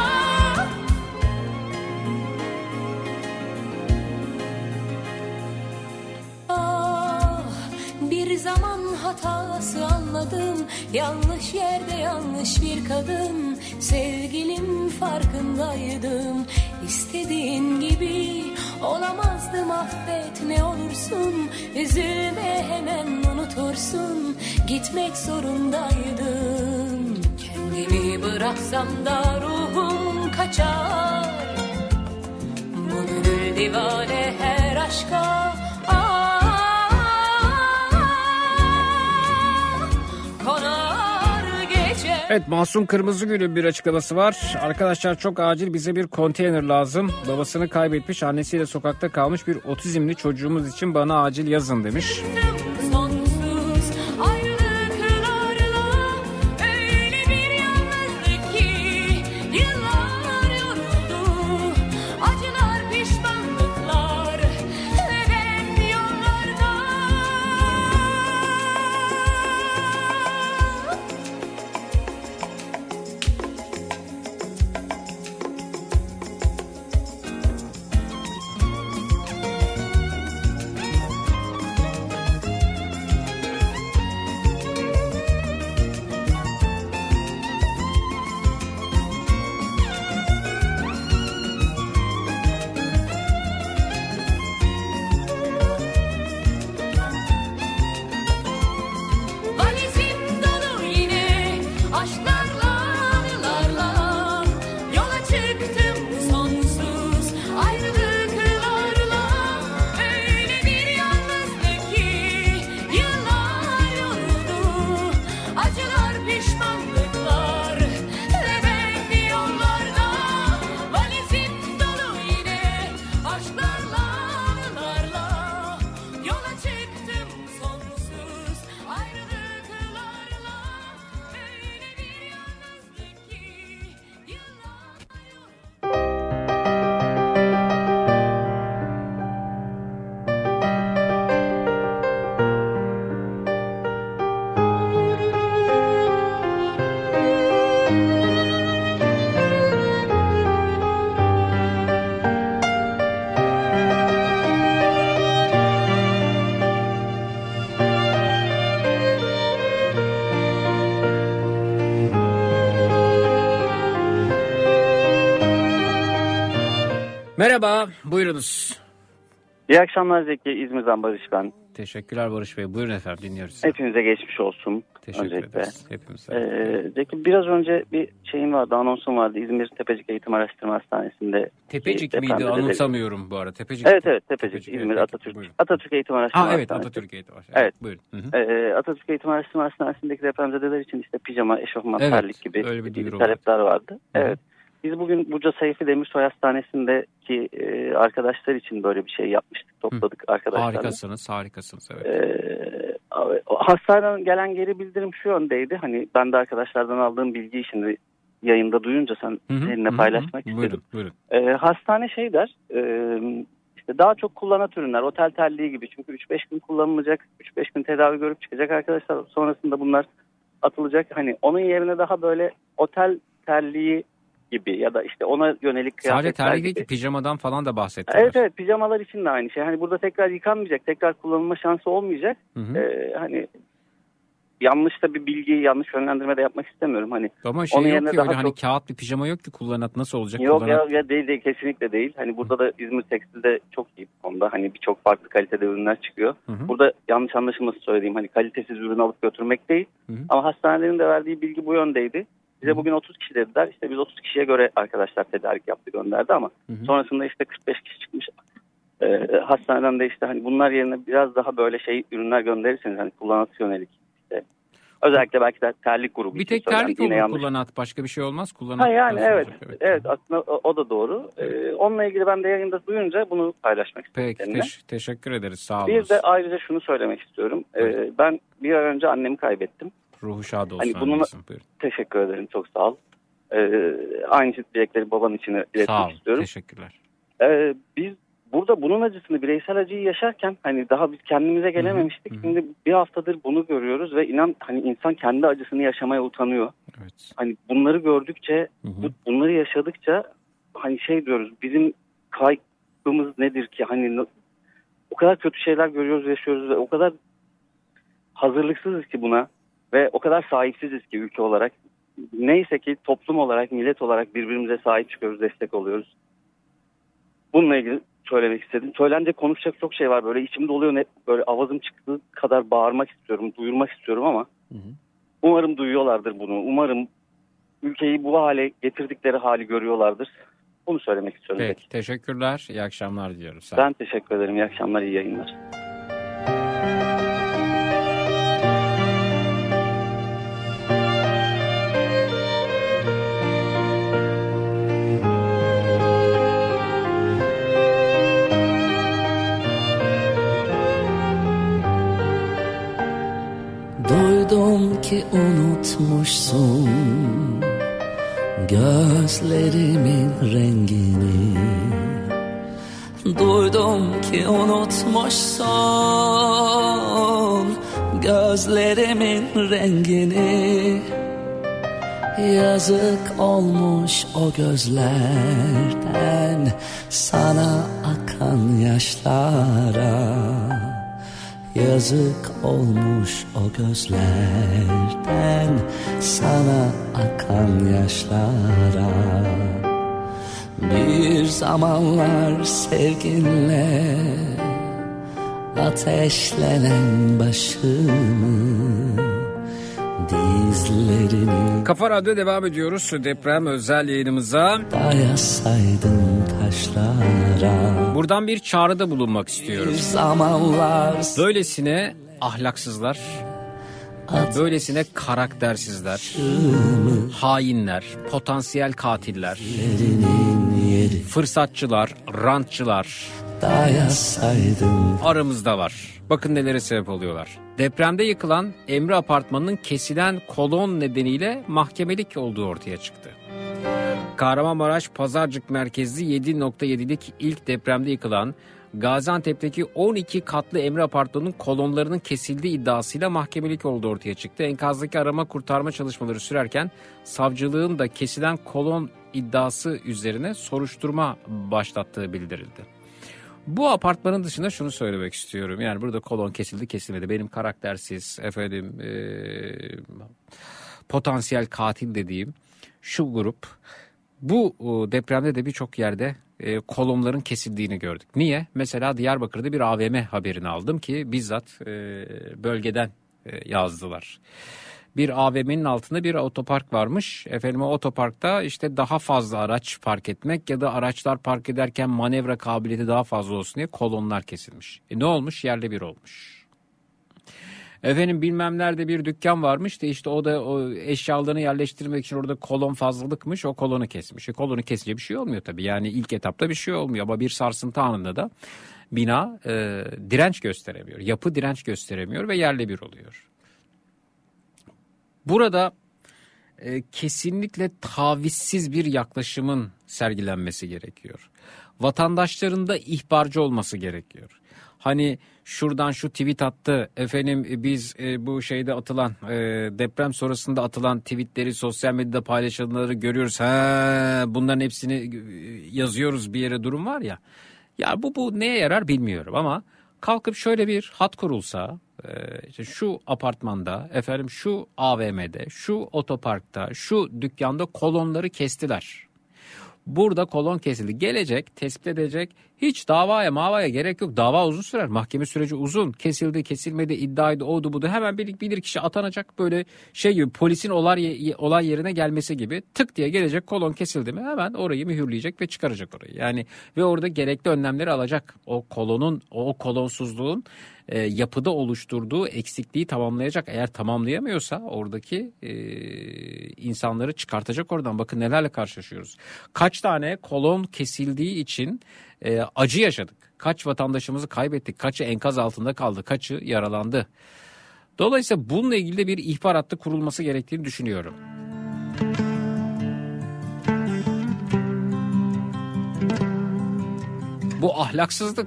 Bir zaman hatası anladım. Yanlış yerde yanlış bir kadın. Sevgilim farkındaydım. İstediğin gibi Olamazdım affet ne olursun, üzülme hemen unutursun, gitmek zorundaydım. Kendimi bıraksam da ruhum kaçar, bu gönül divane her aşka. Evet, Mahsun Kırmızıgül'ün bir açıklaması var. Arkadaşlar çok acil bize bir konteyner lazım. Babasını kaybetmiş, annesiyle sokakta kalmış bir otizmli çocuğumuz için bana acil yazın demiş. Merhaba, buyurunuz. İyi akşamlar Zeki, İzmir'den Barış ben. Teşekkürler Barış Bey, buyurun efendim, dinliyoruz. Hepinize geçmiş olsun. Teşekkür ederiz. Hepimize. Zeki, biraz önce bir şeyin vardı, anonsun vardı. İzmir Tepecik Eğitim Araştırma Hastanesi'nde. Tepecik miydi? Anımsamıyorum bu arada. Tepecik. Evet, Tepecik. İzmir Atatürk Eğitim Araştırma Hastanesi. Evet, Atatürk Eğitim Araştırma. Evet. Buyurun. Atatürk Eğitim Araştırma Hastanesi'ndeki depremzedeler için işte pijama, eşofman, terlik gibi talepler vardı. Evet. Biz bugün Bursa Seyfi Demirsoy Hastanesi'ndeki arkadaşlar için böyle bir şey yapmıştık. Topladık arkadaşlarla. Harikasınız. Evet. Hastaneden gelen geri bildirim şu yöndeydi. Hani ben de arkadaşlardan aldığım bilgiyi şimdi yayında duyunca seninle paylaşmak istedim. Buyurun. Hastane şey der, işte daha çok kullanat ürünler, otel terliği gibi. Çünkü 3-5 gün kullanılacak, 3-5 gün tedavi görüp çıkacak arkadaşlar. Sonrasında bunlar atılacak. Hani onun yerine daha böyle otel terliği gibi ya da işte ona yönelik kıyafetler sadece terlik değil ki, pijamadan falan da bahsettiler. Evet, pijamalar için de aynı şey. Hani burada tekrar yıkanmayacak, tekrar kullanılma şansı olmayacak. Hani yanlış da bir bilgi, yanlış yönlendirme de yapmak istemiyorum. Hani ama şey yok ki öyle çok... hani kağıt bir pijama yok ki kullanat nasıl olacak? Yok ya değil kesinlikle değil. Hani burada da İzmir Tekstil'de çok iyi bu konuda. Hani birçok farklı kalitede ürünler çıkıyor. Burada yanlış anlaşılması söyleyeyim. Hani kalitesiz ürün alıp götürmek değil. Ama hastanelerin de verdiği bilgi bu yöndeydi. Bize bugün 30 kişi dediler. İşte biz 30 kişiye göre arkadaşlar tedarik yaptı, gönderdi ama sonrasında işte 45 kişi çıkmış. Hastaneden de işte hani bunlar yerine biraz daha böyle ürünler gönderirseniz hani kullanatı yönelik işte özellikle belki de terlik grubu. Bir tek terlik olur kullanat, başka bir şey olmaz. Kullanat yani evet aslında o da doğru. Onunla ilgili ben de yayında duyunca bunu paylaşmak istedim. Peki teşekkür ederiz, sağ olun. Bir de ayrıca şunu söylemek istiyorum. Ben bir ay önce annemi kaybettim. Ruhu şad olsun. Hani bununla, teşekkür ederim, çok sağ ol. Aynı dilekleri baban için iletmek istiyorum. Teşekkürler. Biz burada bunun acısını, bireysel acıyı yaşarken hani daha biz kendimize gelememiştik. Şimdi bir haftadır bunu görüyoruz ve inan hani insan kendi acısını yaşamaya utanıyor. Evet. Hani bunları gördükçe, bunları yaşadıkça hani şey diyoruz, bizim kaybımız nedir ki? Hani o kadar kötü şeyler görüyoruz, yaşıyoruz ve o kadar hazırlıksızız ki buna. Ve o kadar sahipsiziz ki ülke olarak. Neyse ki toplum olarak, millet olarak birbirimize sahip çıkıyoruz, destek oluyoruz. Bununla ilgili söylemek istedim. Söylenecek, konuşacak çok şey var. Böyle içimde oluyor, net böyle avazım çıktığı kadar bağırmak istiyorum, duyurmak istiyorum ama umarım duyuyorlardır bunu. Umarım ülkeyi bu hale getirdikleri hali görüyorlardır. Bunu söylemek istiyorum. Peki, teşekkürler. İyi akşamlar diliyorum. Ben teşekkür ederim. İyi akşamlar, iyi yayınlar. Duydum ki unutmuşsun gözlerimin rengini. Duydum ki unutmuşsun gözlerimin rengini. Yazık olmuş o gözlerden sana akan yaşlara. Yazık olmuş o gözlerden sana akan yaşlara. Bir zamanlar sevginle ateşlenen başımı, dizlerini. Kafa Radyo devam ediyoruz. Deprem özel yayınımıza. Dayasaydım taşlara. Buradan bir çağrıda bulunmak istiyorum. Böylesine ahlaksızlar, böylesine karaktersizler, hainler, potansiyel katiller, fırsatçılar, rantçılar aramızda var. Bakın nelere sebep oluyorlar. Depremde yıkılan Emre Apartmanı'nın kesilen kolon nedeniyle mahkemelik olduğu ortaya çıktı. Kahramanmaraş Pazarcık merkezli 7.7'lik ilk depremde yıkılan Gaziantep'teki 12 katlı Emre Apartmanı'nın kolonlarının kesildiği iddiasıyla mahkemelik olduğu ortaya çıktı. Enkazdaki arama kurtarma çalışmaları sürerken savcılığın da kesilen kolon iddiası üzerine soruşturma başlattığı bildirildi. Bu apartmanın dışında şunu söylemek istiyorum. Yani burada kolon kesildi kesilmedi. Benim karaktersiz, potansiyel katil dediğim şu grup, bu depremde de birçok yerde kolonların kesildiğini gördük. Niye? Mesela Diyarbakır'da bir AVM haberini aldım ki bizzat bölgeden yazdılar. Bir AVM'nin altında bir otopark varmış. O otoparkta işte daha fazla araç park etmek ya da araçlar park ederken manevra kabiliyeti daha fazla olsun diye kolonlar kesilmiş. Ne olmuş? Yerle bir olmuş. Bilmem nerede bir dükkan varmış da işte o da o eşyalarını yerleştirmek için orada kolon fazlalıkmış, o kolonu kesmiş. Kolonu kesince bir şey olmuyor tabii. Yani ilk etapta bir şey olmuyor ama bir sarsıntı anında da bina direnç gösteremiyor. Yapı direnç gösteremiyor ve yerle bir oluyor. Burada kesinlikle tavizsiz bir yaklaşımın sergilenmesi gerekiyor. Vatandaşların da ihbarcı olması gerekiyor. Hani şuradan şu tweet attı biz bu şeyde atılan deprem sonrasında atılan tweetleri sosyal medyada paylaşılanları görüyoruz. Bunların hepsini yazıyoruz bir yere, durum var ya. Ya bu neye yarar bilmiyorum ama kalkıp şöyle bir hat kurulsa, işte şu apartmanda, şu AVM'de, şu otoparkta, şu dükkanda kolonları kestiler. Burada kolon kesildi. Gelecek, tespit edecek. Hiç mavaya gerek yok. Dava uzun sürer. Mahkeme süreci uzun. Kesildi, kesilmedi, iddiaydı, oldu budu. Hemen bilir kişi atanacak, böyle şey gibi, polisin olay yerine gelmesi gibi. Tık diye gelecek, kolon kesildi mi hemen orayı mühürleyecek ve çıkaracak orayı. Yani ve orada gerekli önlemleri alacak. O kolonsuzluğun yapıda oluşturduğu eksikliği tamamlayacak. Eğer tamamlayamıyorsa oradaki insanları çıkartacak oradan. Bakın nelerle karşılaşıyoruz. Kaç tane kolon kesildiği için acı yaşadık. Kaç vatandaşımızı kaybettik. Kaçı enkaz altında kaldı. Kaçı yaralandı. Dolayısıyla bununla ilgili de bir ihbar hattı kurulması gerektiğini düşünüyorum. Bu ahlaksızlık.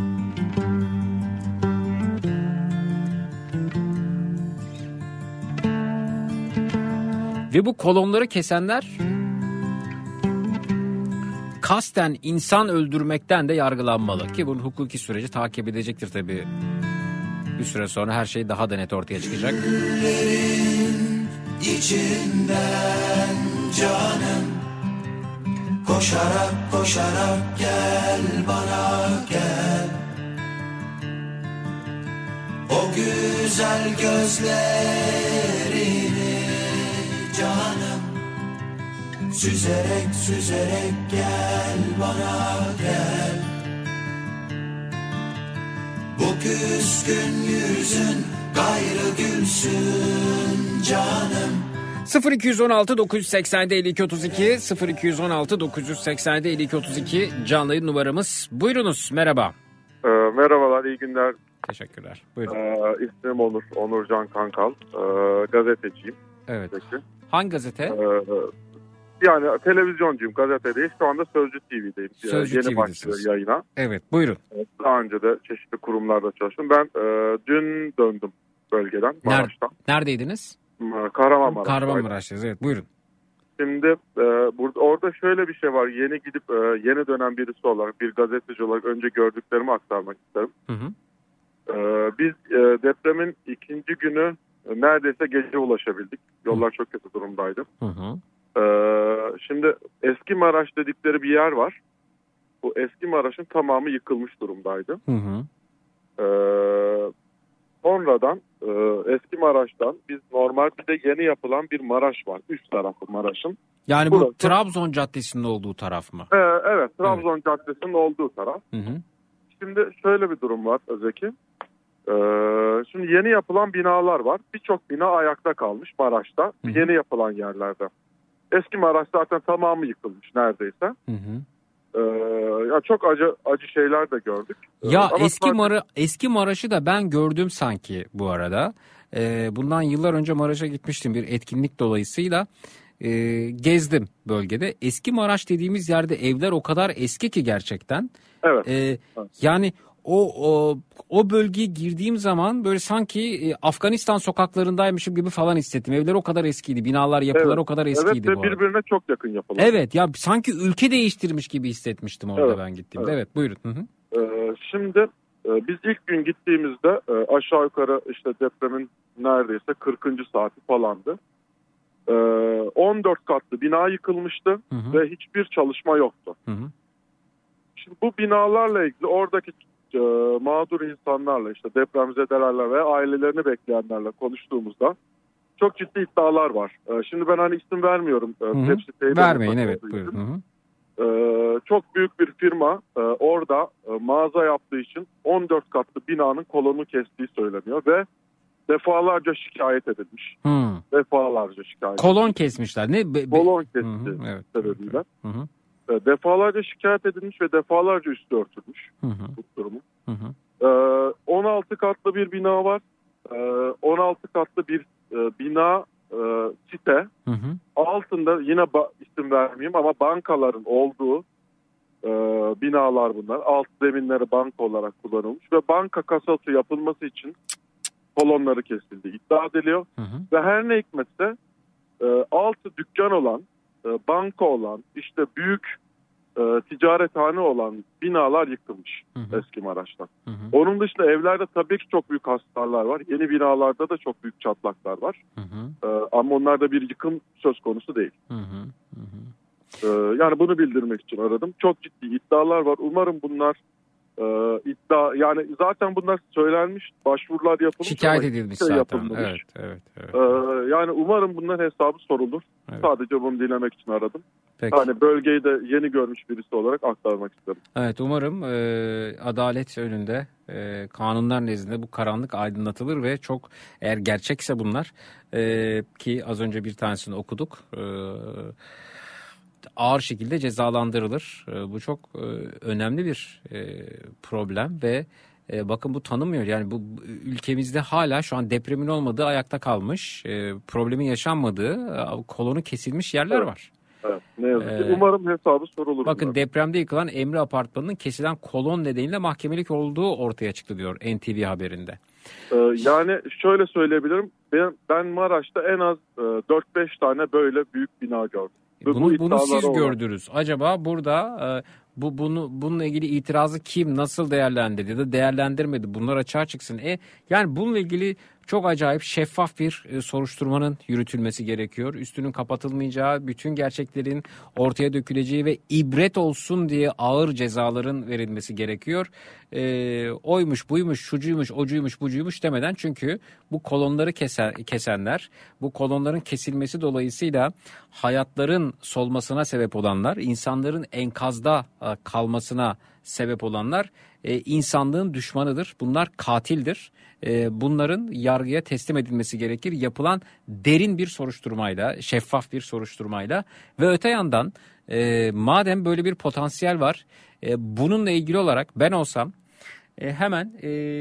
Ve bu kolonları kesenler kasten insan öldürmekten de yargılanmalı ki bunun hukuki süreci takip edecektir tabii. Bir süre sonra her şey daha da net ortaya çıkacak. İçinden canım Koşarak koşarak gel bana gel. O güzel gözlerini canım, süzerek süzerek gel bana gel. Bu küskün yüzün gayrı gülsün canım. 0216 980 52 32 0216 980 52 32 canlı yayın numaramız. Buyurunuz, merhaba. Merhabalar, iyi günler. Teşekkürler. Buyurun. İsmim Onurcan Kankal. Gazeteciyim. Evet. Peki. Hangi gazete? Yani televizyoncuyum, gazete değil. Şu anda Sözcü TV'deyim. Sözcü Yeni TV'desiniz. başlıyor yayına. Evet, buyurun. Daha önce de çeşitli kurumlarda çalıştım. Ben dün döndüm bölgeden, Maraş'tan. Neredeydiniz? Kahramanmaraş'ta. Kahramanmaraş'tayız, evet, buyurun. Şimdi orada şöyle bir şey var. Yeni gidip yeni dönen birisi olarak, bir gazeteci olarak önce gördüklerimi aktarmak isterim. Hı hı. Biz depremin ikinci günü neredeyse gece ulaşabildik. Yollar çok kötü durumdaydı. Hı hı. Şimdi Eski Maraş dedikleri bir yer var. Bu Eski Maraş'ın tamamı yıkılmış durumdaydı. Hı hı. Sonradan Eski Maraş'tan biz normal bir de yeni yapılan bir Maraş var. Üst tarafı Maraş'ın. Yani bu burası, Trabzon Caddesi'nin olduğu taraf mı? Evet, Trabzon Caddesi'nin olduğu taraf. Hı hı. Şimdi şöyle bir durum var Zeki. Şimdi yeni yapılan binalar var. Birçok bina ayakta kalmış Maraş'ta. Hı hı. Yeni yapılan yerlerde. Eski Maraş zaten tamamı yıkılmış neredeyse. Hı hı. Ya çok acı şeyler de gördük. Ya eski Maraş'ı da ben gördüm sanki bu arada. Bundan yıllar önce Maraş'a gitmiştim bir etkinlik dolayısıyla. Gezdim bölgede. Eski Maraş dediğimiz yerde evler o kadar eski ki gerçekten. Evet. Yani o bölgeye girdiğim zaman böyle sanki Afganistan sokaklarındaymışım gibi falan hissettim. Evler o kadar eskiydi. Binalar, yapılar o kadar eskiydi bu arada. Evet, birbirine çok yakın yapılar. Evet, ya sanki ülke değiştirmiş gibi hissetmiştim orada ben gittiğimde. Evet, buyurun. Hı hı. Şimdi biz ilk gün gittiğimizde aşağı yukarı işte depremin neredeyse 40. saati falandı. 14 katlı bina yıkılmıştı, hı hı, ve hiçbir çalışma yoktu. Hı hı. Şimdi bu binalarla ilgili oradaki mağdur insanlarla, işte depremzedelerle ve ailelerini bekleyenlerle konuştuğumuzda çok ciddi iddialar var. Şimdi ben hani isim vermiyorum. Vermeyin, evet, buyurun. Hı hı. Çok büyük bir firma orada mağaza yaptığı için 14 katlı binanın kolonu kestiği söyleniyor ve defalarca şikayet edilmiş. Defalarca şikayet kolon edilmiş. Kesmişler. Kolon kesti, evet, sebebiyle. Hı hı. Defalarca şikayet edilmiş ve defalarca üstü örtülmüş, hı hı, bu durumu. Hı hı. 16 katlı bir bina var. 16 katlı bir bina site. Hı hı. Altında yine isim vermeyeyim ama bankaların olduğu binalar bunlar. Alt zeminleri banka olarak kullanılmış ve banka kasası yapılması için kolonları kesildi iddia ediliyor. Hı hı. Ve her ne hikmetse altı dükkan olan, banka olan, işte büyük ticarethane olan binalar yıkılmış, hı hı, Eski Maraş'ta. Hı hı. Onun dışında evlerde tabii ki çok büyük hasarlar var. Yeni binalarda da çok büyük çatlaklar var. Hı hı. Ama onlarda bir yıkım söz konusu değil. Hı hı. Hı. Yani bunu bildirmek için aradım. Çok ciddi iddialar var. Umarım bunlar yani zaten bunlar söylenmiş, başvurular yapılmış, şikayet edilmiş zaten. Evet. Yani umarım bunların hesabı sorulur. Evet. Sadece bunu dilemek için aradım. Peki. Yani bölgeyi de yeni görmüş birisi olarak aktarmak istedim. Evet, umarım adalet önünde, kanunlar nezdinde bu karanlık aydınlatılır ve çok, eğer gerçekse bunlar ki az önce bir tanesini okuduk, ağır şekilde cezalandırılır. Bu çok önemli bir problem ve bakın bu tanınmıyor. Yani bu ülkemizde hala şu an depremin olmadığı, ayakta kalmış, problemin yaşanmadığı, kolonu kesilmiş yerler var. Evet, ne yazık ki. Umarım hesabı sorulur. Bakın bunlar. Depremde yıkılan Emre Apartmanı'nın kesilen kolon nedeniyle mahkemelik olduğu ortaya çıktı diyor NTV haberinde. Yani şöyle söyleyebilirim. Ben Maraş'ta en az 4-5 tane böyle büyük bina gördüm. Bunu siz gördünüz. Acaba burada bununla ilgili itirazı kim nasıl değerlendirdi ya da değerlendirmedi? Bunlar açığa çıksın. Yani bununla ilgili çok acayip şeffaf bir soruşturmanın yürütülmesi gerekiyor. Üstünün kapatılmayacağı, bütün gerçeklerin ortaya döküleceği ve ibret olsun diye ağır cezaların verilmesi gerekiyor. Oymuş, buymuş, şucuymuş, ocuymuş, bucuymuş demeden, çünkü bu kolonları kesenler, bu kolonların kesilmesi dolayısıyla hayatların solmasına sebep olanlar, insanların enkazda kalmasına sebep olanlar insanlığın düşmanıdır. Bunlar katildir. Bunların yargıya teslim edilmesi gerekir. Yapılan derin bir soruşturmayla, şeffaf bir soruşturmayla ve öte yandan madem böyle bir potansiyel var, bununla ilgili olarak ben olsam hemen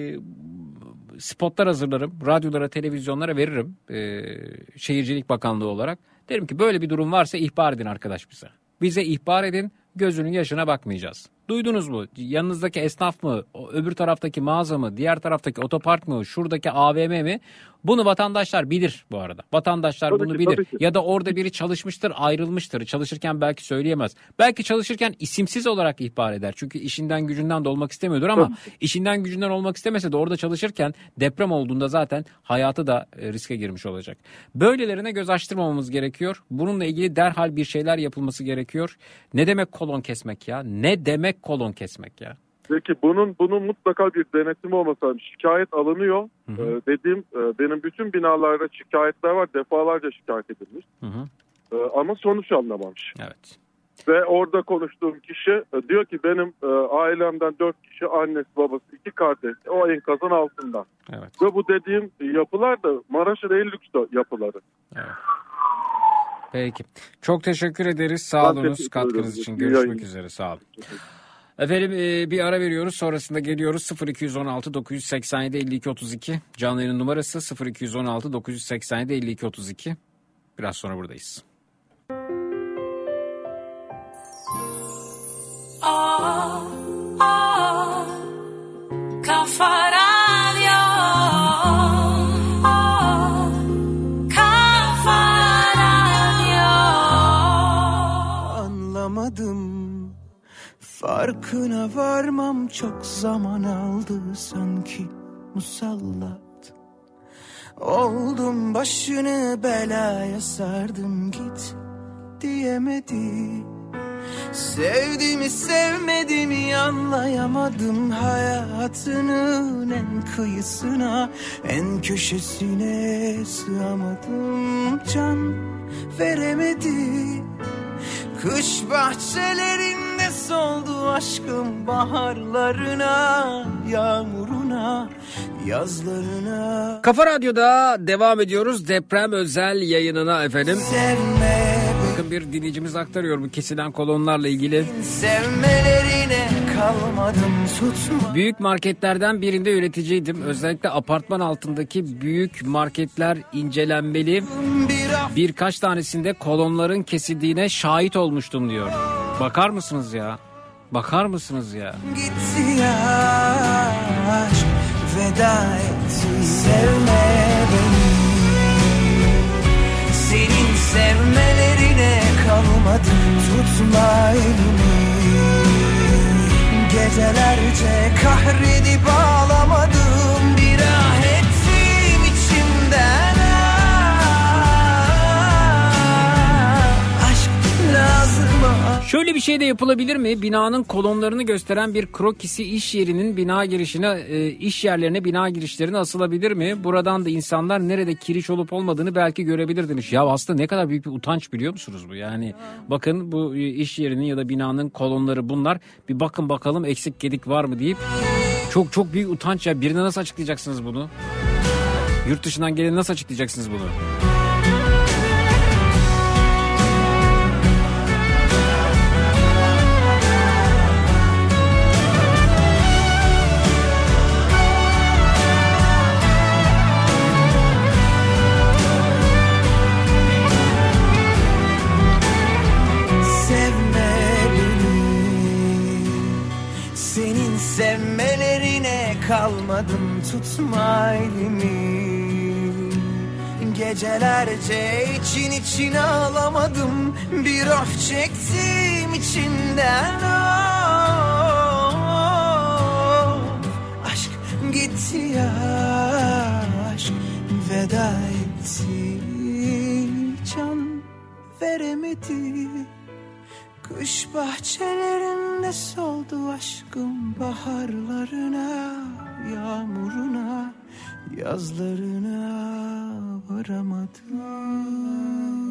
spotlar hazırlarım, radyolara, televizyonlara veririm, Şehircilik Bakanlığı olarak. Derim ki böyle bir durum varsa ihbar edin arkadaş bize. Bize ihbar edin, gözünün yaşına bakmayacağız. Duydunuz mu? Yanınızdaki esnaf mı, öbür taraftaki mağaza mı, diğer taraftaki otopark mı, şuradaki AVM mi? Bunu vatandaşlar bilir bu arada. Vatandaşlar tabii bunu bilir. Ya da orada biri çalışmıştır, ayrılmıştır. Çalışırken belki söyleyemez. Belki çalışırken isimsiz olarak ihbar eder. Çünkü işinden gücünden de olmak istemiyordur ama işinden gücünden olmak istemese de orada çalışırken deprem olduğunda zaten hayatı da riske girmiş olacak. Böylelerine göz açtırmamamız gerekiyor. Bununla ilgili derhal bir şeyler yapılması gerekiyor. Ne demek kolon kesmek ya? Ne demek kolon kesmek ya? Peki bunun mutlaka bir denetimi olması lazım. Şikayet alınıyor. Benim bütün binalarda şikayetler var. Defalarca şikayet edilmiş. Ama sonuç alınamamış. Evet. Ve orada konuştuğum kişi diyor ki benim ailemden 4 kişi, annesi babası 2 kardeş o enkazın altında. Evet. Ve bu dediğim yapılar da Maraş'ın en lüks yapıları. Evet. Peki. Çok teşekkür ederiz. Sağ olunuz katkınız için. Görüşmek üzere. Sağ olun. Efendim bir ara veriyoruz. Sonrasında geliyoruz. 0216 987 52 32 canlı yayın numarası 0216 987 52 32. Biraz sonra buradayız. Kafa Radyo. Kafa Radyo. Anlamadım. Farkına varmam çok zaman aldı sanki musallat. Oldum başını belaya sardım git diyemedi. Sevdiğimi sevmediğimi anlayamadım. Hayatının en kıyısına en köşesine sığamadım. Can veremedi. Kış bahçelerinde soldu aşkım baharlarına, yağmuruna, yazlarına. Kafa Radyo'da devam ediyoruz. Deprem özel yayınına efendim. Bakın bir dinleyicimiz aktarıyor bu kesilen kolonlarla ilgili. Sevmelerine kalmadım tutma. Büyük marketlerden birinde üreticiydim. Özellikle apartman altındaki büyük marketler incelenmeli. Birkaç tanesinde kolonların kesildiğine şahit olmuştum diyor. Bakar mısınız ya? Bakar mısınız ya? Gitti ya aşk, veda etti. Sevme beni. Senin sevmelerine kalmadım. Tutma elimi. Gecelerce kahredip ağlamadım. Bir ah ettim içimden. Şöyle bir şey de yapılabilir mi? Binanın kolonlarını gösteren bir krokisi iş yerinin bina girişine, iş yerlerine, bina girişlerine asılabilir mi? Buradan da insanlar nerede kiriş olup olmadığını belki görebilir demiş. Ya aslında ne kadar büyük bir utanç biliyor musunuz bu? Yani bakın bu iş yerinin ya da binanın kolonları bunlar. Bir bakın bakalım eksik gedik var mı deyip çok çok büyük utanç ya. Birine nasıl açıklayacaksınız bunu? Yurt dışından gelin nasıl açıklayacaksınız bunu? Sevmelerine kalmadım, tutma elimi. Gecelerce için ağlamadım. Bir of çektim içimden. Aşk gitti ya aşk, feda etti, can veremedi. Kış bahçelerinde soldu aşkım, baharlarına, yağmuruna, yazlarına varamadım.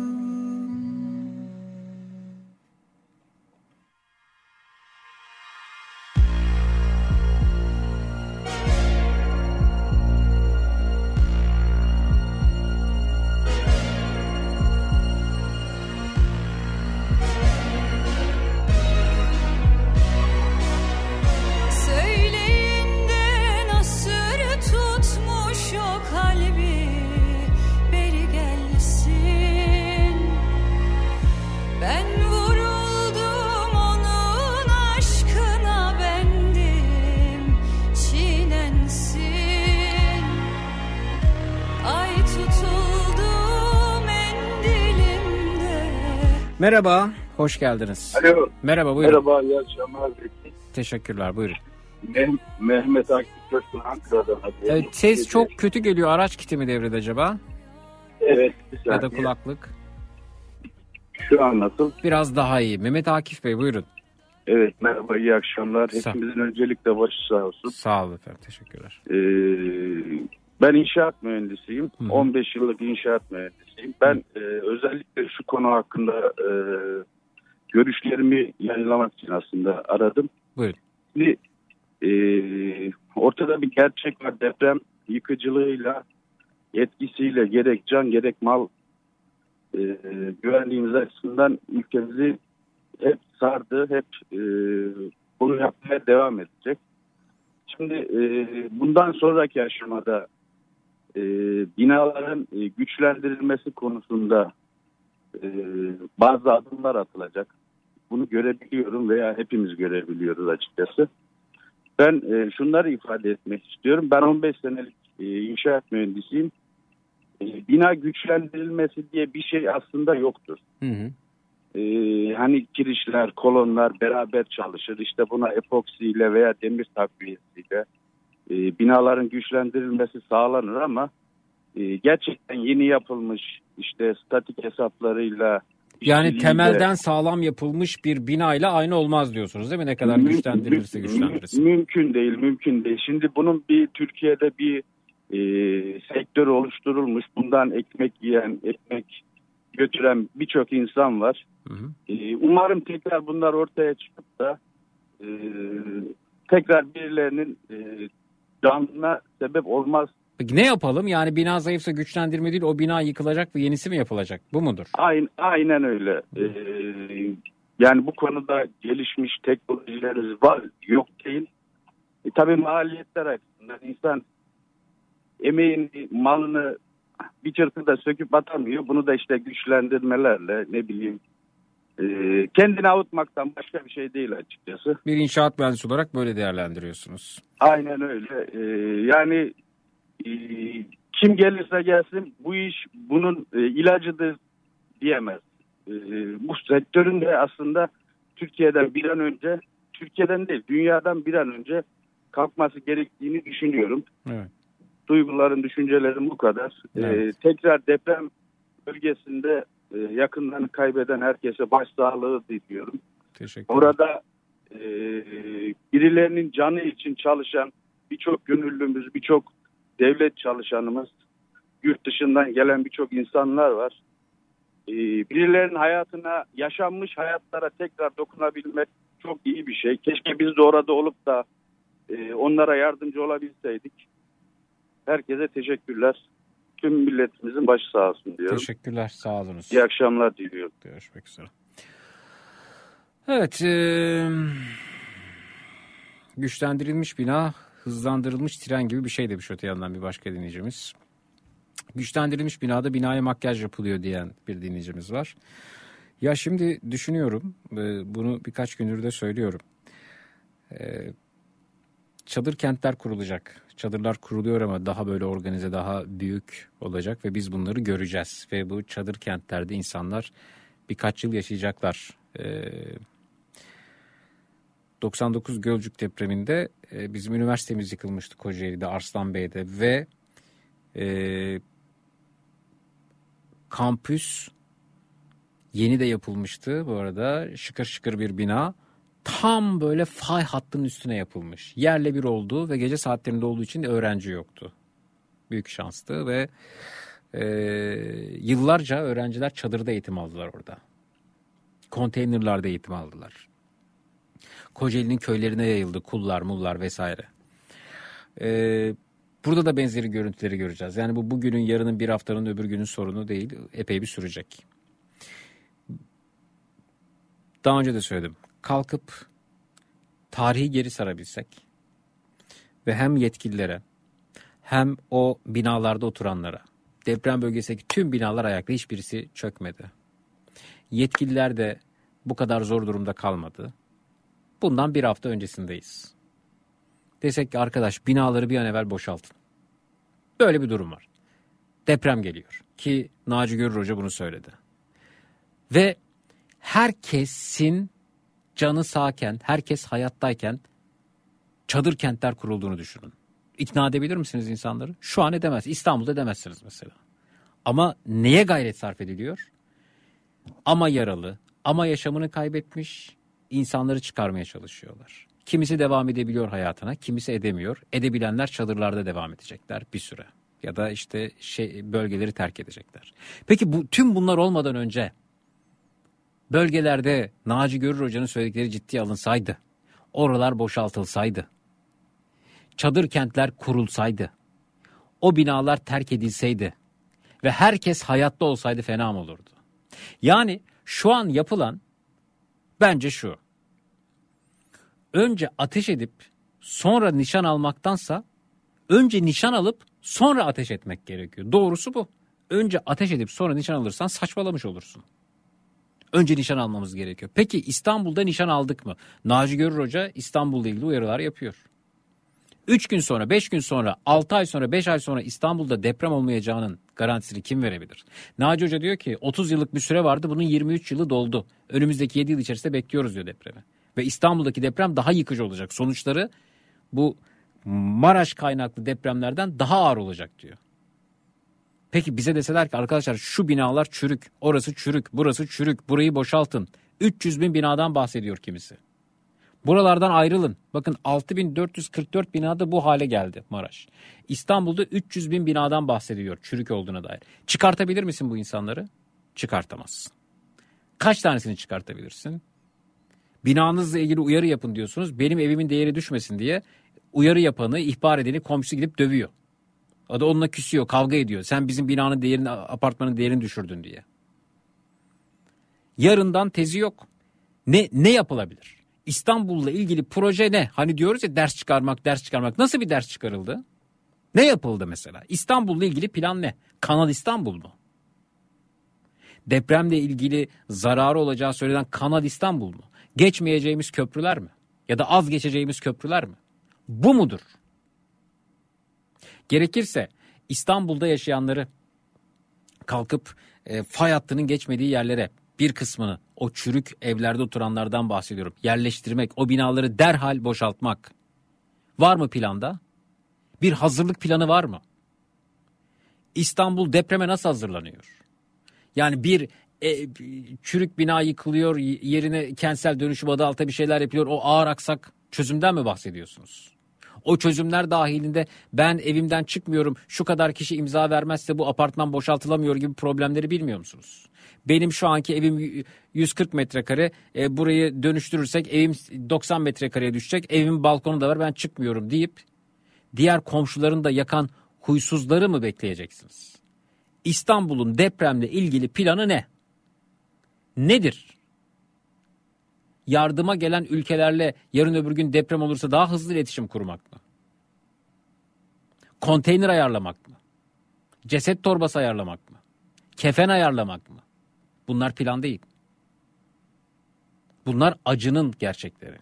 Merhaba, hoş geldiniz. Alo. Merhaba, buyurun. Merhaba, iyi akşamlar. Teşekkürler, buyurun. Mehmet Akif Köşkün, Ankara'dan. Evet, ses çok kötü geliyor. Araç kiti mi devrede acaba? Evet. Ya da kulaklık. Şu an nasıl? Biraz daha iyi. Mehmet Akif Bey, buyurun. Evet, merhaba, iyi akşamlar. Hepimizin öncelikle başı sağ olsun. Sağ olun efendim, teşekkürler. Ben inşaat mühendisiyim. 15 yıllık inşaat mühendisiyim. Ben özellikle şu konu hakkında görüşlerimi yayınlamak için aslında aradım. Buyurun. Şimdi, ortada bir gerçek var. Deprem yıkıcılığıyla, etkisiyle gerek can gerek mal güvenliğimiz açısından ülkemizi hep sardı. Hep bunu yapmaya devam edecek. Şimdi bundan sonraki aşamada binaların güçlendirilmesi konusunda bazı adımlar atılacak. Bunu görebiliyorum veya hepimiz görebiliyoruz açıkçası. Ben şunları ifade etmek istiyorum. Ben 15 senelik inşaat mühendisiyim. Bina güçlendirilmesi diye bir şey aslında yoktur. Hani kirişler, kolonlar beraber çalışır. İşte buna epoksiyle veya demir takviyesiyle binaların güçlendirilmesi sağlanır ama gerçekten yeni yapılmış işte statik hesaplarıyla, yani temelden sağlam yapılmış bir binayla aynı olmaz diyorsunuz değil mi? Ne kadar güçlendirilirse güçlendirirse. Mümkün değil. Şimdi bunun bir Türkiye'de bir sektör oluşturulmuş. Bundan ekmek yiyen, ekmek götüren birçok insan var. Umarım tekrar bunlar ortaya çıkıp da tekrar birilerinin canına sebep olmaz. Peki ne yapalım? Yani bina zayıfsa güçlendirme değil, o bina yıkılacak ve yenisi mi yapılacak? Bu mudur? Aynen öyle. Yani bu konuda gelişmiş teknolojilerimiz var, yok değil. Tabii maliyetler açısından insan emeğini, malını bir çırpıda söküp atamıyor. Bunu da işte güçlendirmelerle ne bileyim kendini avutmaktan başka bir şey değil açıkçası. Bir inşaat mühendisi olarak böyle değerlendiriyorsunuz. Aynen öyle. Yani kim gelirse gelsin bu iş bunun ilacıdır diyemez. Bu sektörün de aslında Türkiye'den bir an önce, Türkiye'den değil dünyadan bir an önce kalkması gerektiğini düşünüyorum. Evet. Duygularım, düşüncelerim bu kadar. Evet. Tekrar deprem bölgesinde yakınlarını kaybeden herkese başsağlığı diliyorum. Teşekkür ederim. Orada birilerinin canı için çalışan birçok gönüllümüz, birçok devlet çalışanımız, yurt dışından gelen birçok insanlar var. Birilerinin hayatına, yaşanmış hayatlara tekrar dokunabilmek çok iyi bir şey. Keşke biz de orada olup da onlara yardımcı olabilseydik. Herkese teşekkürler. Tüm milletimizin başı sağ olsun diyorum. Teşekkürler, sağ olunuz. İyi akşamlar diliyorum. Görüşmek üzere. Evet, güçlendirilmiş bina, hızlandırılmış tren gibi bir şey demiş öte yandan bir başka dinleyicimiz. Güçlendirilmiş binada binaya makyaj yapılıyor diyen bir dinleyicimiz var. Ya şimdi düşünüyorum, bunu birkaç gündür de söylüyorum. Çadır kentler kurulacak. Çadırlar kuruluyor ama daha böyle organize, daha büyük olacak ve biz bunları göreceğiz. Ve bu çadır kentlerde insanlar birkaç yıl yaşayacaklar. 99 Gölcük depreminde bizim üniversitemiz yıkılmıştı Kocaeli'de, Arslanbey'de ve kampüs yeni de yapılmıştı bu arada. Şıkır şıkır bir bina. Tam böyle fay hattının üstüne yapılmış. Yerle bir olduğu ve gece saatlerinde olduğu için de öğrenci yoktu. Büyük şanstı ve yıllarca öğrenciler çadırda eğitim aldılar orada. Konteynerlarda eğitim aldılar. Kocaeli'nin köylerine yayıldı. Kullar, mullar vesaire. Burada da benzeri görüntüleri göreceğiz. Yani bu bugünün, yarının, bir haftanın, öbür günün sorunu değil. Epey bir sürecek. Daha önce de söyledim. Kalkıp tarihi geri sarabilsek ve hem yetkililere hem o binalarda oturanlara, deprem bölgesindeki tüm binalar ayakta, hiçbirisi çökmedi. Yetkililer de bu kadar zor durumda kalmadı. Bundan bir hafta öncesindeyiz. Desek ki arkadaş binaları bir an evvel boşaltın. Böyle bir durum var. Deprem geliyor ki Naci Görür Hoca bunu söyledi. Ve herkesin canı sağken, herkes hayattayken çadır kentler kurulduğunu düşünün. İkna edebilir misiniz insanları? Şu an edemez. İstanbul'da edemezsiniz mesela. Ama neye gayret sarf ediliyor? Ama yaralı, ama yaşamını kaybetmiş insanları çıkarmaya çalışıyorlar. Kimisi devam edebiliyor hayatına, kimisi edemiyor. Edebilenler çadırlarda devam edecekler bir süre. Ya da işte bölgeleri terk edecekler. Peki tüm bunlar olmadan önce bölgelerde Naci Görür Hoca'nın söyledikleri ciddiye alınsaydı, oralar boşaltılsaydı, çadır kentler kurulsaydı, o binalar terk edilseydi ve herkes hayatta olsaydı fena mı olurdu? Yani şu an yapılan bence şu. Önce ateş edip sonra nişan almaktansa önce nişan alıp sonra ateş etmek gerekiyor. Doğrusu bu. Önce ateş edip sonra nişan alırsan saçmalamış olursun. Önce nişan almamız gerekiyor. Peki İstanbul'da nişan aldık mı? Naci Görür Hoca İstanbul'la ilgili uyarılar yapıyor. 3 gün sonra, 5 gün sonra, 6 ay sonra, 5 ay sonra İstanbul'da deprem olmayacağının garantisini kim verebilir? Naci Hoca diyor ki 30 yıllık bir süre vardı, bunun 23 yılı doldu. Önümüzdeki 7 yıl içerisinde bekliyoruz diyor depremi. Ve İstanbul'daki deprem daha yıkıcı olacak. Sonuçları bu Maraş kaynaklı depremlerden daha ağır olacak diyor. Peki bize deseler ki arkadaşlar şu binalar çürük, orası çürük, burası çürük, burayı boşaltın. 300 bin binadan bahsediyor kimisi. Buralardan ayrılın. Bakın 6444 binada bu hale geldi Maraş. İstanbul'da 300 bin binadan bahsediyor çürük olduğuna dair. Çıkartabilir misin bu insanları? Çıkartamazsın. Kaç tanesini çıkartabilirsin? Binanızla ilgili uyarı yapın diyorsunuz. Benim evimin değeri düşmesin diye uyarı yapanı, ihbar edeni komşusu gidip dövüyor. O da onunla küsüyor, kavga ediyor. Sen bizim binanın değerini, apartmanın değerini düşürdün diye. Yarından tezi yok. Ne yapılabilir? İstanbul'la ilgili proje ne? Hani diyoruz ya ders çıkarmak. Nasıl bir ders çıkarıldı? Ne yapıldı mesela? İstanbul'la ilgili plan ne? Kanal İstanbul mu? Depremle ilgili zararı olacağı söylenen Kanal İstanbul mu? Geçmeyeceğimiz köprüler mi? Ya da az geçeceğimiz köprüler mi? Bu mudur? Gerekirse İstanbul'da yaşayanları kalkıp fay hattının geçmediği yerlere bir kısmını, o çürük evlerde oturanlardan bahsediyorum, yerleştirmek, o binaları derhal boşaltmak var mı planda? Bir hazırlık planı var mı? İstanbul depreme nasıl hazırlanıyor? Yani bir çürük bina yıkılıyor, yerine kentsel dönüşüm adı altında bir şeyler yapılıyor, o ağır aksak çözümden mi bahsediyorsunuz? O çözümler dahilinde ben evimden çıkmıyorum, şu kadar kişi imza vermezse bu apartman boşaltılamıyor gibi problemleri bilmiyor musunuz? Benim şu anki evim 140 metrekare, burayı dönüştürürsek evim 90 metrekareye düşecek, evimin balkonu da var, ben çıkmıyorum deyip diğer komşularını da yakan huysuzları mı bekleyeceksiniz? İstanbul'un depremle ilgili planı ne? Nedir? Yardıma gelen ülkelerle yarın öbür gün deprem olursa daha hızlı iletişim kurmak mı? Konteyner ayarlamak mı? Ceset torbası ayarlamak mı? Kefen ayarlamak mı? Bunlar plan değil. Bunlar acının gerçekleri.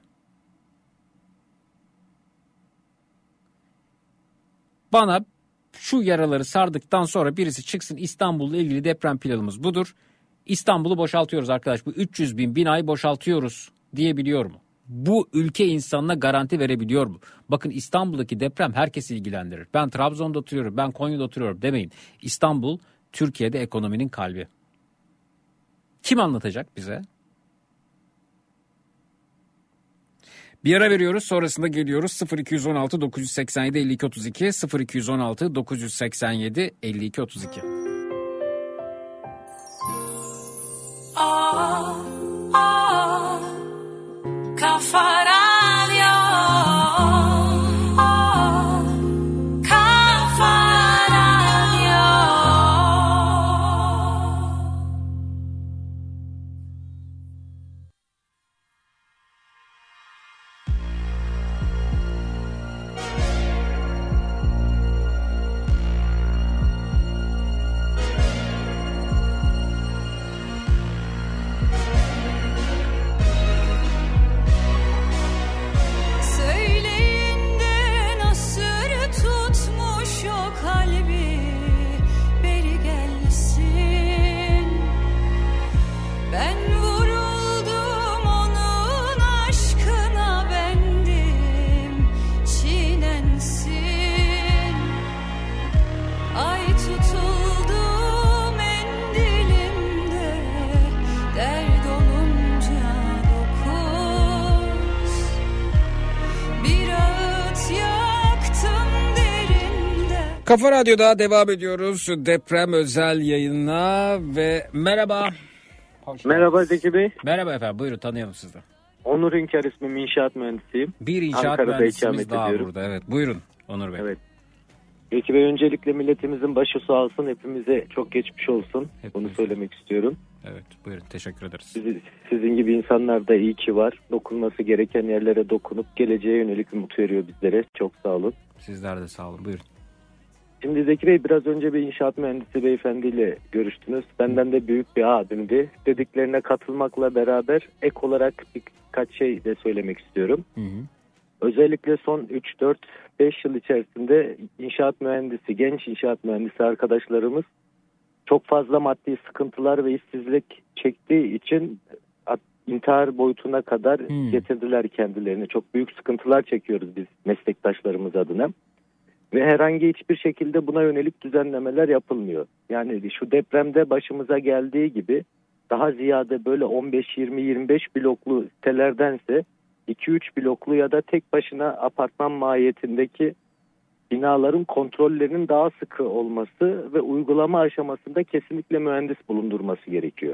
Bana şu yaraları sardıktan sonra birisi çıksın, İstanbul'la ilgili deprem planımız budur, İstanbul'u boşaltıyoruz arkadaş, bu 300 bin binayı boşaltıyoruz diyebiliyor mu? Bu ülke insanına garanti verebiliyor mu? Bakın İstanbul'daki deprem herkesi ilgilendirir. Ben Trabzon'da oturuyorum, ben Konya'da oturuyorum demeyin. İstanbul Türkiye'de ekonominin kalbi. Kim anlatacak bize? Bir ara veriyoruz, sonrasında geliyoruz. 0216 987 52 32 0216 987 52 32. Kafa Radyo. Kafa Radyo'da devam ediyoruz. Deprem özel yayınına ve merhaba. Merhaba Zeki Bey. Merhaba efendim, buyurun tanıyalım sizi. Onur Hünkar ismim, inşaat mühendisiyim. Bir inşaat Ankara'da mühendisimiz daha ediyorum burada. Evet, buyurun Onur Bey. Evet. Zeki Bey, öncelikle milletimizin başı sağ olsun, hepimize çok geçmiş olsun. Bunu söylemek istiyorum. Evet, buyurun, teşekkür ederiz. Sizin gibi insanlar da iyi ki var. Dokunması gereken yerlere dokunup geleceğe yönelik umut veriyor bizlere. Çok sağ olun. Sizler de sağ olun, buyurun. Şimdi Zeki Bey, biraz önce bir inşaat mühendisi beyefendiyle görüştünüz. Benden de büyük bir abimdi. Dediklerine katılmakla beraber ek olarak birkaç şey de söylemek istiyorum. Özellikle son 3-4-5 yıl içerisinde inşaat mühendisi, genç inşaat mühendisi arkadaşlarımız çok fazla maddi sıkıntılar ve işsizlik çektiği için intihar boyutuna kadar getirdiler kendilerini. Çok büyük sıkıntılar çekiyoruz biz meslektaşlarımız adına. Ve herhangi hiçbir şekilde buna yönelik düzenlemeler yapılmıyor. Yani şu depremde başımıza geldiği gibi daha ziyade böyle 15-20-25 bloklu sitelerdense 2-3 bloklu ya da tek başına apartman mahiyetindeki binaların kontrollerinin daha sıkı olması ve uygulama aşamasında kesinlikle mühendis bulundurması gerekiyor.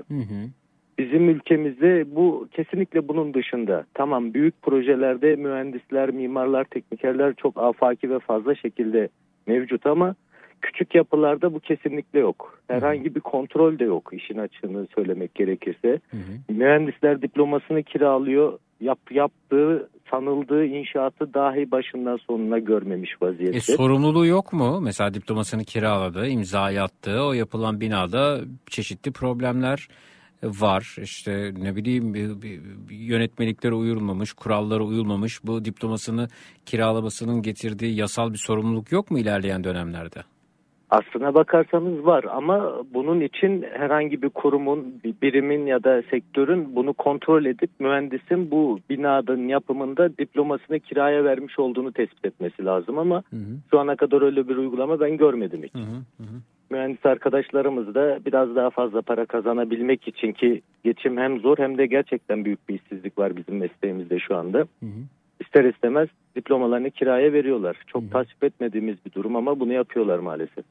Bizim ülkemizde bu kesinlikle bunun dışında. Tamam, büyük projelerde mühendisler, mimarlar, teknikerler çok afaki ve fazla şekilde mevcut ama küçük yapılarda bu kesinlikle yok. Herhangi bir kontrol de yok, işin açığını söylemek gerekirse. Mühendisler diplomasını kiralıyor, yaptığı, sanıldığı inşaatı dahi başından sonuna görmemiş vaziyette. Sorumluluğu yok mu? Mesela diplomasını kiraladı, imzayı attı, o yapılan binada çeşitli problemler var. İşte ne bileyim, yönetmeliklere uyulmamış, kurallara uyulmamış, bu diplomasını kiralamasının getirdiği yasal bir sorumluluk yok mu ilerleyen dönemlerde? Aslına bakarsanız var ama bunun için herhangi bir kurumun, bir birimin ya da sektörün bunu kontrol edip mühendisin bu binanın yapımında diplomasını kiraya vermiş olduğunu tespit etmesi lazım ama şu ana kadar öyle bir uygulama ben görmedim hiç. Mühendis arkadaşlarımız da biraz daha fazla para kazanabilmek için, ki geçim hem zor hem de gerçekten büyük bir işsizlik var bizim mesleğimizde şu anda. İster istemez diplomalarını kiraya veriyorlar. Çok tasvip etmediğimiz bir durum ama bunu yapıyorlar maalesef.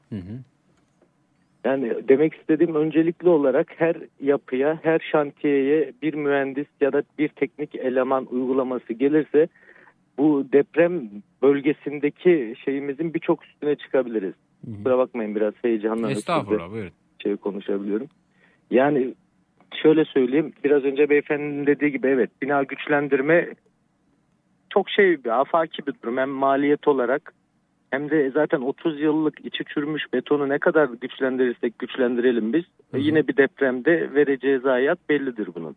Yani demek istediğim, öncelikli olarak her yapıya, her şantiyeye bir mühendis ya da bir teknik eleman uygulaması gelirse bu deprem bölgesindeki şeyimizin birçok üstüne çıkabiliriz. Kusura bakmayın, biraz heyecanla Estağfurullah, buyurun. Konuşabiliyorum. Yani şöyle söyleyeyim, biraz önce beyefendinin dediği gibi evet, bina güçlendirme çok bir afaki bir durum. Hem maliyet olarak hem de zaten 30 yıllık içi çürümüş betonu ne kadar güçlendirirsek güçlendirelim biz. Yine bir depremde vereceği zayiat bellidir bunun.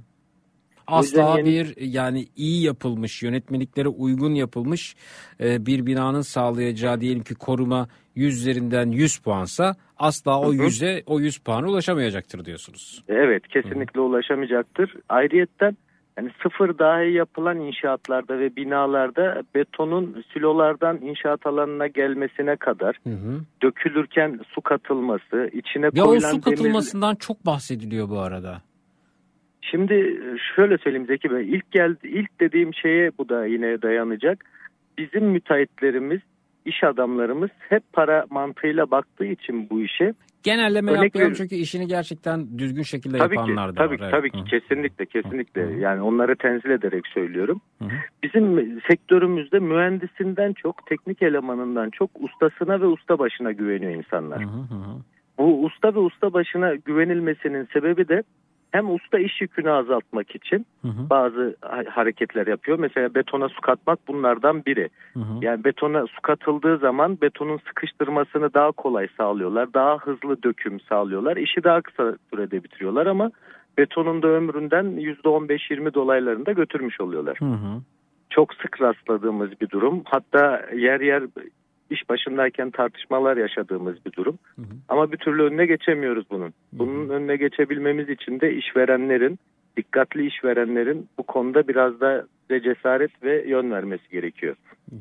Asla yani iyi yapılmış, yönetmeliklere uygun yapılmış bir binanın sağlayacağı diyelim ki koruma 100 üzerinden 100 puansa asla o 100 puana ulaşamayacaktır diyorsunuz. Evet, kesinlikle ulaşamayacaktır. Ayrıyetten Yani sıfır dahi yapılan inşaatlarda ve binalarda betonun silolardan inşaat alanına gelmesine kadar dökülürken su katılması, içine ya koyulan o su katılmasından çok bahsediliyor bu arada. Şimdi şöyle söyleyeyim Zeki Bey, ilk dediğim şeye bu da yine dayanacak. Bizim müteahhitlerimiz, iş adamlarımız hep para mantığıyla baktığı için bu işe. Genelleme yapıyorum çünkü işini gerçekten düzgün şekilde yapanlar da var. Tabii ki kesinlikle. Yani onları tenzil ederek söylüyorum. Bizim sektörümüzde mühendisinden çok, teknik elemanından çok ustasına ve ustabaşına güveniyor insanlar. Bu usta ve ustabaşına güvenilmesinin sebebi de hem usta iş yükünü azaltmak için bazı hareketler yapıyor. Mesela betona su katmak bunlardan biri. Yani betona su katıldığı zaman betonun sıkıştırmasını daha kolay sağlıyorlar. Daha hızlı döküm sağlıyorlar. İşi daha kısa sürede bitiriyorlar ama betonun da ömründen %15-20 dolaylarında götürmüş oluyorlar. Çok sık rastladığımız bir durum. Hatta yer yer iş başındayken tartışmalar yaşadığımız bir durum. Ama bir türlü önüne geçemiyoruz bunun. Bunun önüne geçebilmemiz için de işverenlerin, dikkatli işverenlerin bu konuda biraz da cesaret ve yön vermesi gerekiyor.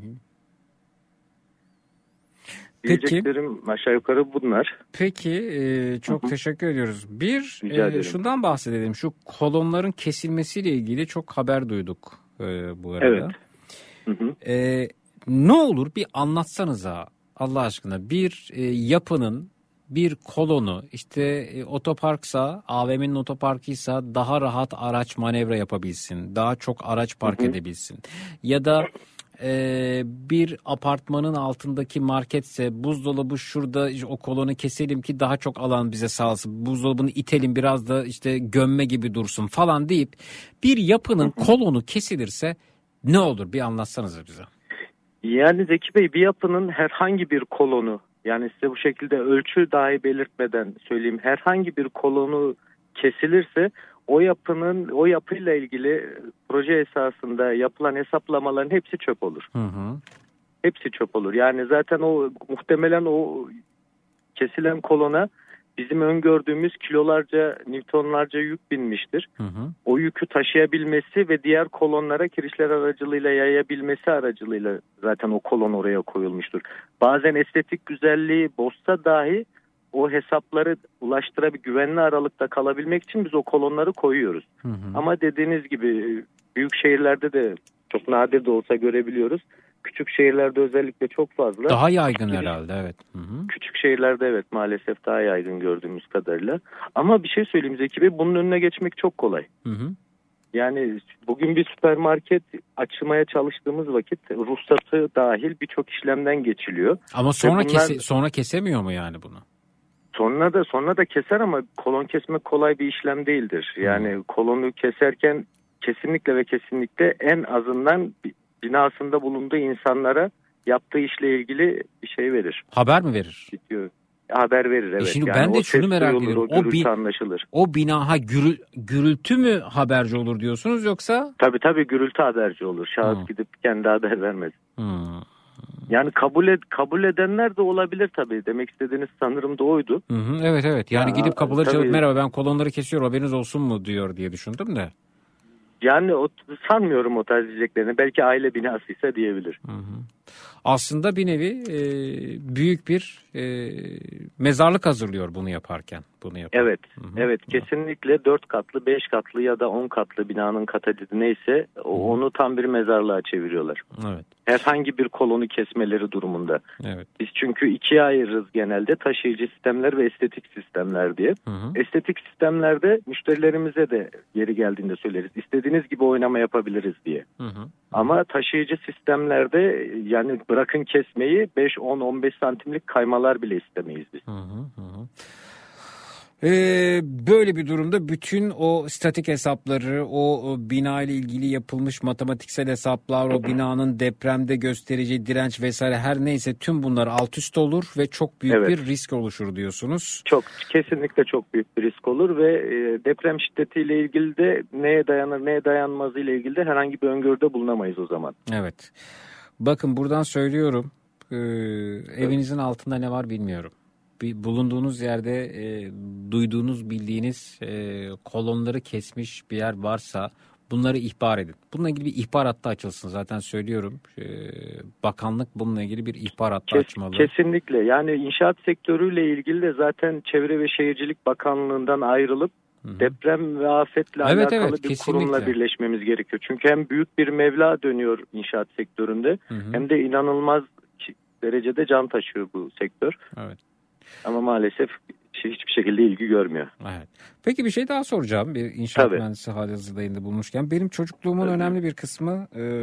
Diyeceklerim aşağı yukarı bunlar. Peki çok teşekkür ediyoruz. Şundan bahsedelim. Şu kolonların kesilmesiyle ilgili çok haber duyduk bu arada. Evet. Ne olur bir anlatsanıza Allah aşkına, bir yapının bir kolonu işte otoparksa, AVM'nin otoparkıysa daha rahat araç manevra yapabilsin, daha çok araç park edebilsin ya da bir apartmanın altındaki marketse buzdolabı şurada, o kolonu keselim ki daha çok alan bize sağlasın, buzdolabını itelim biraz da işte gömme gibi dursun falan deyip bir yapının kolonu kesilirse ne olur bir anlatsanıza bize. Yani Zeki Bey, bir yapının herhangi bir kolonu, yani size bu şekilde ölçü dahi belirtmeden söyleyeyim, herhangi bir kolonu kesilirse o yapıyla ilgili proje esasında yapılan hesaplamaların hepsi çöp olur. Hepsi çöp olur. Yani zaten muhtemelen o kesilen kolona bizim öngördüğümüz kilolarca, newtonlarca yük binmiştir. O yükü taşıyabilmesi ve diğer kolonlara kirişler aracılığıyla yayabilmesi aracılığıyla zaten o kolon oraya koyulmuştur. Bazen estetik güzelliği bozsa dahi o hesapları güvenli aralıkta kalabilmek için biz o kolonları koyuyoruz. Ama dediğiniz gibi büyük şehirlerde de çok nadir de olsa görebiliyoruz. Küçük şehirlerde özellikle çok fazla. Daha yaygın herhalde, evet. Küçük şehirlerde evet, maalesef daha yaygın gördüğümüz kadarıyla. Ama bir şey söyleyeyim Zeki Bey, bunun önüne geçmek çok kolay. Yani bugün bir süpermarket açmaya çalıştığımız vakit ruhsatı dahil birçok işlemden geçiliyor. Ama sonra kesemiyor mu yani bunu? Sonra da keser ama kolon kesmek kolay bir işlem değildir. Yani kolonu keserken kesinlikle en azından binasında bulunduğu insanlara yaptığı işle ilgili bir şey verir. Haber mi verir? Bitiyor. Haber verir, evet. Şimdi ben de şunu merak ediyorum. Anlaşılır. O bina gürültü mü haberci olur diyorsunuz yoksa? Tabii gürültü haberci olur. Şahıs gidip kendi haber vermez. Yani kabul edenler de olabilir tabii. Demek istediğiniz sanırım da oydu. Evet. Yani gidip kapıları çalıp merhaba ben kolonları kesiyorum haberiniz olsun mu diyor diye düşündüm de. Yani sanmıyorum o tarz diyeceklerini. Belki aile binasıysa diyebilir. Aslında bir nevi büyük bir mezarlık hazırlıyor bunu yaparken. Evet, evet kesinlikle 4 katlı, 5 katlı ya da 10 katlı binanın kat edidi neyse onu tam bir mezarlığa çeviriyorlar. Evet. Herhangi bir kolonu kesmeleri durumunda. Evet. Biz çünkü ikiye ayırırız genelde, taşıyıcı sistemler ve estetik sistemler diye. Estetik sistemlerde müşterilerimize de yeri geldiğinde söyleriz. İstediğiniz gibi oynama yapabiliriz diye. Ama taşıyıcı sistemlerde yani bırakın kesmeyi 5, 10, 15 santimlik kaymalar bile istemeyiz biz. Böyle bir durumda bütün o statik hesapları, o bina ile ilgili yapılmış matematiksel hesaplar, o binanın depremde göstereceği direnç vesaire her neyse tüm bunlar alt üst olur ve çok büyük bir risk oluşur diyorsunuz. Kesinlikle çok büyük bir risk olur ve deprem şiddetiyle ilgili de neye dayanır neye dayanmaz ile ilgili de herhangi bir öngörüde bulunamayız o zaman. Evet. Bakın buradan söylüyorum, evinizin altında ne var bilmiyorum. Bulunduğunuz yerde duyduğunuz, bildiğiniz kolonları kesmiş bir yer varsa bunları ihbar edin. Bununla ilgili bir ihbar hattı açılsın. Zaten söylüyorum. Bakanlık bununla ilgili bir ihbar hattı açmalı. Kesinlikle. Yani inşaat sektörüyle ilgili de zaten Çevre ve Şehircilik Bakanlığı'ndan ayrılıp deprem ve afetle alakalı bir kesinlikle. kurumla birleşmemiz gerekiyor. Çünkü hem büyük bir meblağ dönüyor inşaat sektöründe hem de inanılmaz derecede can taşıyor bu sektör. Evet. Ama maalesef hiçbir şekilde ilgi görmüyor. Evet. Peki bir şey daha soracağım. Bir inşaat mühendisi halihazırdayında bulmuşken. Benim çocukluğumun önemli bir kısmı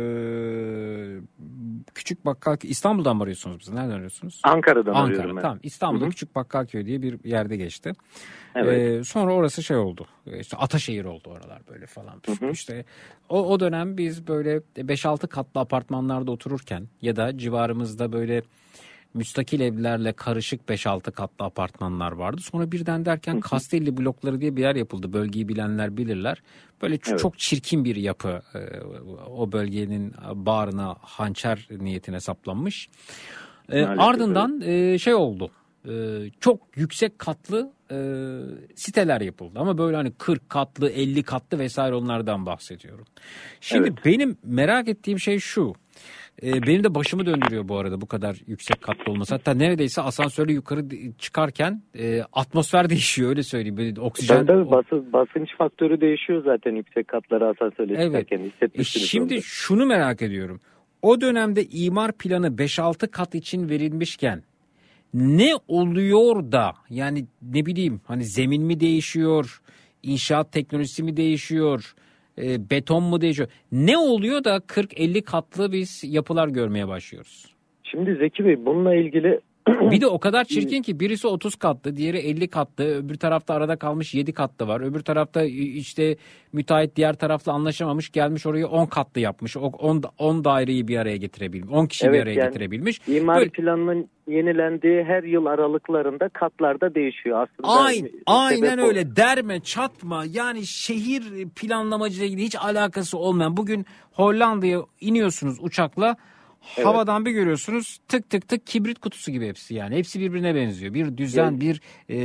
Küçük Bakkalköy. İstanbul'dan mı arıyorsunuz bizi? Nereden arıyorsunuz? Ankara'dan arıyorum ben. Tamam. İstanbul'da Küçük Bakkalköy diye bir yerde geçti. Evet. Sonra orası şey oldu. İşte Ataşehir oldu oralar böyle falan. İşte o dönem biz böyle 5-6 katlı apartmanlarda otururken ya da civarımızda böyle müstakil evlerle karışık 5-6 katlı apartmanlar vardı. Sonra birden derken Kastelli blokları diye bir yer yapıldı. Bölgeyi bilenler bilirler. Böyle çok çirkin bir yapı. O bölgenin bağrına hançer niyetine saplanmış. Ardından şey oldu. Çok yüksek katlı siteler yapıldı. Ama böyle hani 40 katlı, 50 katlı vesaire onlardan bahsediyorum. Şimdi benim merak ettiğim şey şu. Benim de başımı döndürüyor bu arada bu kadar yüksek katlı olması. Hatta neredeyse asansörle yukarı çıkarken atmosfer değişiyor, öyle söyleyeyim. Böyle oksijen. Basınç faktörü değişiyor zaten yüksek katlara asansörle çıkarken. Şimdi şunu merak ediyorum. O dönemde imar planı 5-6 kat için verilmişken ne oluyor da, yani ne bileyim, hani zemin mi değişiyor, inşaat teknolojisi mi değişiyor, beton mu değişiyor? Ne oluyor da 40-50 katlı biz yapılar görmeye başlıyoruz? Şimdi Zeki Bey, bununla ilgili bir de o kadar çirkin ki birisi 30 katlı, diğeri 50 katlı, öbür tarafta arada kalmış 7 katlı var. Öbür tarafta işte müteahhit diğer tarafla anlaşamamış, gelmiş orayı 10 katlı yapmış. 10 daireyi bir araya getirebilmiş. 10 kişi bir araya getirebilmiş. İmar planının yenilendiği her yıl aralıklarında katlarda değişiyor aslında. Aynen öyle. Derme, çatma, yani şehir planlamacıyla ilgili hiç alakası olmayan. Bugün Hollanda'ya iniyorsunuz uçakla. Havadan bir görüyorsunuz, tık tık tık kibrit kutusu gibi hepsi yani. Hepsi birbirine benziyor. Bir düzen, bir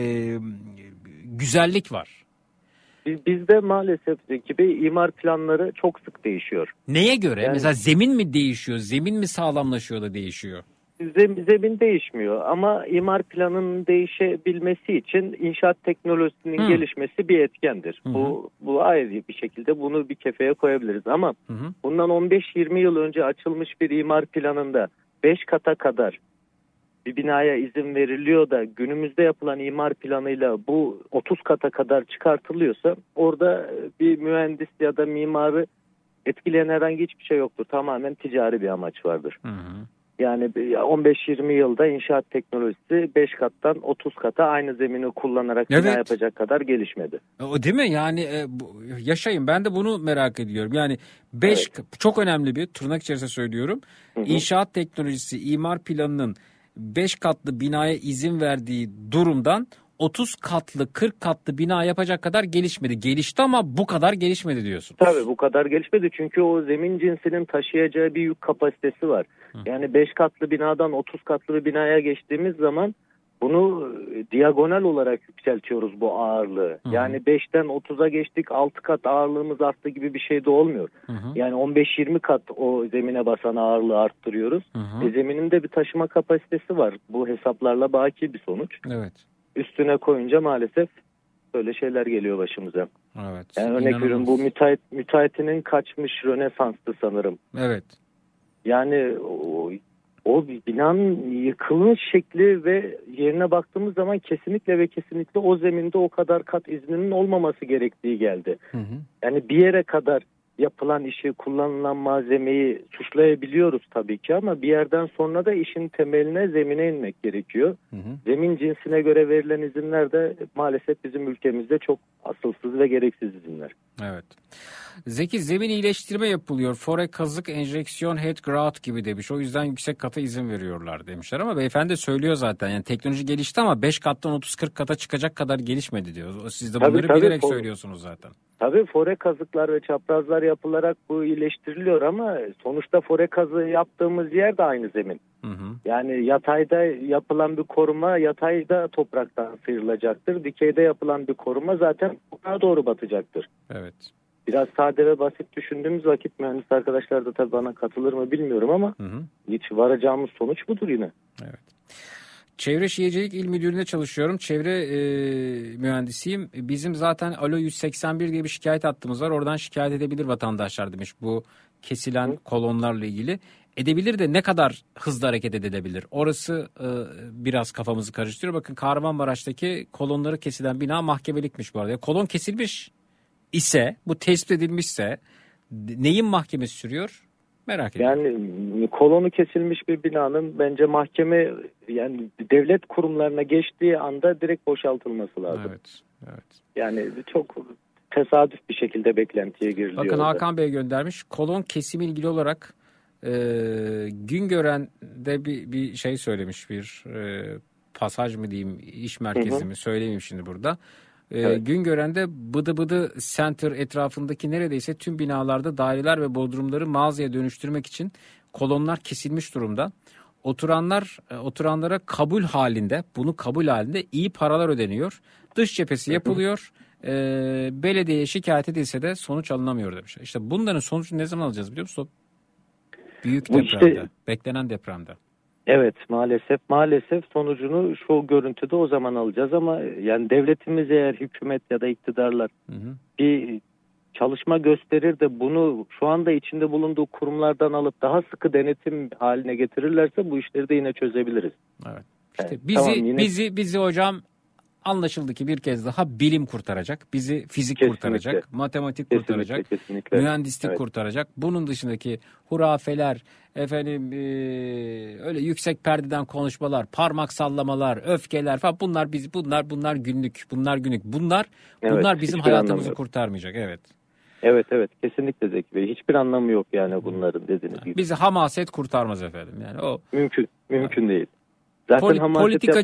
güzellik var. Bizde maalesef Zeki Bey imar planları çok sık değişiyor. Neye göre? Yani, mesela zemin mi değişiyor? Zemin mi sağlamlaşıyor da değişiyor? Zemin değişmiyor ama imar planının değişebilmesi için inşaat teknolojisinin gelişmesi bir etkendir. Bu ayrı bir şekilde bunu bir kefeye koyabiliriz ama bundan 15-20 yıl önce açılmış bir imar planında 5 kata kadar bir binaya izin veriliyor da günümüzde yapılan imar planıyla bu 30 kata kadar çıkartılıyorsa orada bir mühendis ya da mimarı etkileyen herhangi hiçbir şey yoktur. Tamamen ticari bir amaç vardır. Yani 15-20 yılda inşaat teknolojisi 5 kattan 30 kata aynı zemini kullanarak bina yapacak kadar gelişmedi. O değil mi? Yani yaşayın. Ben de bunu merak ediyorum. Yani 5 çok önemli bir, tırnak içerisinde söylüyorum. İnşaat teknolojisi, imar planının 5 katlı binaya izin verdiği durumdan 30 katlı, 40 katlı bina yapacak kadar gelişmedi. Gelişti ama bu kadar gelişmedi diyorsun. Tabii bu kadar gelişmedi çünkü o zemin cinsinin taşıyacağı bir yük kapasitesi var. Yani 5 katlı binadan 30 katlı bir binaya geçtiğimiz zaman bunu diagonal olarak yükseltiyoruz bu ağırlığı. Yani 5'ten 30'a geçtik, 6 kat ağırlığımız arttı gibi bir şey de olmuyor. Yani 15-20 kat o zemine basan ağırlığı arttırıyoruz. Zeminin de bir taşıma kapasitesi var. Bu hesaplarla baki bir sonuç. Evet. Üstüne koyunca maalesef böyle şeyler geliyor başımıza. Evet. Yani örnek veriyorum, bu müteahhitinin kaçmış Rönesans'tı sanırım. Evet. Yani o binanın yıkılmış şekli ve yerine baktığımız zaman kesinlikle ve kesinlikle o zeminde o kadar kat izninin olmaması gerektiği geldi. Yani bir yere kadar yapılan işi, kullanılan malzemeyi suçlayabiliyoruz tabii ki ama bir yerden sonra da işin temeline, zemine inmek gerekiyor. Zemin cinsine göre verilen izinler de maalesef bizim ülkemizde çok asılsız ve gereksiz izinler. Evet. Zeki, zemin iyileştirme yapılıyor. Fore, kazık, enjeksiyon, head grout gibi demiş. O yüzden yüksek kata izin veriyorlar demişler ama beyefendi söylüyor zaten. Yani teknoloji gelişti ama 5 kattan 30-40 kata çıkacak kadar gelişmedi diyor. Siz de bunları bilerek söylüyorsunuz zaten. Tabii fore kazıklar ve çaprazlar yapılarak bu iyileştiriliyor ama sonuçta fore kazığı yaptığımız yer de aynı zemin. Yani yatayda yapılan bir koruma yatayda topraktan sıyrılacaktır. Dikeyde yapılan bir koruma zaten toprağa doğru batacaktır. Evet. Biraz sade ve basit düşündüğümüz vakit mühendis arkadaşlar da tabii bana katılır mı bilmiyorum ama hiç varacağımız sonuç budur yine. Evet. Çevre Şehircilik İl Müdürlüğü'nde çalışıyorum. Çevre mühendisiyim. Bizim zaten Alo 181 diye bir şikayet hattımız var. Oradan şikayet edebilir vatandaşlar demiş bu kesilen kolonlarla ilgili. Edebilir de ne kadar hızlı hareket edebilir? Orası biraz kafamızı karıştırıyor. Bakın Kahramanmaraş'taki kolonları kesilen bina mahkemelikmiş bu arada. Kolon kesilmiş ise, bu tespit edilmişse neyin mahkemesi sürüyor? Merak ediyorum. Yani kolonu kesilmiş bir binanın bence mahkeme, yani devlet kurumlarına geçtiği anda direkt boşaltılması lazım. Evet, evet. Yani çok tesadüf bir şekilde beklentiye giriliyor. Bakın Hakan Bey göndermiş. Kolon kesimi ilgili olarak Güngören'de bir şey söylemiş, bir pasaj mı diyeyim, iş merkezi mi söyleyeyim şimdi burada. Evet. Güngören'de Bıdı Bıdı Center etrafındaki neredeyse tüm binalarda daireler ve bodrumları mağazaya dönüştürmek için kolonlar kesilmiş durumda. Oturanlara kabul halinde iyi paralar ödeniyor. Dış cephesi yapılıyor. Belediyeye şikayet edilse de sonuç alınamıyor demiş. İşte bunların sonucunu ne zaman alacağız biliyor musun? Büyük depremde, beklenen depremde. Evet, maalesef sonucunu şu görüntüde o zaman alacağız ama yani devletimiz eğer hükümet ya da iktidarlar bir çalışma gösterir de bunu şu anda içinde bulunduğu kurumlardan alıp daha sıkı denetim haline getirirlerse bu işleri de yine çözebiliriz. Evet. İşte bizi hocam anlaşıldı ki bir kez daha bilim kurtaracak, bizi fizik kurtaracak, matematik kurtaracak, mühendislik kurtaracak. Bunun dışındaki hurafeler, öyle yüksek perdeden konuşmalar, parmak sallamalar, öfkeler falan bunlar günlük. Bunlar bizim hayatımızı kurtarmayacak. Evet. Evet kesinlikle Zeki Bey. Hiçbir anlamı yok yani bunların dediğiniz gibi. Bizi hamaset kurtarmaz efendim. Yani o mümkün değil. Zaten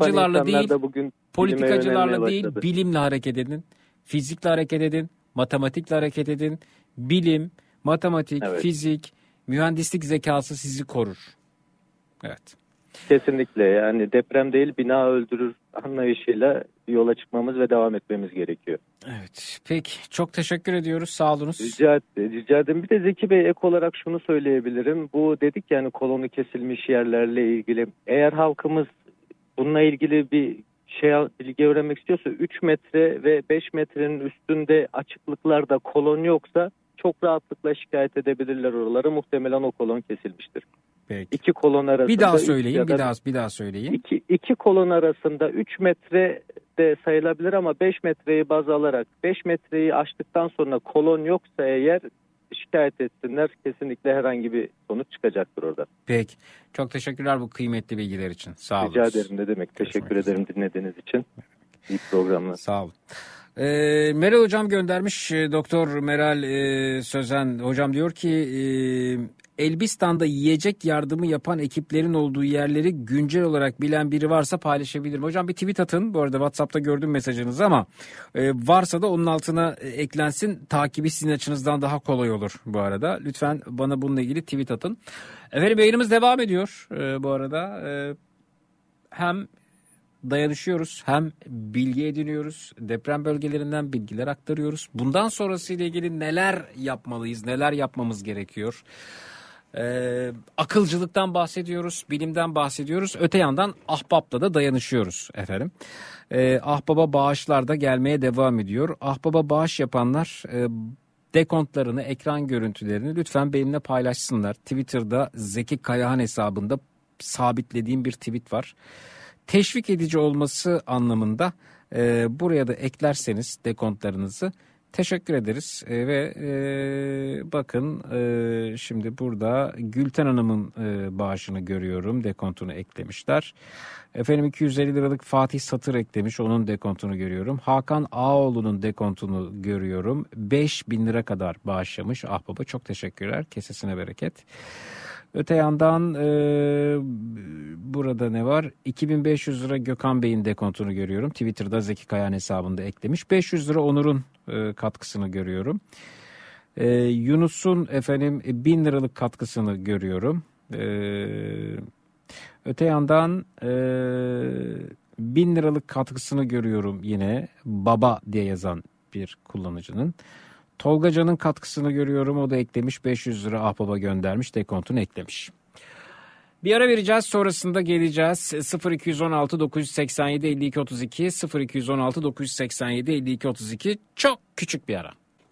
politikacılarla değil, bilimle hareket edin, fizikle hareket edin, matematikle hareket edin. Bilim, matematik, fizik, mühendislik zekası sizi korur. Evet. Kesinlikle, yani deprem değil bina öldürür anlayışıyla yola çıkmamız ve devam etmemiz gerekiyor. Evet. Peki, çok teşekkür ediyoruz. Sağ olunuz. Rica ederim. Bir de Zeki Bey ek olarak şunu söyleyebilirim. Bu dedik yani kolonu kesilmiş yerlerle ilgili. Eğer halkımız bununla ilgili bir bilgi öğrenmek istiyorsa 3 metre ve 5 metrenin üstünde açıklıklarda kolon yoksa çok rahatlıkla şikayet edebilirler oraları. Muhtemelen o kolon kesilmiştir. Peki. İki kolon arasında. Bir daha söyleyeyim. İki kolon arasında 3 metre de sayılabilir ama 5 metreyi baz alarak 5 metreyi aştıktan sonra kolon yoksa eğer şikayet etsinler. Kesinlikle herhangi bir sonuç çıkacaktır orada. Peki. Çok teşekkürler bu kıymetli bilgiler için. Sağ olun. Rica ederim, ne demek. Teşekkür ederim dinlediğiniz için. İyi programlar. Sağ olun. Meral Hocam göndermiş. Doktor Meral Sözen Hocam diyor ki Elbistan'da yiyecek yardımı yapan ekiplerin olduğu yerleri güncel olarak bilen biri varsa paylaşabilirim. Hocam bir tweet atın. Bu arada WhatsApp'ta gördüm mesajınızı ama varsa da onun altına eklensin. Takibi sizin açınızdan daha kolay olur bu arada. Lütfen bana bununla ilgili tweet atın. Efendim yayınımız devam ediyor bu arada. Hem dayanışıyoruz hem bilgi ediniyoruz. Deprem bölgelerinden bilgiler aktarıyoruz. Bundan sonrasıyla ilgili neler yapmalıyız, neler yapmamız gerekiyor? Akılcılıktan bahsediyoruz, bilimden bahsediyoruz. Öte yandan Ahbap'la da dayanışıyoruz efendim. Ahbap'a bağışlar da gelmeye devam ediyor. Ahbap'a bağış yapanlar dekontlarını, ekran görüntülerini lütfen benimle paylaşsınlar. Twitter'da Zeki Kayahan hesabında sabitlediğim bir tweet var. Teşvik edici olması anlamında buraya da eklerseniz dekontlarınızı teşekkür ederiz. Ve bakın şimdi burada Gülten Hanım'ın bağışını görüyorum. Dekontunu eklemişler. Efendim 250 liralık Fatih Satır eklemiş. Onun dekontunu görüyorum. Hakan Ağoğlu'nun dekontunu görüyorum. 5.000 lira kadar bağışlamış Ahbap'a. Çok teşekkürler. Kesesine bereket. Öte yandan burada ne var? 2500 lira Gökhan Bey'in dekontunu görüyorum. Twitter'da Zeki Kayan hesabında eklemiş. 500 lira Onur'un katkısını görüyorum. Yunus'un 1000 liralık katkısını görüyorum. Öte yandan 1000 liralık katkısını görüyorum yine. Baba diye yazan bir kullanıcının. Tolga Can'ın katkısını görüyorum. O da eklemiş. 500 lira Ahbaba göndermiş. Dekontunu eklemiş. Bir ara vereceğiz. Sonrasında geleceğiz. 0216 987 52 32 0216 987 52 32 çok küçük bir ara.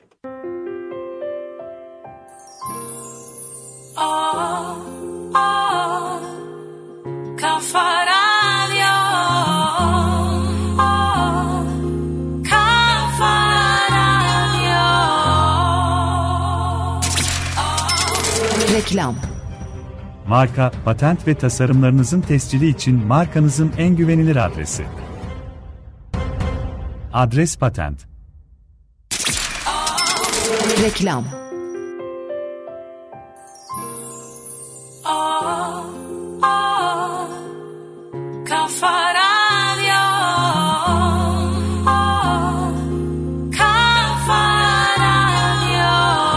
Kafa Radyo, Kafa Radyo. Reklam. Marka, patent ve tasarımlarınızın tescili için markanızın en güvenilir adresi. Adres Patent. Reklam. Kafa Radyo, Kafa Radyo.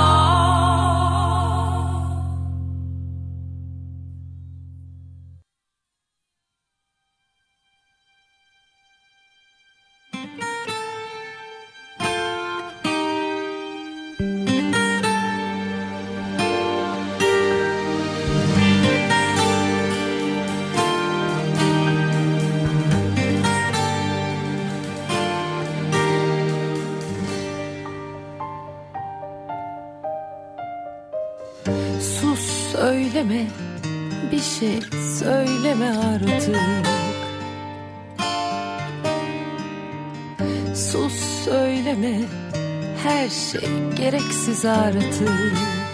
Sus söyleme, bir şey söyleme artık. Sus söyleme, her şey gereksiz artık.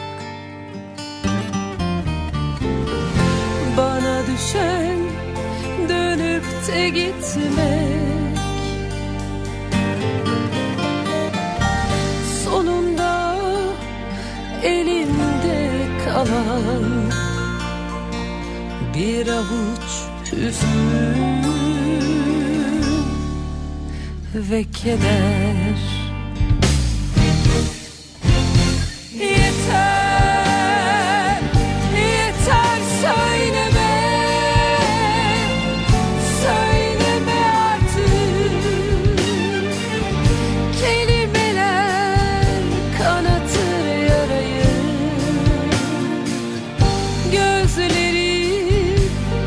Bana düşen dönüp de gitmek. Sonunda elimde kalan bir avuç hüzün ve keder. Yeter, yeter söyleme, söyleme artık. Kelimeler kanatır yarayı. Gözleri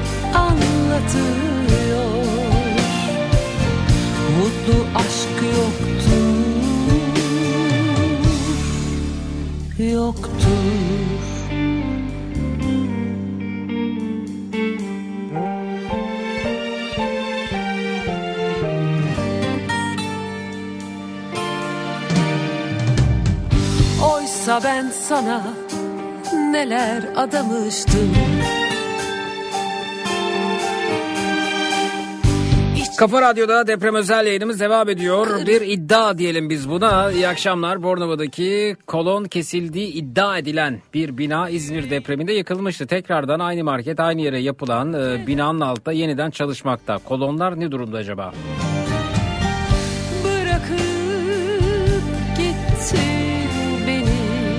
anlatıyor. Mutlu aşk yoktur, yoktur. Oysa ben sana neler adamıştım. Kafa Radyo'da deprem özel yayınımız devam ediyor. Bir iddia diyelim biz buna. İyi akşamlar. Bornova'daki kolon kesildiği iddia edilen bir bina İzmir depreminde yıkılmıştı. Tekrardan aynı market, aynı yere yapılan binanın altında yeniden çalışmakta. Kolonlar ne durumda acaba? Bırakıp gitti beni.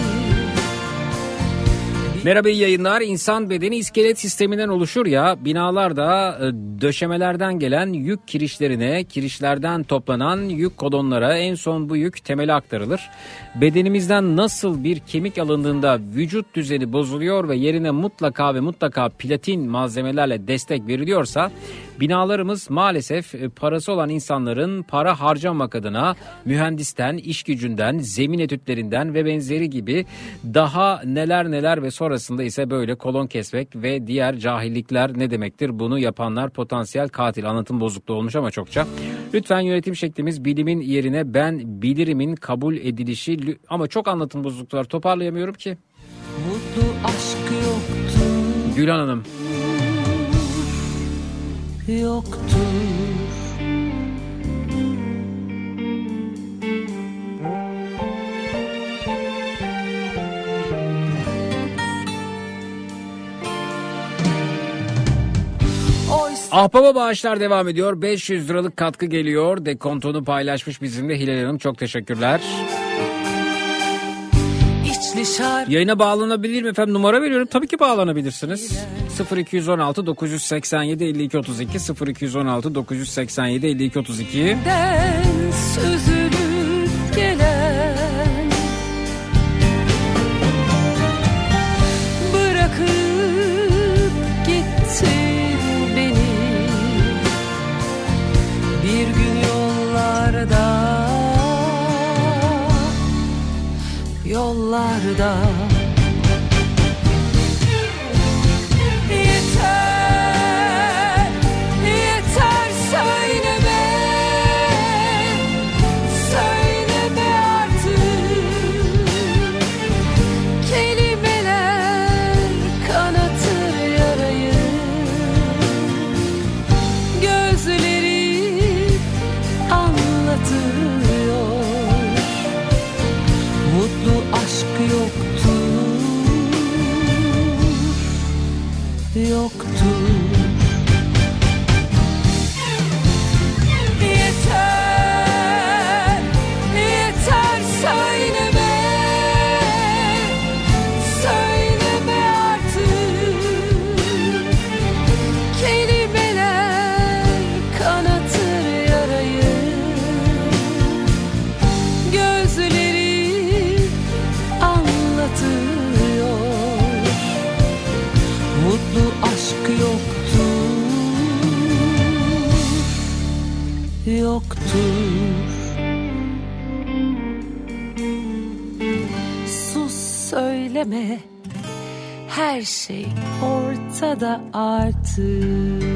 Merhaba, iyi yayınlar. İnsan bedeni iskelet sisteminden oluşur ya, binalarda döşemelerden gelen yük kirişlerine, kirişlerden toplanan yük kolonlara, en son bu yük temele aktarılır. Bedenimizden nasıl bir kemik alındığında vücut düzeni bozuluyor ve yerine mutlaka ve mutlaka platin malzemelerle destek veriliyorsa, binalarımız maalesef parası olan insanların para harcamak adına mühendisten, iş gücünden, zemin etütlerinden ve benzeri gibi daha neler ve sonrasında ise böyle kolon kesmek ve diğer cahillikler ne demektir? Bunu yapanlar potansiyel katil. Anlatım bozukluğu olmuş ama çokça. Lütfen yönetim şeklimiz bilimin yerine ben bilirimin kabul edilişi, ama çok anlatım bozukluğu var, toparlayamıyorum ki. Mutlu aşk yoktur. Gülhan Hanım. Yoktur. Ahbaba bağışlar devam ediyor. 500 liralık katkı geliyor. Dekontunu paylaşmış bizimle Hilal Hanım. Çok teşekkürler. Yayına bağlanabilir mi efendim? Numara veriyorum. Tabii ki bağlanabilirsiniz. 0216 987 52 32 0216 987 52 32. Süzülüp gelen yollarda. Yeter söyleme, söyleme artık. Kelimeler kanatır yarayı, gözleri anlatıyor. Mutlu aşk yoktur. Yeter söyleme, söyleme artık. Kelimeler kanatır yarayı, gözleri anlatıyor. Mutlu aşk yoktur. Sus söyleme, her şey ortada artık.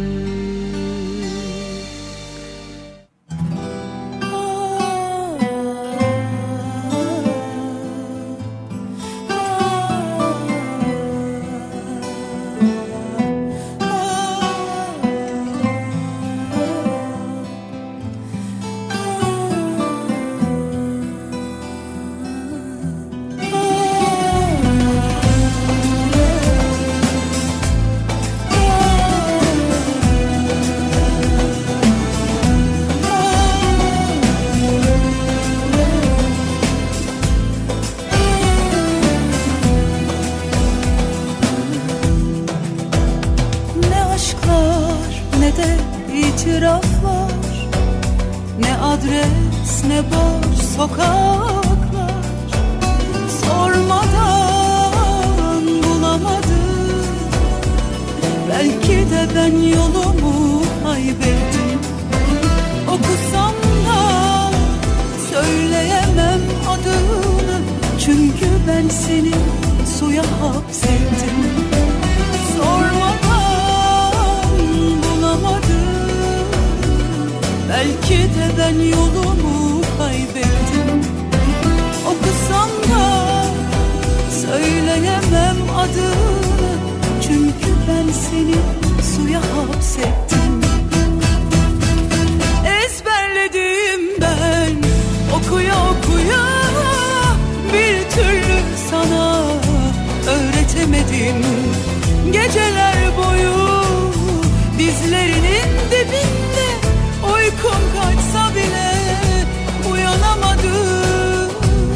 Ne adres ne boş sokaklar, sormadan bulamadım. Belki de ben yolumu kaybettim. Okusam da söyleyemem adını, çünkü ben seni suya hapsettim. Sormadan bulamadım. Belki de ben yolumu kaybettim. Okusam da söyleyemem adını, çünkü ben seni suya hapsettim. Ezberledim ben okuya okuya, bir türlü sana öğretemedim. Geceler boyu dizlerinin dibinde, uykum kaçsa bile uyanamadım.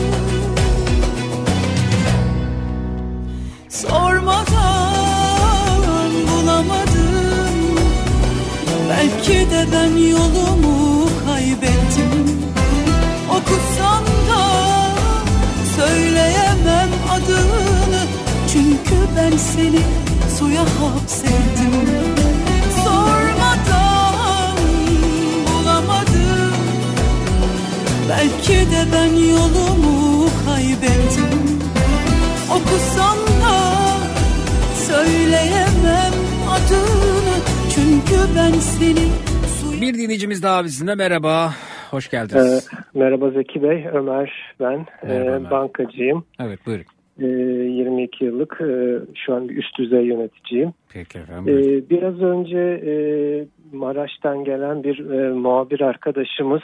Sormadan bulamadım. Belki de ben yolumu kaybettim. Okusam da söyleyemem adını, çünkü ben seni suya hapsettim. Sormadan bulamadım. Belki de ben yolumu kaybettim. Okusam da söyleyemem adını, çünkü ben seni suya... Bir dinleyicimiz daha bizimle. Merhaba, hoş geldiniz. Merhaba Zeki Bey, Ömer ben. Merhaba, bankacıyım. Evet, buyurun. 22 yıllık şu an üst düzey yöneticiyim. Peki efendim. Biraz önce Maraş'tan gelen bir muhabir arkadaşımız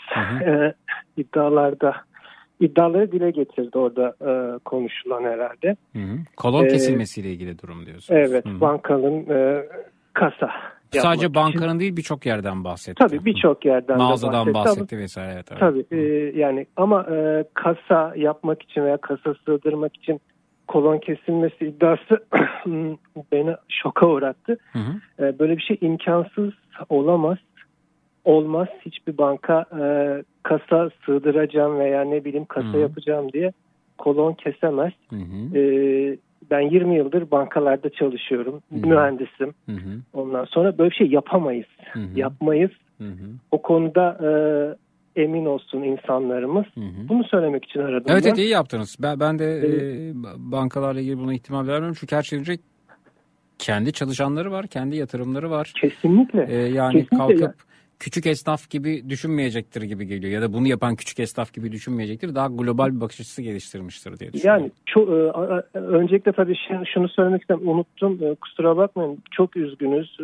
iddiaları dile getirdi orada konuşulan herhalde. Kolon kesilmesiyle ilgili durum diyorsunuz. Evet, bankanın kasa. Sadece bankanın için değil, birçok yerden bahsetti. Tabii birçok yerden mağazadan bahsetti vesaire. Tabii yani ama kasa yapmak için veya kasa sığdırmak için kolon kesilmesi iddiası beni şoka uğrattı. Böyle bir şey imkansız olmaz. Hiçbir banka kasa sığdıracağım veya ne bileyim kasa yapacağım diye kolon kesemez. Ben 20 yıldır bankalarda çalışıyorum. Mühendisim. Ondan sonra böyle bir şey yapamayız. Yapmayız. O konuda emin olsun insanlarımız. Bunu söylemek için aradım. Evet, evet, iyi yaptınız. Ben de bankalarla ilgili buna ihtimal vermiyorum. Çünkü her şeyin önce kendi çalışanları var, kendi yatırımları var. Kesinlikle. Yani kesinlikle kalkıp küçük esnaf gibi düşünmeyecektir gibi geliyor. Ya da bunu yapan küçük esnaf gibi düşünmeyecektir. Daha global bir bakış açısı geliştirmiştir diye düşünüyorum. Yani öncelikle tabii şunu söylemek istedim. Unuttum. Kusura bakmayın. Çok üzgünüz.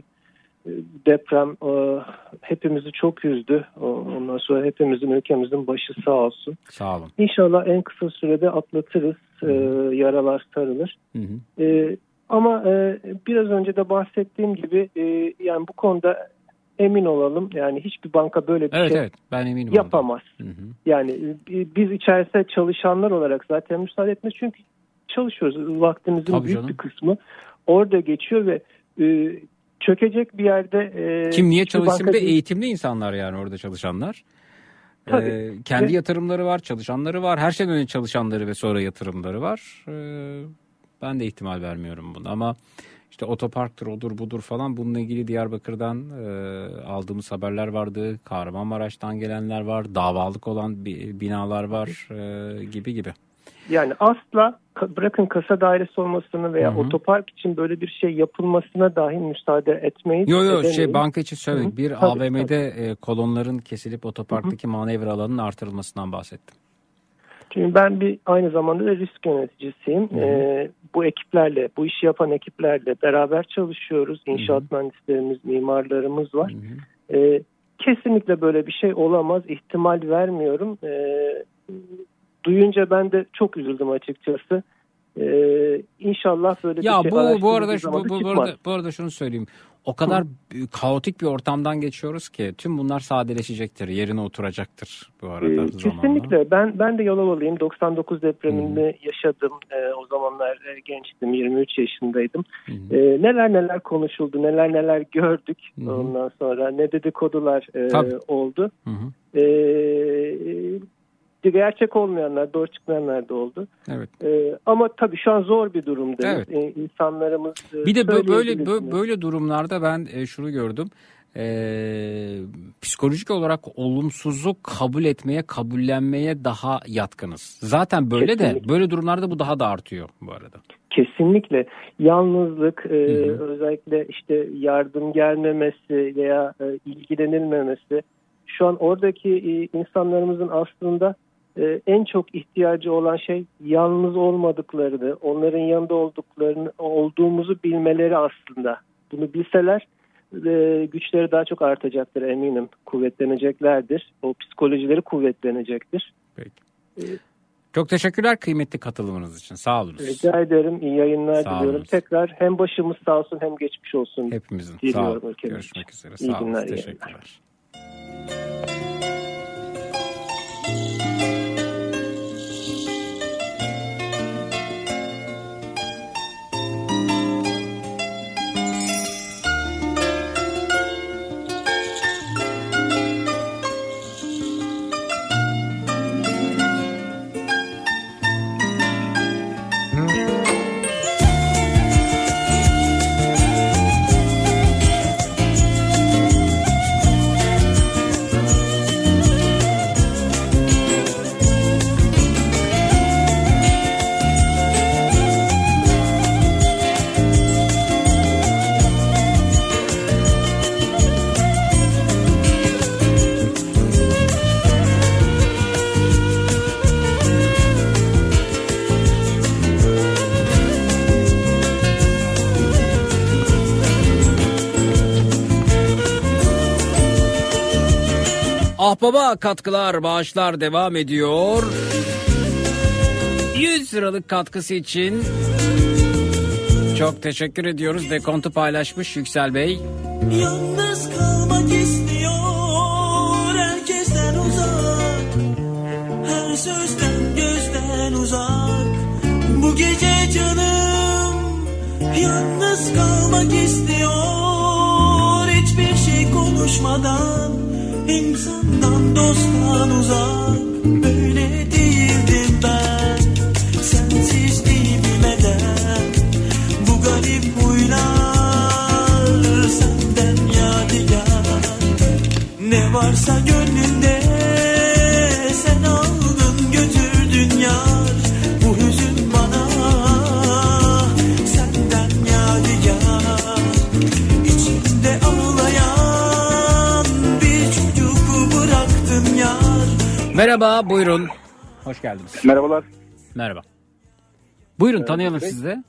Deprem hepimizi çok üzdü. Ondan sonra hepimizin, ülkemizin başı sağ olsun. Sağ olun. İnşallah en kısa sürede atlatırız. Yaralar sarılır. Ama biraz önce de bahsettiğim gibi yani bu konuda emin olalım. Yani hiçbir banka böyle bir şey ben eminim yapamaz. Yani biz içerisinde çalışanlar olarak zaten müsaade etmez. Çünkü çalışıyoruz. Vaktimizin büyük bir kısmı orada geçiyor ve çökecek bir yerde... Kim niye çalışsın? Bir de eğitimli insanlar yani orada çalışanlar. Kendi yatırımları var, çalışanları var. Her şeyden önce çalışanları ve sonra yatırımları var. Ben de ihtimal vermiyorum bunu ama işte otoparktır, odur budur falan, bununla ilgili Diyarbakır'dan aldığımız haberler vardı. Kahramanmaraş'tan gelenler var. Davalık olan binalar var gibi. Yani asla bırakın kasa dairesi olmasını veya otopark için böyle bir şey yapılmasına dahi müsaade etmeyiz. Banka için söyledik. Bir AVM'de kolonların kesilip otoparktaki manevra alanının artırılmasından bahsettim. Çünkü ben aynı zamanda da risk yöneticisiyim. Bu ekiplerle, bu işi yapan ekiplerle beraber çalışıyoruz. İnşaat mühendislerimiz, mimarlarımız var. Kesinlikle böyle bir şey olamaz. İhtimal vermiyorum. Duyunca ben de çok üzüldüm açıkçası. İnşallah böyle bir şey bu arada şunu söyleyeyim. O kadar kaotik bir ortamdan geçiyoruz ki tüm bunlar sadeleşecektir, yerine oturacaktır bu arada. Kesinlikle. Ben de Yalovalıyım. 99 depremini yaşadım. O zamanlar gençtim, 23 yaşındaydım. Neler konuşuldu, neler gördük. Ondan sonra ne dedikodular oldu. Gerçek olmayanlar, doğru çıkmayanlar da oldu. Evet. Ama tabii şu an zor bir durumdayız. Evet. İnsanlarımız... Bir de böyle durumlarda ben şunu gördüm. Psikolojik olarak olumsuzu kabul etmeye, kabullenmeye daha yatkınız. Zaten böyle kesinlikle. De böyle durumlarda bu daha da artıyor bu arada. Kesinlikle. Yalnızlık, özellikle işte yardım gelmemesi veya ilgilenilmemesi. Şu an oradaki insanlarımızın aslında en çok ihtiyacı olan şey yalnız olmadıklarını, onların yanında olduğumuzu bilmeleri aslında. Bunu bilseler güçleri daha çok artacaktır eminim. Kuvvetleneceklerdir. O psikolojileri kuvvetlenecektir. Peki. Çok teşekkürler kıymetli katılımınız için. Sağ olun. Rica ederim. İyi yayınlar diliyorum. Tekrar hem başımız sağ olsun hem geçmiş olsun. Hepimizin. Sağ olun. Görüşmek üzere. Sağ olun. Teşekkürler. Ahbaba katkılar, bağışlar devam ediyor. 100 liralık katkısı için çok teşekkür ediyoruz. Dekontu paylaşmış Yüksel Bey. Yalnız kalmak istiyor, herkesten uzak, her sözden gözden uzak. Bu gece canım yalnız kalmak istiyor, hiçbir şey konuşmadan, insandan dosttan uzak. Böyle değildim ben, sensizliği bilmeden. Bu garip huylar senden yadigar. Ne varsa gönlünde Merhaba, buyurun. Hoş geldiniz. Merhabalar. Merhaba. Buyurun, tanıyalım sizi de.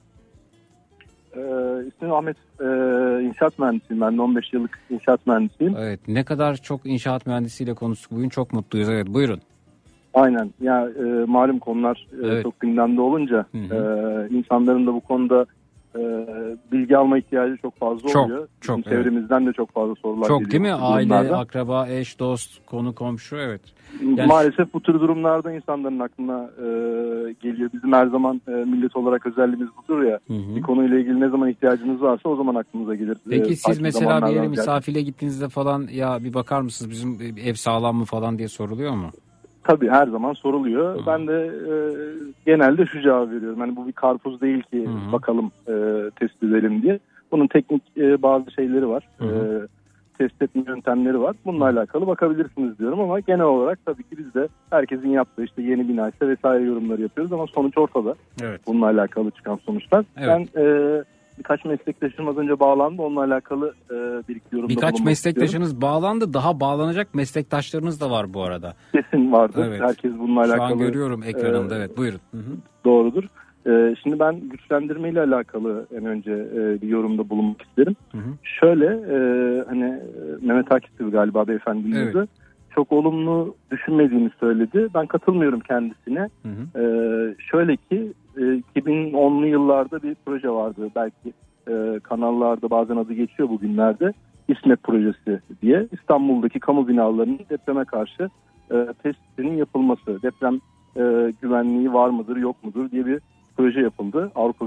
İsmim Ahmet. İnşaat mühendisiyim ben. 15 yıllık inşaat mühendisiyim. Evet, ne kadar çok inşaat mühendisiyle konuştuk bugün, çok mutluyuz. Evet, buyurun. Aynen. Ya malum konular çok gündemde olunca insanların da bu konuda bilgi alma ihtiyacı çok fazla oluyor. Çok. Çevremizden de çok fazla sorular geliyor. Çok değil mi? Aile, akraba, eş, dost, konu, komşu, evet. Yani maalesef bu tür durumlarda insanların aklına geliyor. Bizim her zaman millet olarak özelliğimiz budur ya. Bir konuyla ilgili ne zaman ihtiyacınız varsa o zaman aklınıza gelir. Peki siz mesela bir yere misafirliğe gittiğinizde falan ya bir bakar mısınız bizim ev sağlam mı falan diye soruluyor mu? Tabii her zaman soruluyor. Ben de genelde şu cevabı veriyorum. Hani bu bir karpuz değil ki bakalım test edelim diye. Bunun teknik bazı şeyleri var. Test etme yöntemleri var. Bununla alakalı bakabilirsiniz diyorum ama genel olarak tabii ki biz de herkesin yaptığı işte yeni bina ise vesaire yorumları yapıyoruz ama sonuç ortada. Evet. Bununla alakalı çıkan sonuçlar. Evet. Ben birkaç meslektaşım az önce bağlandı. Onunla alakalı bir iki yorumda birkaç meslektaşınız bağlandı. Daha bağlanacak meslektaşlarınız da var bu arada. Kesin vardır. Evet. Herkes bununla alakalı. Şu an görüyorum ekranımda. Evet, buyurun. Doğrudur. Şimdi ben güçlendirme ile alakalı en önce bir yorumda bulunmak isterim. Şöyle hani Mehmet Akif galiba beyefendimizde çok olumlu düşünmediğini söyledi. Ben katılmıyorum kendisine. Şöyle ki 2010'lu yıllarda bir proje vardı. Belki kanallarda bazen adı geçiyor bugünlerde. İSMET projesi diye. İstanbul'daki kamu binalarının depreme karşı testinin yapılması. Deprem güvenliği var mıdır yok mudur diye bir proje yapıldı. Avrupa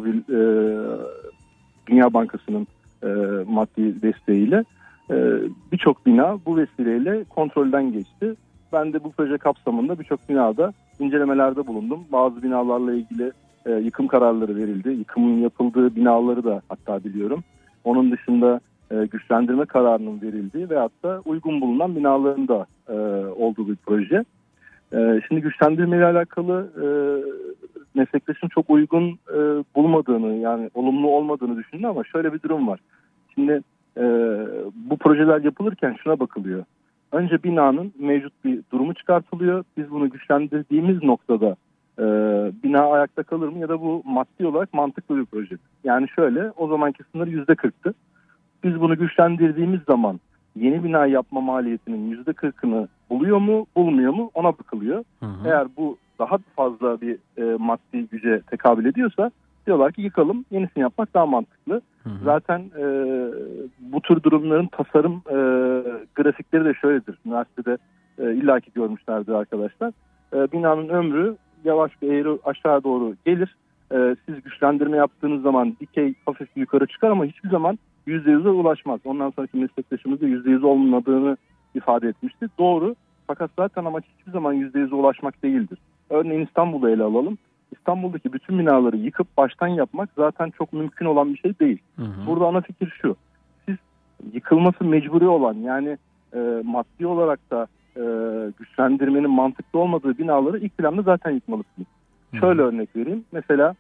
Dünya Bankası'nın maddi desteğiyle. Birçok bina bu vesileyle kontrolden geçti. Ben de bu proje kapsamında birçok binada incelemelerde bulundum. Bazı binalarla ilgili yıkım kararları verildi. Yıkımın yapıldığı binaları da hatta biliyorum. Onun dışında güçlendirme kararının verildiği ve hatta uygun bulunan binaların da olduğu bir proje. Şimdi güçlendirme ile alakalı meslektaşın çok uygun bulmadığını, yani olumlu olmadığını düşündü ama şöyle bir durum var. Şimdi bu projeler yapılırken şuna bakılıyor. Önce binanın mevcut bir durumu çıkartılıyor. Biz bunu güçlendirdiğimiz noktada bina ayakta kalır mı ya da bu maddi olarak mantıklı bir proje. Yani şöyle, o zamanki sınır %40'tı. Biz bunu güçlendirdiğimiz zaman yeni bina yapma maliyetinin %40'ını buluyor mu, bulmuyor mu ona bakılıyor. Eğer bu daha fazla bir maddi güce tekabül ediyorsa diyorlar ki yıkalım, yenisini yapmak daha mantıklı. Zaten bu tür durumların tasarım grafikleri de şöyledir. Üniversitede illaki görmüşlerdir arkadaşlar. Binanın ömrü yavaş bir eğri aşağı doğru gelir. Siz güçlendirme yaptığınız zaman dikey hafif yukarı çıkar ama hiçbir zaman %100'e ulaşmaz. Ondan sonraki meslektaşımız da %100 olmadığını ifade etmişti. Doğru. Fakat zaten amaç hiçbir zaman %100'e ulaşmak değildir. Örneğin İstanbul'u ele alalım. İstanbul'daki bütün binaları yıkıp baştan yapmak zaten çok mümkün olan bir şey değil. Burada ana fikir şu. Siz yıkılması mecburi olan, yani maddi olarak da güçlendirmenin mantıklı olmadığı binaları ilk planda zaten yıkmalısınız. Şöyle örnek vereyim. Mesela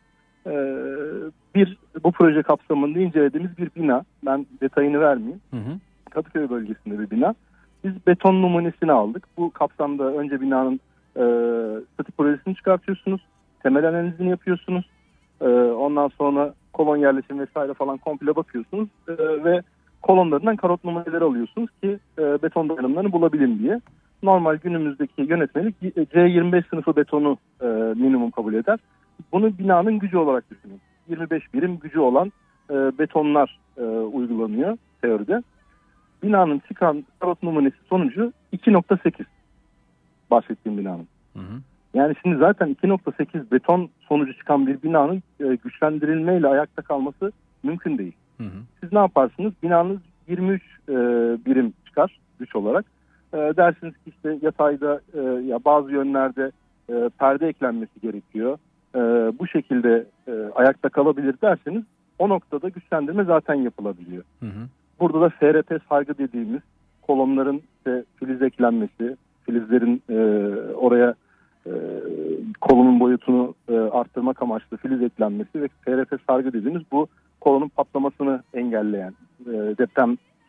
bu proje kapsamında incelediğimiz bir bina. Ben detayını vermeyeyim. Kadıköy bölgesinde bir bina. Biz beton numunesini aldık. Bu kapsamda önce binanın statik projesini çıkartıyorsunuz. Temel analizini yapıyorsunuz. Ondan sonra kolon yerleşim vesaire falan komple bakıyorsunuz. Ve kolonlarından karot numuneleri alıyorsunuz ki beton dayanımlarını bulabilin diye. Normal günümüzdeki yönetmelik C25 sınıfı betonu minimum kabul eder. Bunu binanın gücü olarak düşünün. 25 birim gücü olan betonlar uygulanıyor teoride. Binanın çıkan karot numunesi sonucu 2.8 bahsettiğim binanın. Yani şimdi zaten 2.8 beton sonucu çıkan bir binanın güçlendirilmeyle ayakta kalması mümkün değil. Siz ne yaparsınız? Binanız 23 birim çıkar güç olarak. Dersiniz ki işte yatayda ya bazı yönlerde perde eklenmesi gerekiyor. Bu şekilde ayakta kalabilir derseniz o noktada güçlendirme zaten yapılabiliyor. Burada da FRP sargı dediğimiz kolonların işte filiz eklenmesi, filizlerin oraya kolonun boyutunu arttırmak amaçlı filiz eklenmesi ve FRP sargı dediğimiz bu kolonun patlamasını engelleyen, deprem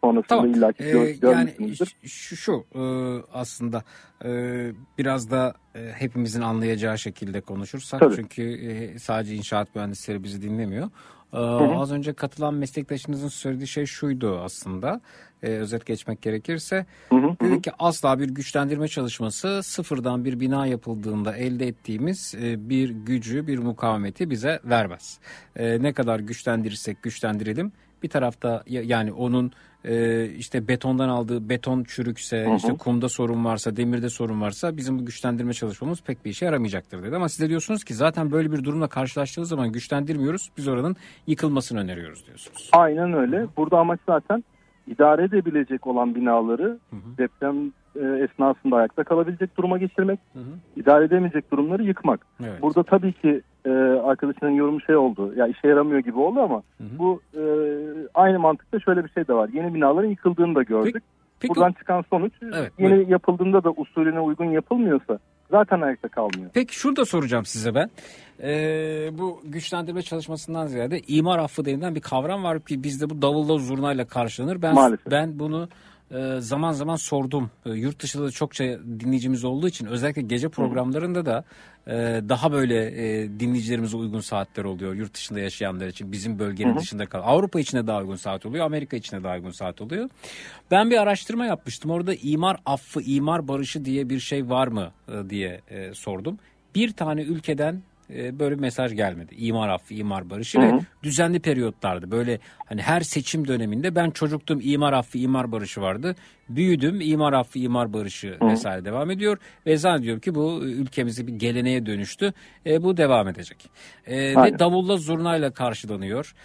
sonrasında tamam. illaki görmüşsünüzdür. Yani şu aslında biraz da hepimizin anlayacağı şekilde konuşursak. Tabii. Çünkü sadece inşaat mühendisleri bizi dinlemiyor. Az önce katılan meslektaşınızın söylediği şey şuydu aslında. Özet geçmek gerekirse. Dedi ki asla bir güçlendirme çalışması sıfırdan bir bina yapıldığında elde ettiğimiz bir gücü, bir mukavemeti bize vermez. Ne kadar güçlendirirsek güçlendirelim. Bir tarafta yani onun işte betondan aldığı beton çürükse, işte kumda sorun varsa, demirde sorun varsa bizim bu güçlendirme çalışmamız pek bir işe yaramayacaktır dedi. Ama siz de diyorsunuz ki zaten böyle bir durumla karşılaştığımız zaman güçlendirmiyoruz. Biz oranın yıkılmasını öneriyoruz diyorsunuz. Aynen öyle. Burada amaç zaten idare edebilecek olan binaları deprem esnasında ayakta kalabilecek duruma getirmek, idare edemeyecek durumları yıkmak. Evet. Burada tabii ki arkadaşının yorumu şey oldu, ya işe yaramıyor gibi oldu ama bu aynı mantıkta şöyle bir şey de var. Yeni binaların yıkıldığını da gördük. Peki, buradan çıkan sonuç yeni yapıldığında da usulüne uygun yapılmıyorsa zaten ayakta kalmıyor. Peki şurada soracağım size ben. Bu güçlendirme çalışmasından ziyade imar affı denilen bir kavram var ki bizde bu davulla zurnayla karşılanır. Ben bunu zaman zaman sordum. Yurt dışında da çokça dinleyicimiz olduğu için özellikle gece programlarında da daha böyle dinleyicilerimize uygun saatler oluyor. Yurt dışında yaşayanlar için bizim bölgenin dışında kalan. Avrupa için de daha uygun saat oluyor. Amerika için de daha uygun saat oluyor. Ben bir araştırma yapmıştım. Orada imar affı, imar barışı diye bir şey var mı diye sordum. Bir tane ülkeden böyle bir mesaj gelmedi. İmar affı, imar barışı ve düzenli periyotlardı. Böyle hani her seçim döneminde ben çocuktum, imar affı, imar barışı vardı. Büyüdüm, imar affı, imar barışı vesaire devam ediyor. Ve zannediyorum ki bu ülkemizde bir geleneğe dönüştü. Bu devam edecek. Ve davulla zurnayla karşılanıyor.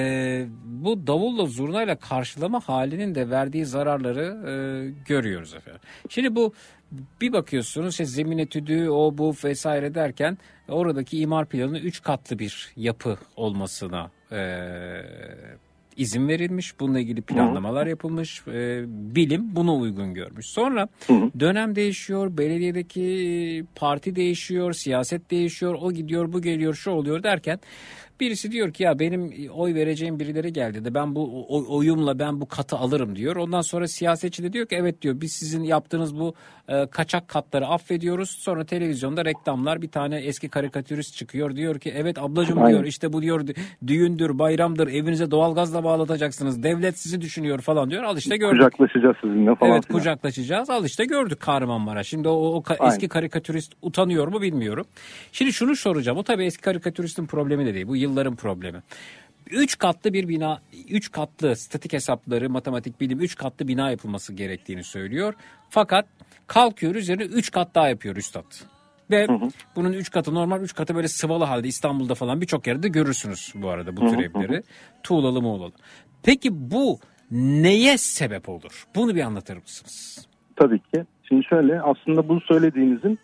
Bu davulla zurnayla karşılama halinin de verdiği zararları görüyoruz efendim. Şimdi bu bir bakıyorsunuz zemin etüdü o bu vesaire derken oradaki imar planı 3 katlı bir yapı olmasına izin verilmiş. Bununla ilgili planlamalar yapılmış. Bilim bunu uygun görmüş. Sonra dönem değişiyor, belediyedeki parti değişiyor, siyaset değişiyor, o gidiyor, bu geliyor, şu oluyor derken birisi diyor ki ya benim oy vereceğim birileri geldi de ben bu oyumla ben bu katı alırım diyor. Ondan sonra siyasetçi de diyor ki evet diyor biz sizin yaptığınız bu kaçak katları affediyoruz. Sonra televizyonda reklamlar bir tane eski karikatürist çıkıyor diyor ki evet ablacığım diyor işte bu diyor düğündür bayramdır evinize doğalgazla bağlatacaksınız. Devlet sizi düşünüyor falan diyor. Al işte gördük. Kucaklaşacağız sizinle falan. Evet kucaklaşacağız. Al işte gördük Kahramanmaraş. Şimdi o eski karikatürist utanıyor mu bilmiyorum. Şimdi şunu soracağım. O tabii eski karikatüristin problemi de değil. Bu yılların problemi. 3 katlı bir bina, 3 katlı statik hesapları, matematik bilim 3 katlı bina yapılması gerektiğini söylüyor. Fakat kalkıyor üzerine 3 kat daha yapıyor üstad. Ve bunun 3 katı normal 3 katı böyle sıvalı halde İstanbul'da falan birçok yerde görürsünüz bu arada bu tür evleri. Tuğlalı muğlalı. Peki bu neye sebep olur? Bunu bir anlatır mısınız? Tabii ki. Şimdi şöyle aslında bu söylediğinizin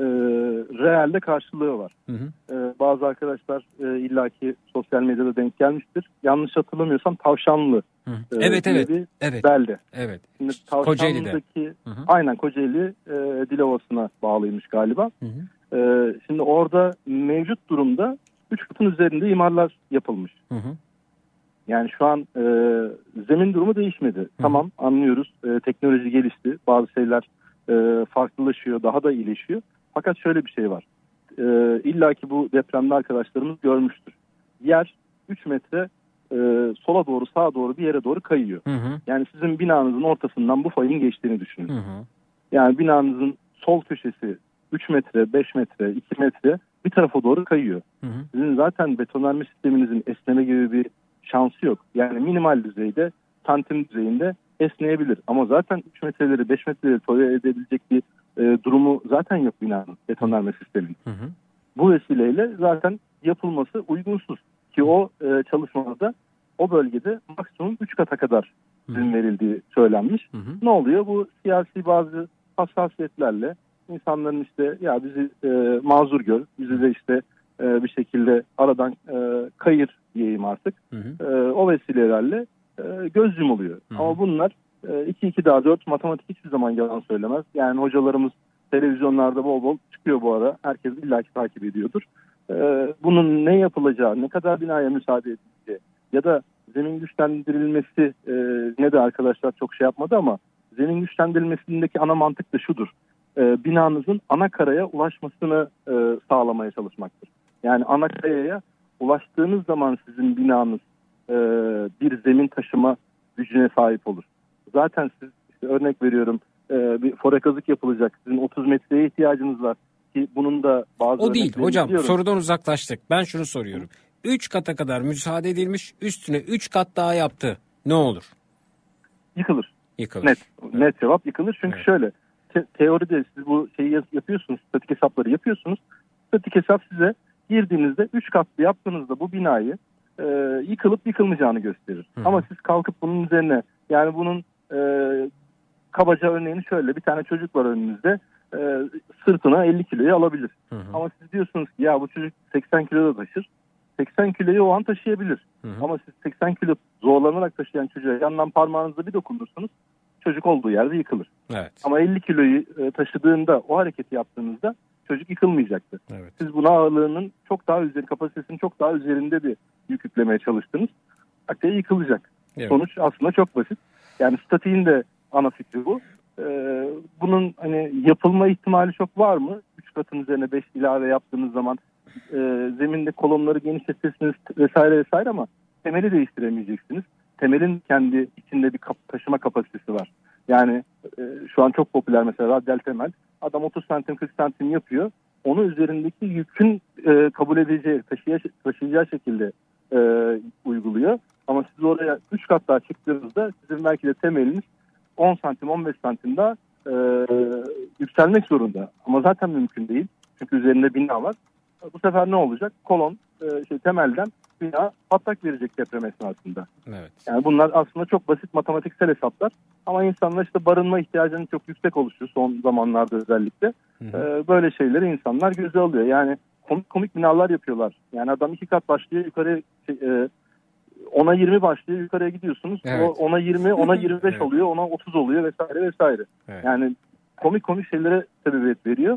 realde karşılığı var. Bazı arkadaşlar illaki sosyal medyada denk gelmiştir. Yanlış hatırlamıyorsam Tavşanlı. Evet. Belde. Evet. Şimdi Tavşanlı'daki aynen Kocaeli Dilovası'na bağlıymış galiba. Şimdi orada mevcut durumda 3 katın üzerinde imarlar yapılmış. Yani şu an zemin durumu değişmedi. Tamam anlıyoruz. Teknoloji gelişti. Bazı şeyler farklılaşıyor, daha da iyileşiyor. Fakat şöyle bir şey var. İlla ki bu depremde arkadaşlarımız görmüştür. Yer 3 metre sola doğru sağa doğru bir yere doğru kayıyor. Yani sizin binanızın ortasından bu fayın geçtiğini düşünün. Yani binanızın sol köşesi 3 metre, 5 metre, 2 metre bir tarafa doğru kayıyor. Sizin zaten betonarme sisteminizin esneme gibi bir şansı yok. Yani minimal düzeyde, santim düzeyinde esneyebilir. Ama zaten 3 metreleri 5 metreleri tolere edebilecek bir durumu zaten yok binanın betonarme sistemin. Bu vesileyle zaten yapılması uygunsuz. Ki o çalışmada o bölgede maksimum 3 kata kadar izin verildiği söylenmiş. Ne oluyor? Bu siyasi bazı hassasiyetlerle insanların işte ya bizi mazur gör, bizi de işte bir şekilde aradan kayır diyeyim artık. O vesilelerle göz yumuluyor. Ama bunlar 2 daha 4 matematik hiçbir zaman yalan söylemez. Yani hocalarımız televizyonlarda bol bol çıkıyor bu ara. Herkes illaki takip ediyordur. Bunun ne yapılacağı, ne kadar binaya müsaade edileceği ya da zemin güçlendirilmesi ne de arkadaşlar çok şey yapmadı ama zemin güçlendirilmesindeki ana mantık da şudur. Binanızın ana karaya ulaşmasını sağlamaya çalışmaktır. Yani ana karaya ulaştığınız zaman sizin binanız bir zemin taşıma gücüne sahip olur. Zaten siz işte örnek veriyorum bir forekazık yapılacak. Sizin 30 metreye ihtiyacınız var ki bunun da bazı o değil hocam biliyorum. Sorudan uzaklaştık. Ben şunu soruyorum. 3 kata kadar müsaade edilmiş, üstüne 3 kat daha yaptı. Ne olur? Yıkılır. Yıkılır. Net cevap yıkılır. Çünkü şöyle teoride siz bu şeyi yapıyorsunuz, statik hesapları yapıyorsunuz. Statik hesap size girdiğinizde 3 katlı yaptığınızda bu binayı yıkılıp yıkılmayacağını gösterir. Ama siz kalkıp bunun üzerine yani bunun kabaca örneğini şöyle bir tane çocuk var önünüzde sırtına 50 kiloyu alabilir. Ama siz diyorsunuz ki ya bu çocuk 80 kilo da taşır. 80 kiloyu o an taşıyabilir. Ama siz 80 kilo zorlanarak taşıyan çocuğa yandan parmağınızla bir dokunursunuz çocuk olduğu yerde yıkılır. Evet. Ama 50 kiloyu taşıdığında o hareketi yaptığınızda çocuk yıkılmayacaktır. Evet. Siz buna ağırlığının çok daha üzerinde, kapasitesinin çok daha üzerinde bir yük yüklemeye çalıştınız. Hakikaten yıkılacak. Evet. Sonuç aslında çok basit. Yani statiğin de ana fikri bu. Bunun hani yapılma ihtimali çok var mı? 3 katın üzerine 5 ilave yaptığınız zaman zeminde kolonları genişletirsiniz vesaire ama temeli değiştiremeyeceksiniz. Temelin kendi içinde bir taşıma kapasitesi var. Yani şu an çok popüler mesela radyal temel. Adam 30 santim 40 santim yapıyor. Onun üzerindeki yükün kabul edeceği, taşıyacağı şekilde uyguluyor. Ama siz oraya 3 kat daha çıktığınızda sizin belki de temeliniz 10 santim 15 santim daha yükselmek zorunda. Ama zaten mümkün değil. Çünkü üzerinde bina var. Bu sefer ne olacak? Kolon temelden bina patlak verecek deprem esnasında. Evet. Yani bunlar aslında çok basit matematiksel hesaplar. Ama insanlar işte barınma ihtiyacının çok yüksek oluşu son zamanlarda özellikle. Böyle şeyleri insanlar göze alıyor. Yani komik binalar yapıyorlar. Yani adam 2 kat başlıyor yukarı 10'a 20 başlıyor yukarıya gidiyorsunuz. Evet. O 10'a 20, 10'a 25 Evet. oluyor, 10'a 30 oluyor vesaire. Evet. Yani komik şeylere sebebiyet veriyor.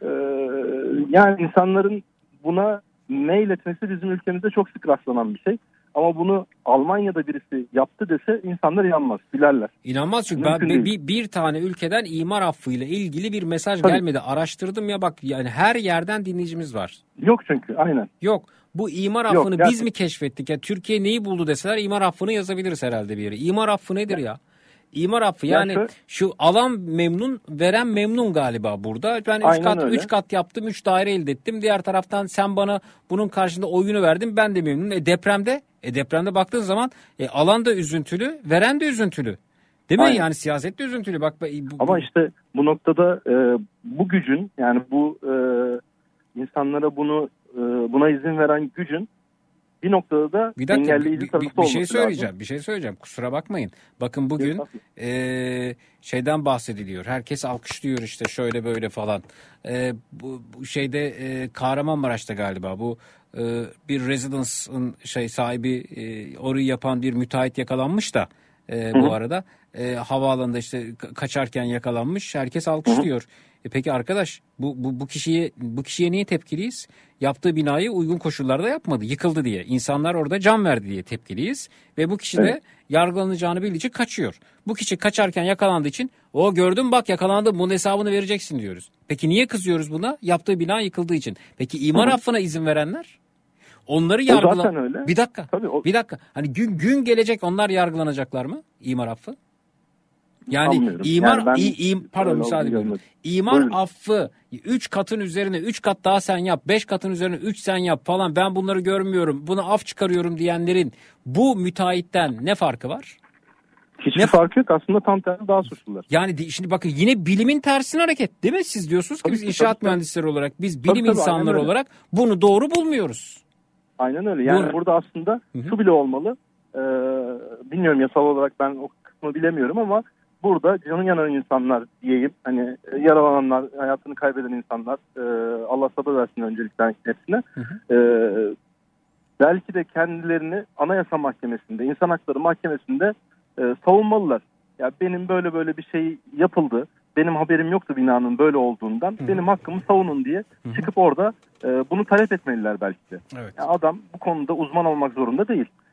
Yani insanların buna meyletmesi bizim ülkemizde çok sık rastlanan bir şey. Ama bunu Almanya'da birisi yaptı dese insanlar inanmaz, bilerler. İnanmaz çünkü bir tane ülkeden imar affıyla ilgili bir mesaj gelmedi. Araştırdım ya bak yani her yerden dinleyicimiz var. Yok çünkü aynen. Yok. Bu imar affını biz mi keşfettik? Ya Türkiye neyi buldu deseler imar affını yazabiliriz herhalde bir yere. İmar affı nedir ya? İmar affı yani şu alan memnun, veren memnun galiba burada. Ben 3 kat yaptım, 3 daire elde ettim. Diğer taraftan sen bana bunun karşında oyunu verdin, ben de memnunum. Depremde baktığın zaman alan da üzüntülü, veren de üzüntülü. Değil mi? Yani siyaset de üzüntülü. Bak ama işte bu noktada bu gücün yani bu insanlara buna izin veren gücün bir noktada da engelleyici tarafı olması Bir şey söyleyeceğim. Kusura bakmayın. Bakın bugün şeyden bahsediliyor. Herkes alkışlıyor işte şöyle böyle falan. Bu şeyde Kahramanmaraş'ta galiba bu bir residence'ın sahibi orayı yapan bir müteahhit yakalanmış da bu arada havaalanında işte kaçarken yakalanmış. Herkes alkışlıyor. Peki arkadaş bu kişiye niye tepkiliyiz? Yaptığı binayı uygun koşullarda yapmadı. Yıkıldı diye. İnsanlar orada can verdi diye tepkiliyiz. Ve bu kişi de yargılanacağını bildiği için kaçıyor. Bu kişi kaçarken yakalandığı için gördün bak yakalandı bunun hesabını vereceksin diyoruz. Peki niye kızıyoruz buna? Yaptığı bina yıkıldığı için. Peki imar affına izin verenler? Onları yargılan... Bir dakika. Hani gün gelecek onlar yargılanacaklar mı? İmar affı? Yani İmar affı 3 katın üzerine 3 kat daha sen yap, 5 katın üzerine 3 sen yap falan ben bunları görmüyorum, buna af çıkarıyorum diyenlerin bu müteahhitten ne farkı var? Hiçbir farkı yok aslında tam tersi daha suçlular. Yani şimdi bakın yine bilimin tersine hareket değil mi? Siz diyorsunuz ki biz inşaat mühendisleri olarak biz bilim insanları olarak bunu doğru bulmuyoruz. Aynen öyle yani burada aslında şu bile olmalı bilmiyorum yasal olarak ben o kısmı bilemiyorum ama burada canı yanan insanlar diyeyim hani yaralananlar, hayatını kaybeden insanlar Allah sabır versin öncelikle hepsine. Belki de kendilerini Anayasa Mahkemesi'nde, İnsan Hakları Mahkemesi'nde savunmalılar. Ya benim böyle bir şey yapıldı. Benim haberim yoktu binanın böyle olduğundan. Benim hakkımı savunun diye çıkıp orada bunu talep etmeliler belki de. Evet. Yani adam bu konuda uzman olmak zorunda değil.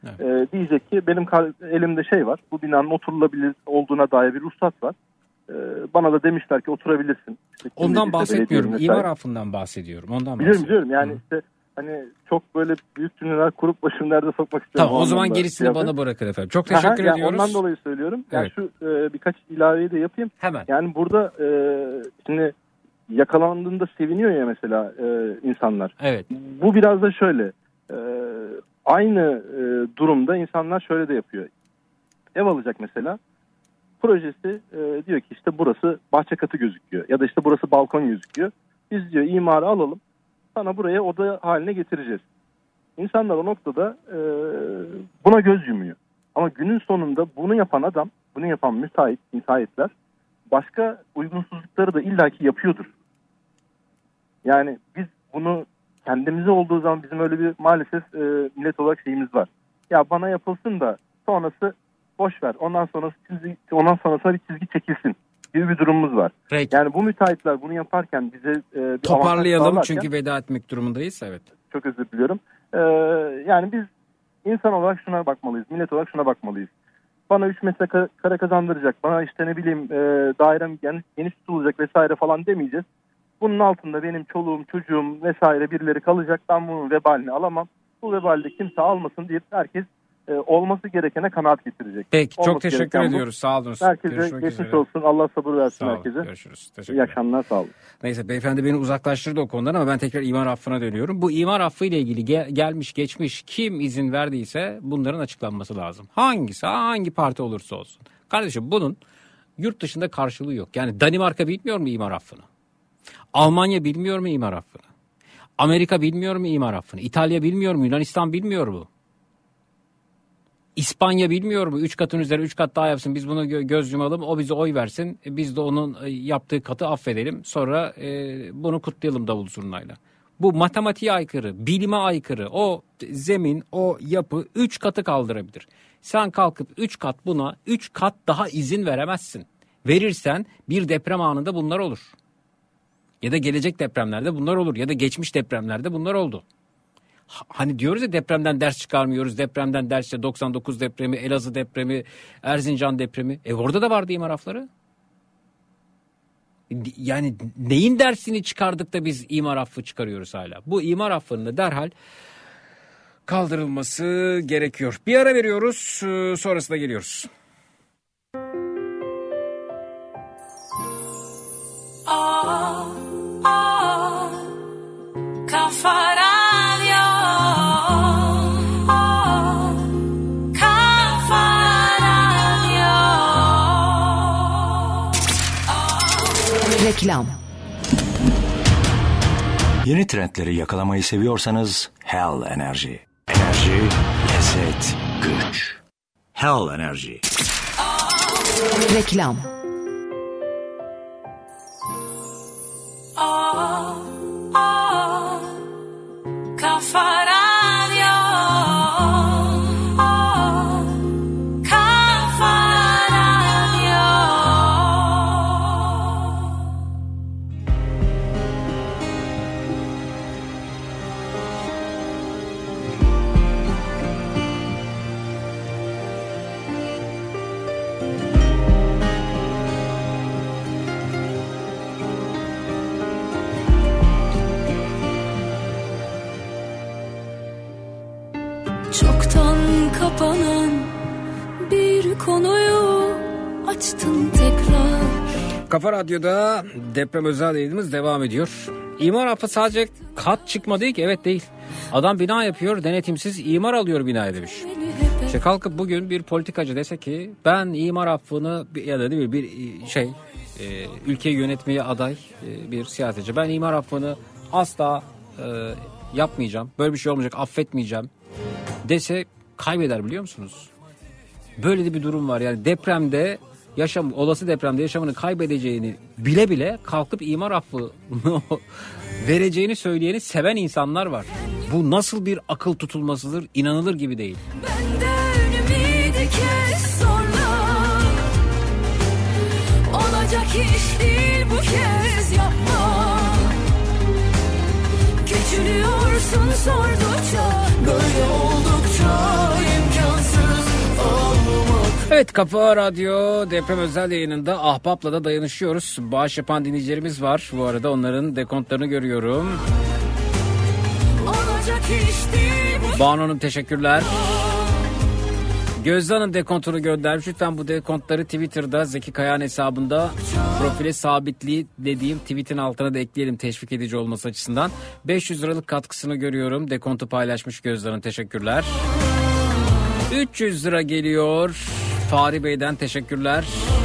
Diyecek ki benim elimde şey var. Bu binanın oturulabilir olduğuna dair bir ruhsat var. Bana da demişler ki oturabilirsin. İşte ondan bahsetmiyorum. İmar affından bahsediyorum. Ondan biliyorum. Yani işte hani çok böyle büyük cümleler kurup başını derde sokmak istemiyorum. Tamam, o zaman gerisini bana bırakın efendim. Çok teşekkür ediyoruz. Ondan dolayı söylüyorum. Yani şu birkaç ilaveyi de yapayım. Hemen. Yani burada şimdi yakalandığında seviniyor ya mesela insanlar. Evet. Bu biraz da şöyle. Aynı durumda insanlar şöyle de yapıyor. Ev alacak mesela. Projesi diyor ki işte burası bahçe katı gözüküyor. Ya da işte burası balkon gözüküyor. Biz diyor imarı alalım. Sana buraya oda haline getireceğiz. İnsanlar o noktada buna göz yumuyor. Ama günün sonunda bunu yapan adam, bunu yapan müteahhitler başka uygunsuzlukları da illaki yapıyordur. Yani biz bunu kendimize olduğu zaman bizim öyle bir maalesef millet olarak şeyimiz var. Ya bana yapılsın da sonrası boş ver. Ondan sonrasına bir çizgi çekilsin gibi bir durumumuz var. Peki. Yani bu müteahhitler bunu yaparken bize bir toparlayalım çünkü veda etmek durumundayız. Evet. Çok özür diliyorum. Yani biz insan olarak şuna bakmalıyız. Millet olarak şuna bakmalıyız. Bana 3 metrekare kazandıracak. Bana işte ne bileyim dairem geniş tutulacak vesaire falan demeyeceğiz. Bunun altında benim çoluğum, çocuğum vesaire birileri kalacak. Ben bunun vebalini alamam. Bu vebalde de kimse almasın deyip herkes olması gerekene kanaat getirecek. Peki, çok teşekkür ediyoruz. Sağ olun. Herkese geçmiş olsun. Allah sabır versin herkese. Görüşürüz. İyi akşamlar. Sağ olun. Neyse, beyefendi beni uzaklaştırdı o konudan ama ben tekrar imar affına dönüyorum. Bu imar affı ile ilgili gelmiş geçmiş kim izin verdiyse bunların açıklanması lazım. Hangi parti olursa olsun. Kardeşim bunun yurt dışında karşılığı yok. Yani Danimarka bilmiyor mu imar affını? Almanya bilmiyor mu imar affını? Amerika bilmiyor mu imar affını? İtalya bilmiyor mu? Yunanistan bilmiyor mu? İspanya bilmiyor mu? 3 katın üzeri 3 kat daha yapsın. Biz bunu göz yumalım. O bize oy versin. Biz de onun yaptığı katı affedelim. Sonra bunu kutlayalım davul zurnayla. Bu matematiğe aykırı, bilime aykırı. O zemin, o yapı 3 katı kaldırabilir. Sen kalkıp 3 kat buna 3 kat daha izin veremezsin. Verirsen bir deprem anında bunlar olur. Ya da gelecek depremlerde bunlar olur. Ya da geçmiş depremlerde bunlar oldu. Hani diyoruz ya depremden ders çıkarmıyoruz. Depremden ders, 99 depremi, Elazığ depremi, Erzincan depremi. Orada da vardı imar affları. Yani neyin dersini çıkardık da biz imar affı çıkarıyoruz hala? Bu imar affının da derhal kaldırılması gerekiyor. Bir ara veriyoruz, sonrasında geliyoruz. Kafa Radyo, Kafa Radyo. Reklam. Yeni trendleri yakalamayı seviyorsanız Hell Enerji. Enerji, lezzet, güç. Hell Enerji. Reklam. Kafa Radyo, Kafa Radyo. Çoktan kapanan bir konuyu açtın tekrar. Kafa Radyo'da deprem özel yayınımız devam ediyor. İmar affı sadece kat çıkma değil ki, evet değil. Adam bina yapıyor, denetimsiz imar alıyor binaya demiş. İşte kalkıp bugün bir politikacı dese ki ben imar affını ya da değil bir ülkeyi yönetmeye aday bir siyasetçi. Ben imar affını asla yapmayacağım. Böyle bir şey olmayacak, affetmeyeceğim dese kaybeder, biliyor musunuz? Böyle de bir durum var. Yani depremde olası depremde yaşamını kaybedeceğini bile bile kalkıp imar affı vereceğini söyleyeni seven insanlar var. Bu nasıl bir akıl tutulmasıdır, inanılır gibi değil. Benden ümidi kes sonra, olacak iş değil bu kez, yapma. Küçülüyorsun sordukça, böyle oldukça imkansız. Evet, Kafa Radyo deprem özel yayınında Ahbap'la da dayanışıyoruz. Bağış yapan dinleyicilerimiz var. Bu arada onların dekontlarını görüyorum. Banu Hanım teşekkürler. Gözde Hanım dekontunu göndermiş. Lütfen bu dekontları Twitter'da Zeki Kayağan hesabında profile sabitlediğim tweetin altına da ekleyelim, teşvik edici olması açısından. 500 liralık katkısını görüyorum. Dekontu paylaşmış Gözde Hanım, teşekkürler. 300 lira geliyor. Fahri Bey'den teşekkürler.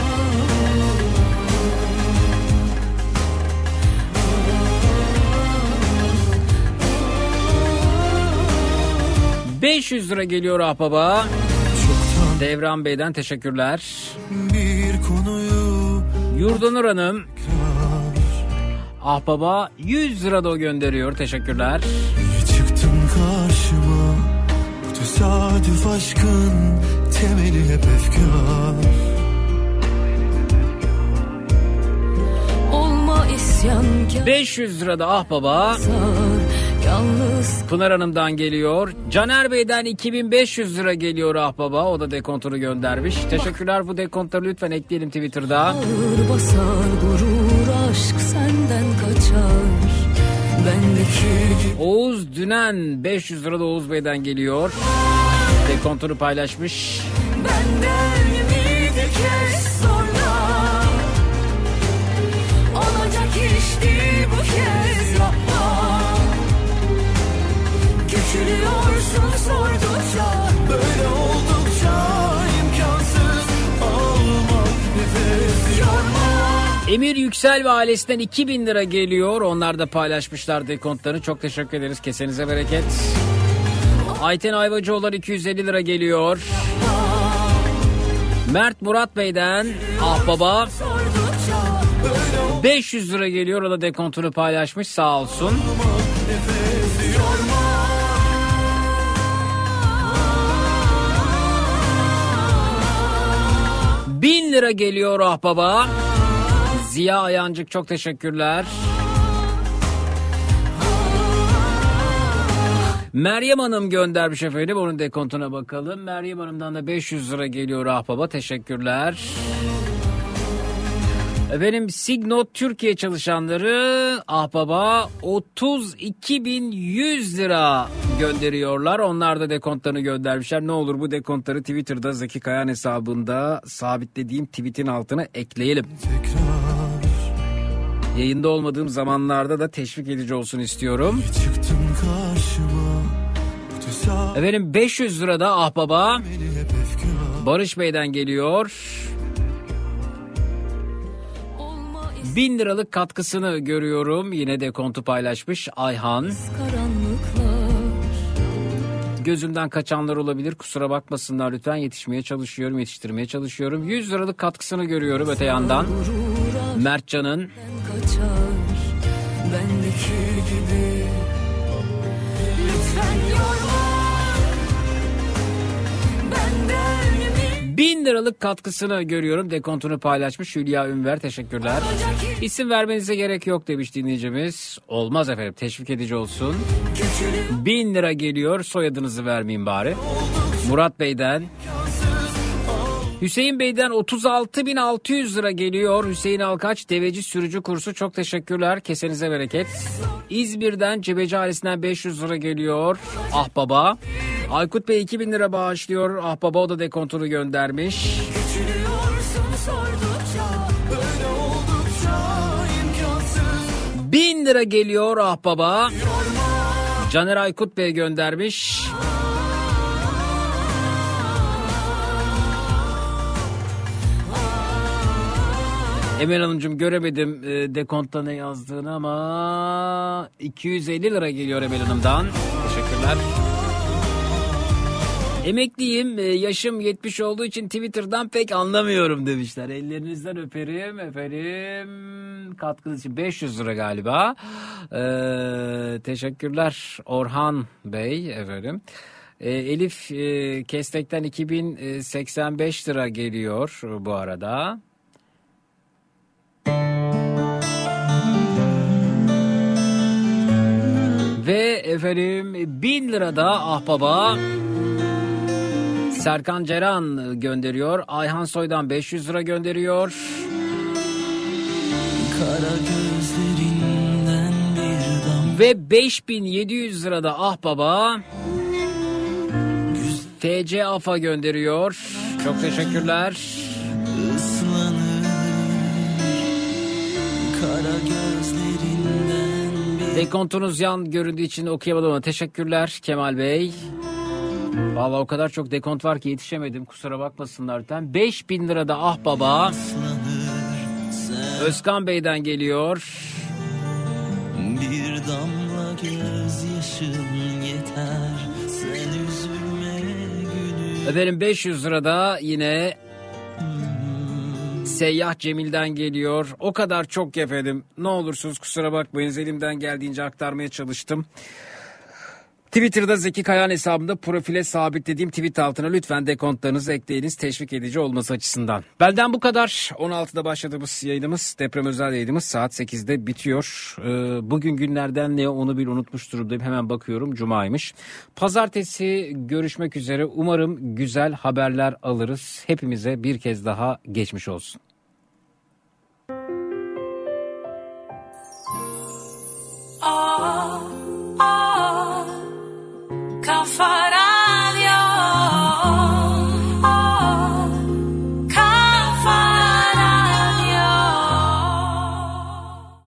$500 geliyor Ahbaba. Devran Bey'den teşekkürler. Bir konuyu Yurdanur Hanım Ahbaba 100 lira da gönderiyor. Teşekkürler. Çıktın karşıma, bu tesadüf aşkın temeli hep efkar. Olma isyankar. 500 lira da Ahbaba. Yalnız. Pınar Hanım'dan geliyor. Caner Bey'den 2500 lira geliyor Ahbaba. O da dekontunu göndermiş. Teşekkürler, bu dekontları lütfen ekleyelim Twitter'da. Ağır basar gurur, aşk senden kaçar. Bendeki. Oğuz Dünen 500 lira da Oğuz Bey'den geliyor. Dekontunu paylaşmış. Benden bir kez sonra olacak iş değil bu kez, yapma. Küçülüyorsun sordukça, böyle oldukça imkansız olmak, nefes yorma. Emir Yüksel ve ailesinden 2000 lira geliyor. Onlar da paylaşmışlar dekontlarını. Çok teşekkür ederiz. Kesenize bereket. Ayten Ayvacıoğlan 250 lira geliyor. Mert Murat Bey'den Ahbaba 500 lira geliyor. O da dekontunu paylaşmış. Sağ olsun. 1000 lira geliyor Ahbaba. Ziya Ayancık çok teşekkürler. Meryem Hanım göndermiş efendim. Onun dekontuna bakalım. Meryem Hanım'dan da 500 lira geliyor Ahbaba. Teşekkürler. Efendim Signot Türkiye çalışanları Ahbaba 32.100 lira gönderiyorlar. Onlar da dekontlarını göndermişler. Ne olur bu dekontları Twitter'da Zeki Kayağan hesabında sabitlediğim tweetin altına ekleyelim. Yayında olmadığım zamanlarda da teşvik edici olsun istiyorum. Efendim 500 lira da Ahbaba Barış Bey'den geliyor. 1000 liralık katkısını görüyorum. Yine dekontu paylaşmış Ayhan. Gözümden kaçanlar olabilir. Kusura bakmasınlar lütfen. Yetiştirmeye çalışıyorum. 100 liralık katkısını görüyorum öte yandan. Mertcan'ın. 1000 liralık katkısını görüyorum. Dekontunu paylaşmış Hülya Ünver. Teşekkürler. İsim vermenize gerek yok demiş dinleyicimiz. Olmaz efendim. Teşvik edici olsun. 1000 lira geliyor. Soyadınızı vermeyin bari. Murat Bey'den. Hüseyin Bey'den 36.600 lira geliyor. Hüseyin Alkaç deveci sürücü kursu. Çok teşekkürler. Kesenize bereket. İzmir'den Cebeci ailesinden 500 lira geliyor. Ahbaba. Aykut Bey 2000 lira bağışlıyor. Ahbaba o da dekontunu göndermiş. 1000 lira geliyor Ahbaba. Caner Aykut Bey göndermiş. Emel Hanımcığım göremedim dekontta ne yazdığını ama 250 lira geliyor Emel Hanım'dan. Teşekkürler. Emekliyim, yaşım 70 olduğu için Twitter'dan pek anlamıyorum demişler. Ellerinizden öperim efendim. Katkınız için 500 lira galiba. Teşekkürler Orhan Bey efendim. Elif Kestek'ten 2085 lira geliyor bu arada. Ve efendim 1000 lira da Ahbaba Serkan Ceren gönderiyor. Ayhan Soy'dan 500 lira gönderiyor. Kara gözlerinden bir dam. Ve 5700 lira da ah baba TC AF'a gönderiyor. Çok teşekkürler. Islanır kara gözlerinden bir... Dekontunuz yan göründüğü için okuyamadım ama teşekkürler Kemal Bey. Vallahi o kadar çok dekont var ki yetişemedim, kusura bakmasınlar lütfen. 5000 lira da ah baba Özkan Bey'den geliyor. Bir damla gözyaşın yeter, sen üzülme gülüm. Efendim 500 lira da yine Seyyah Cemil'den geliyor. O kadar çok efendim. Ne olursunuz kusura bakmayın, elimden geldiğince aktarmaya çalıştım. Twitter'da Zeki Kayan hesabımda profile sabitlediğim tweet altına lütfen dekontlarınızı ekleyiniz, teşvik edici olması açısından. Benden bu kadar. 16'da başladığımız yayınımız, deprem özel yayınımız saat 8'de bitiyor. Bugün günlerden ne onu bir unutmuş durumdayım. Hemen bakıyorum, Cuma'ymış. Pazartesi görüşmek üzere. Umarım güzel haberler alırız. Hepimize bir kez daha geçmiş olsun.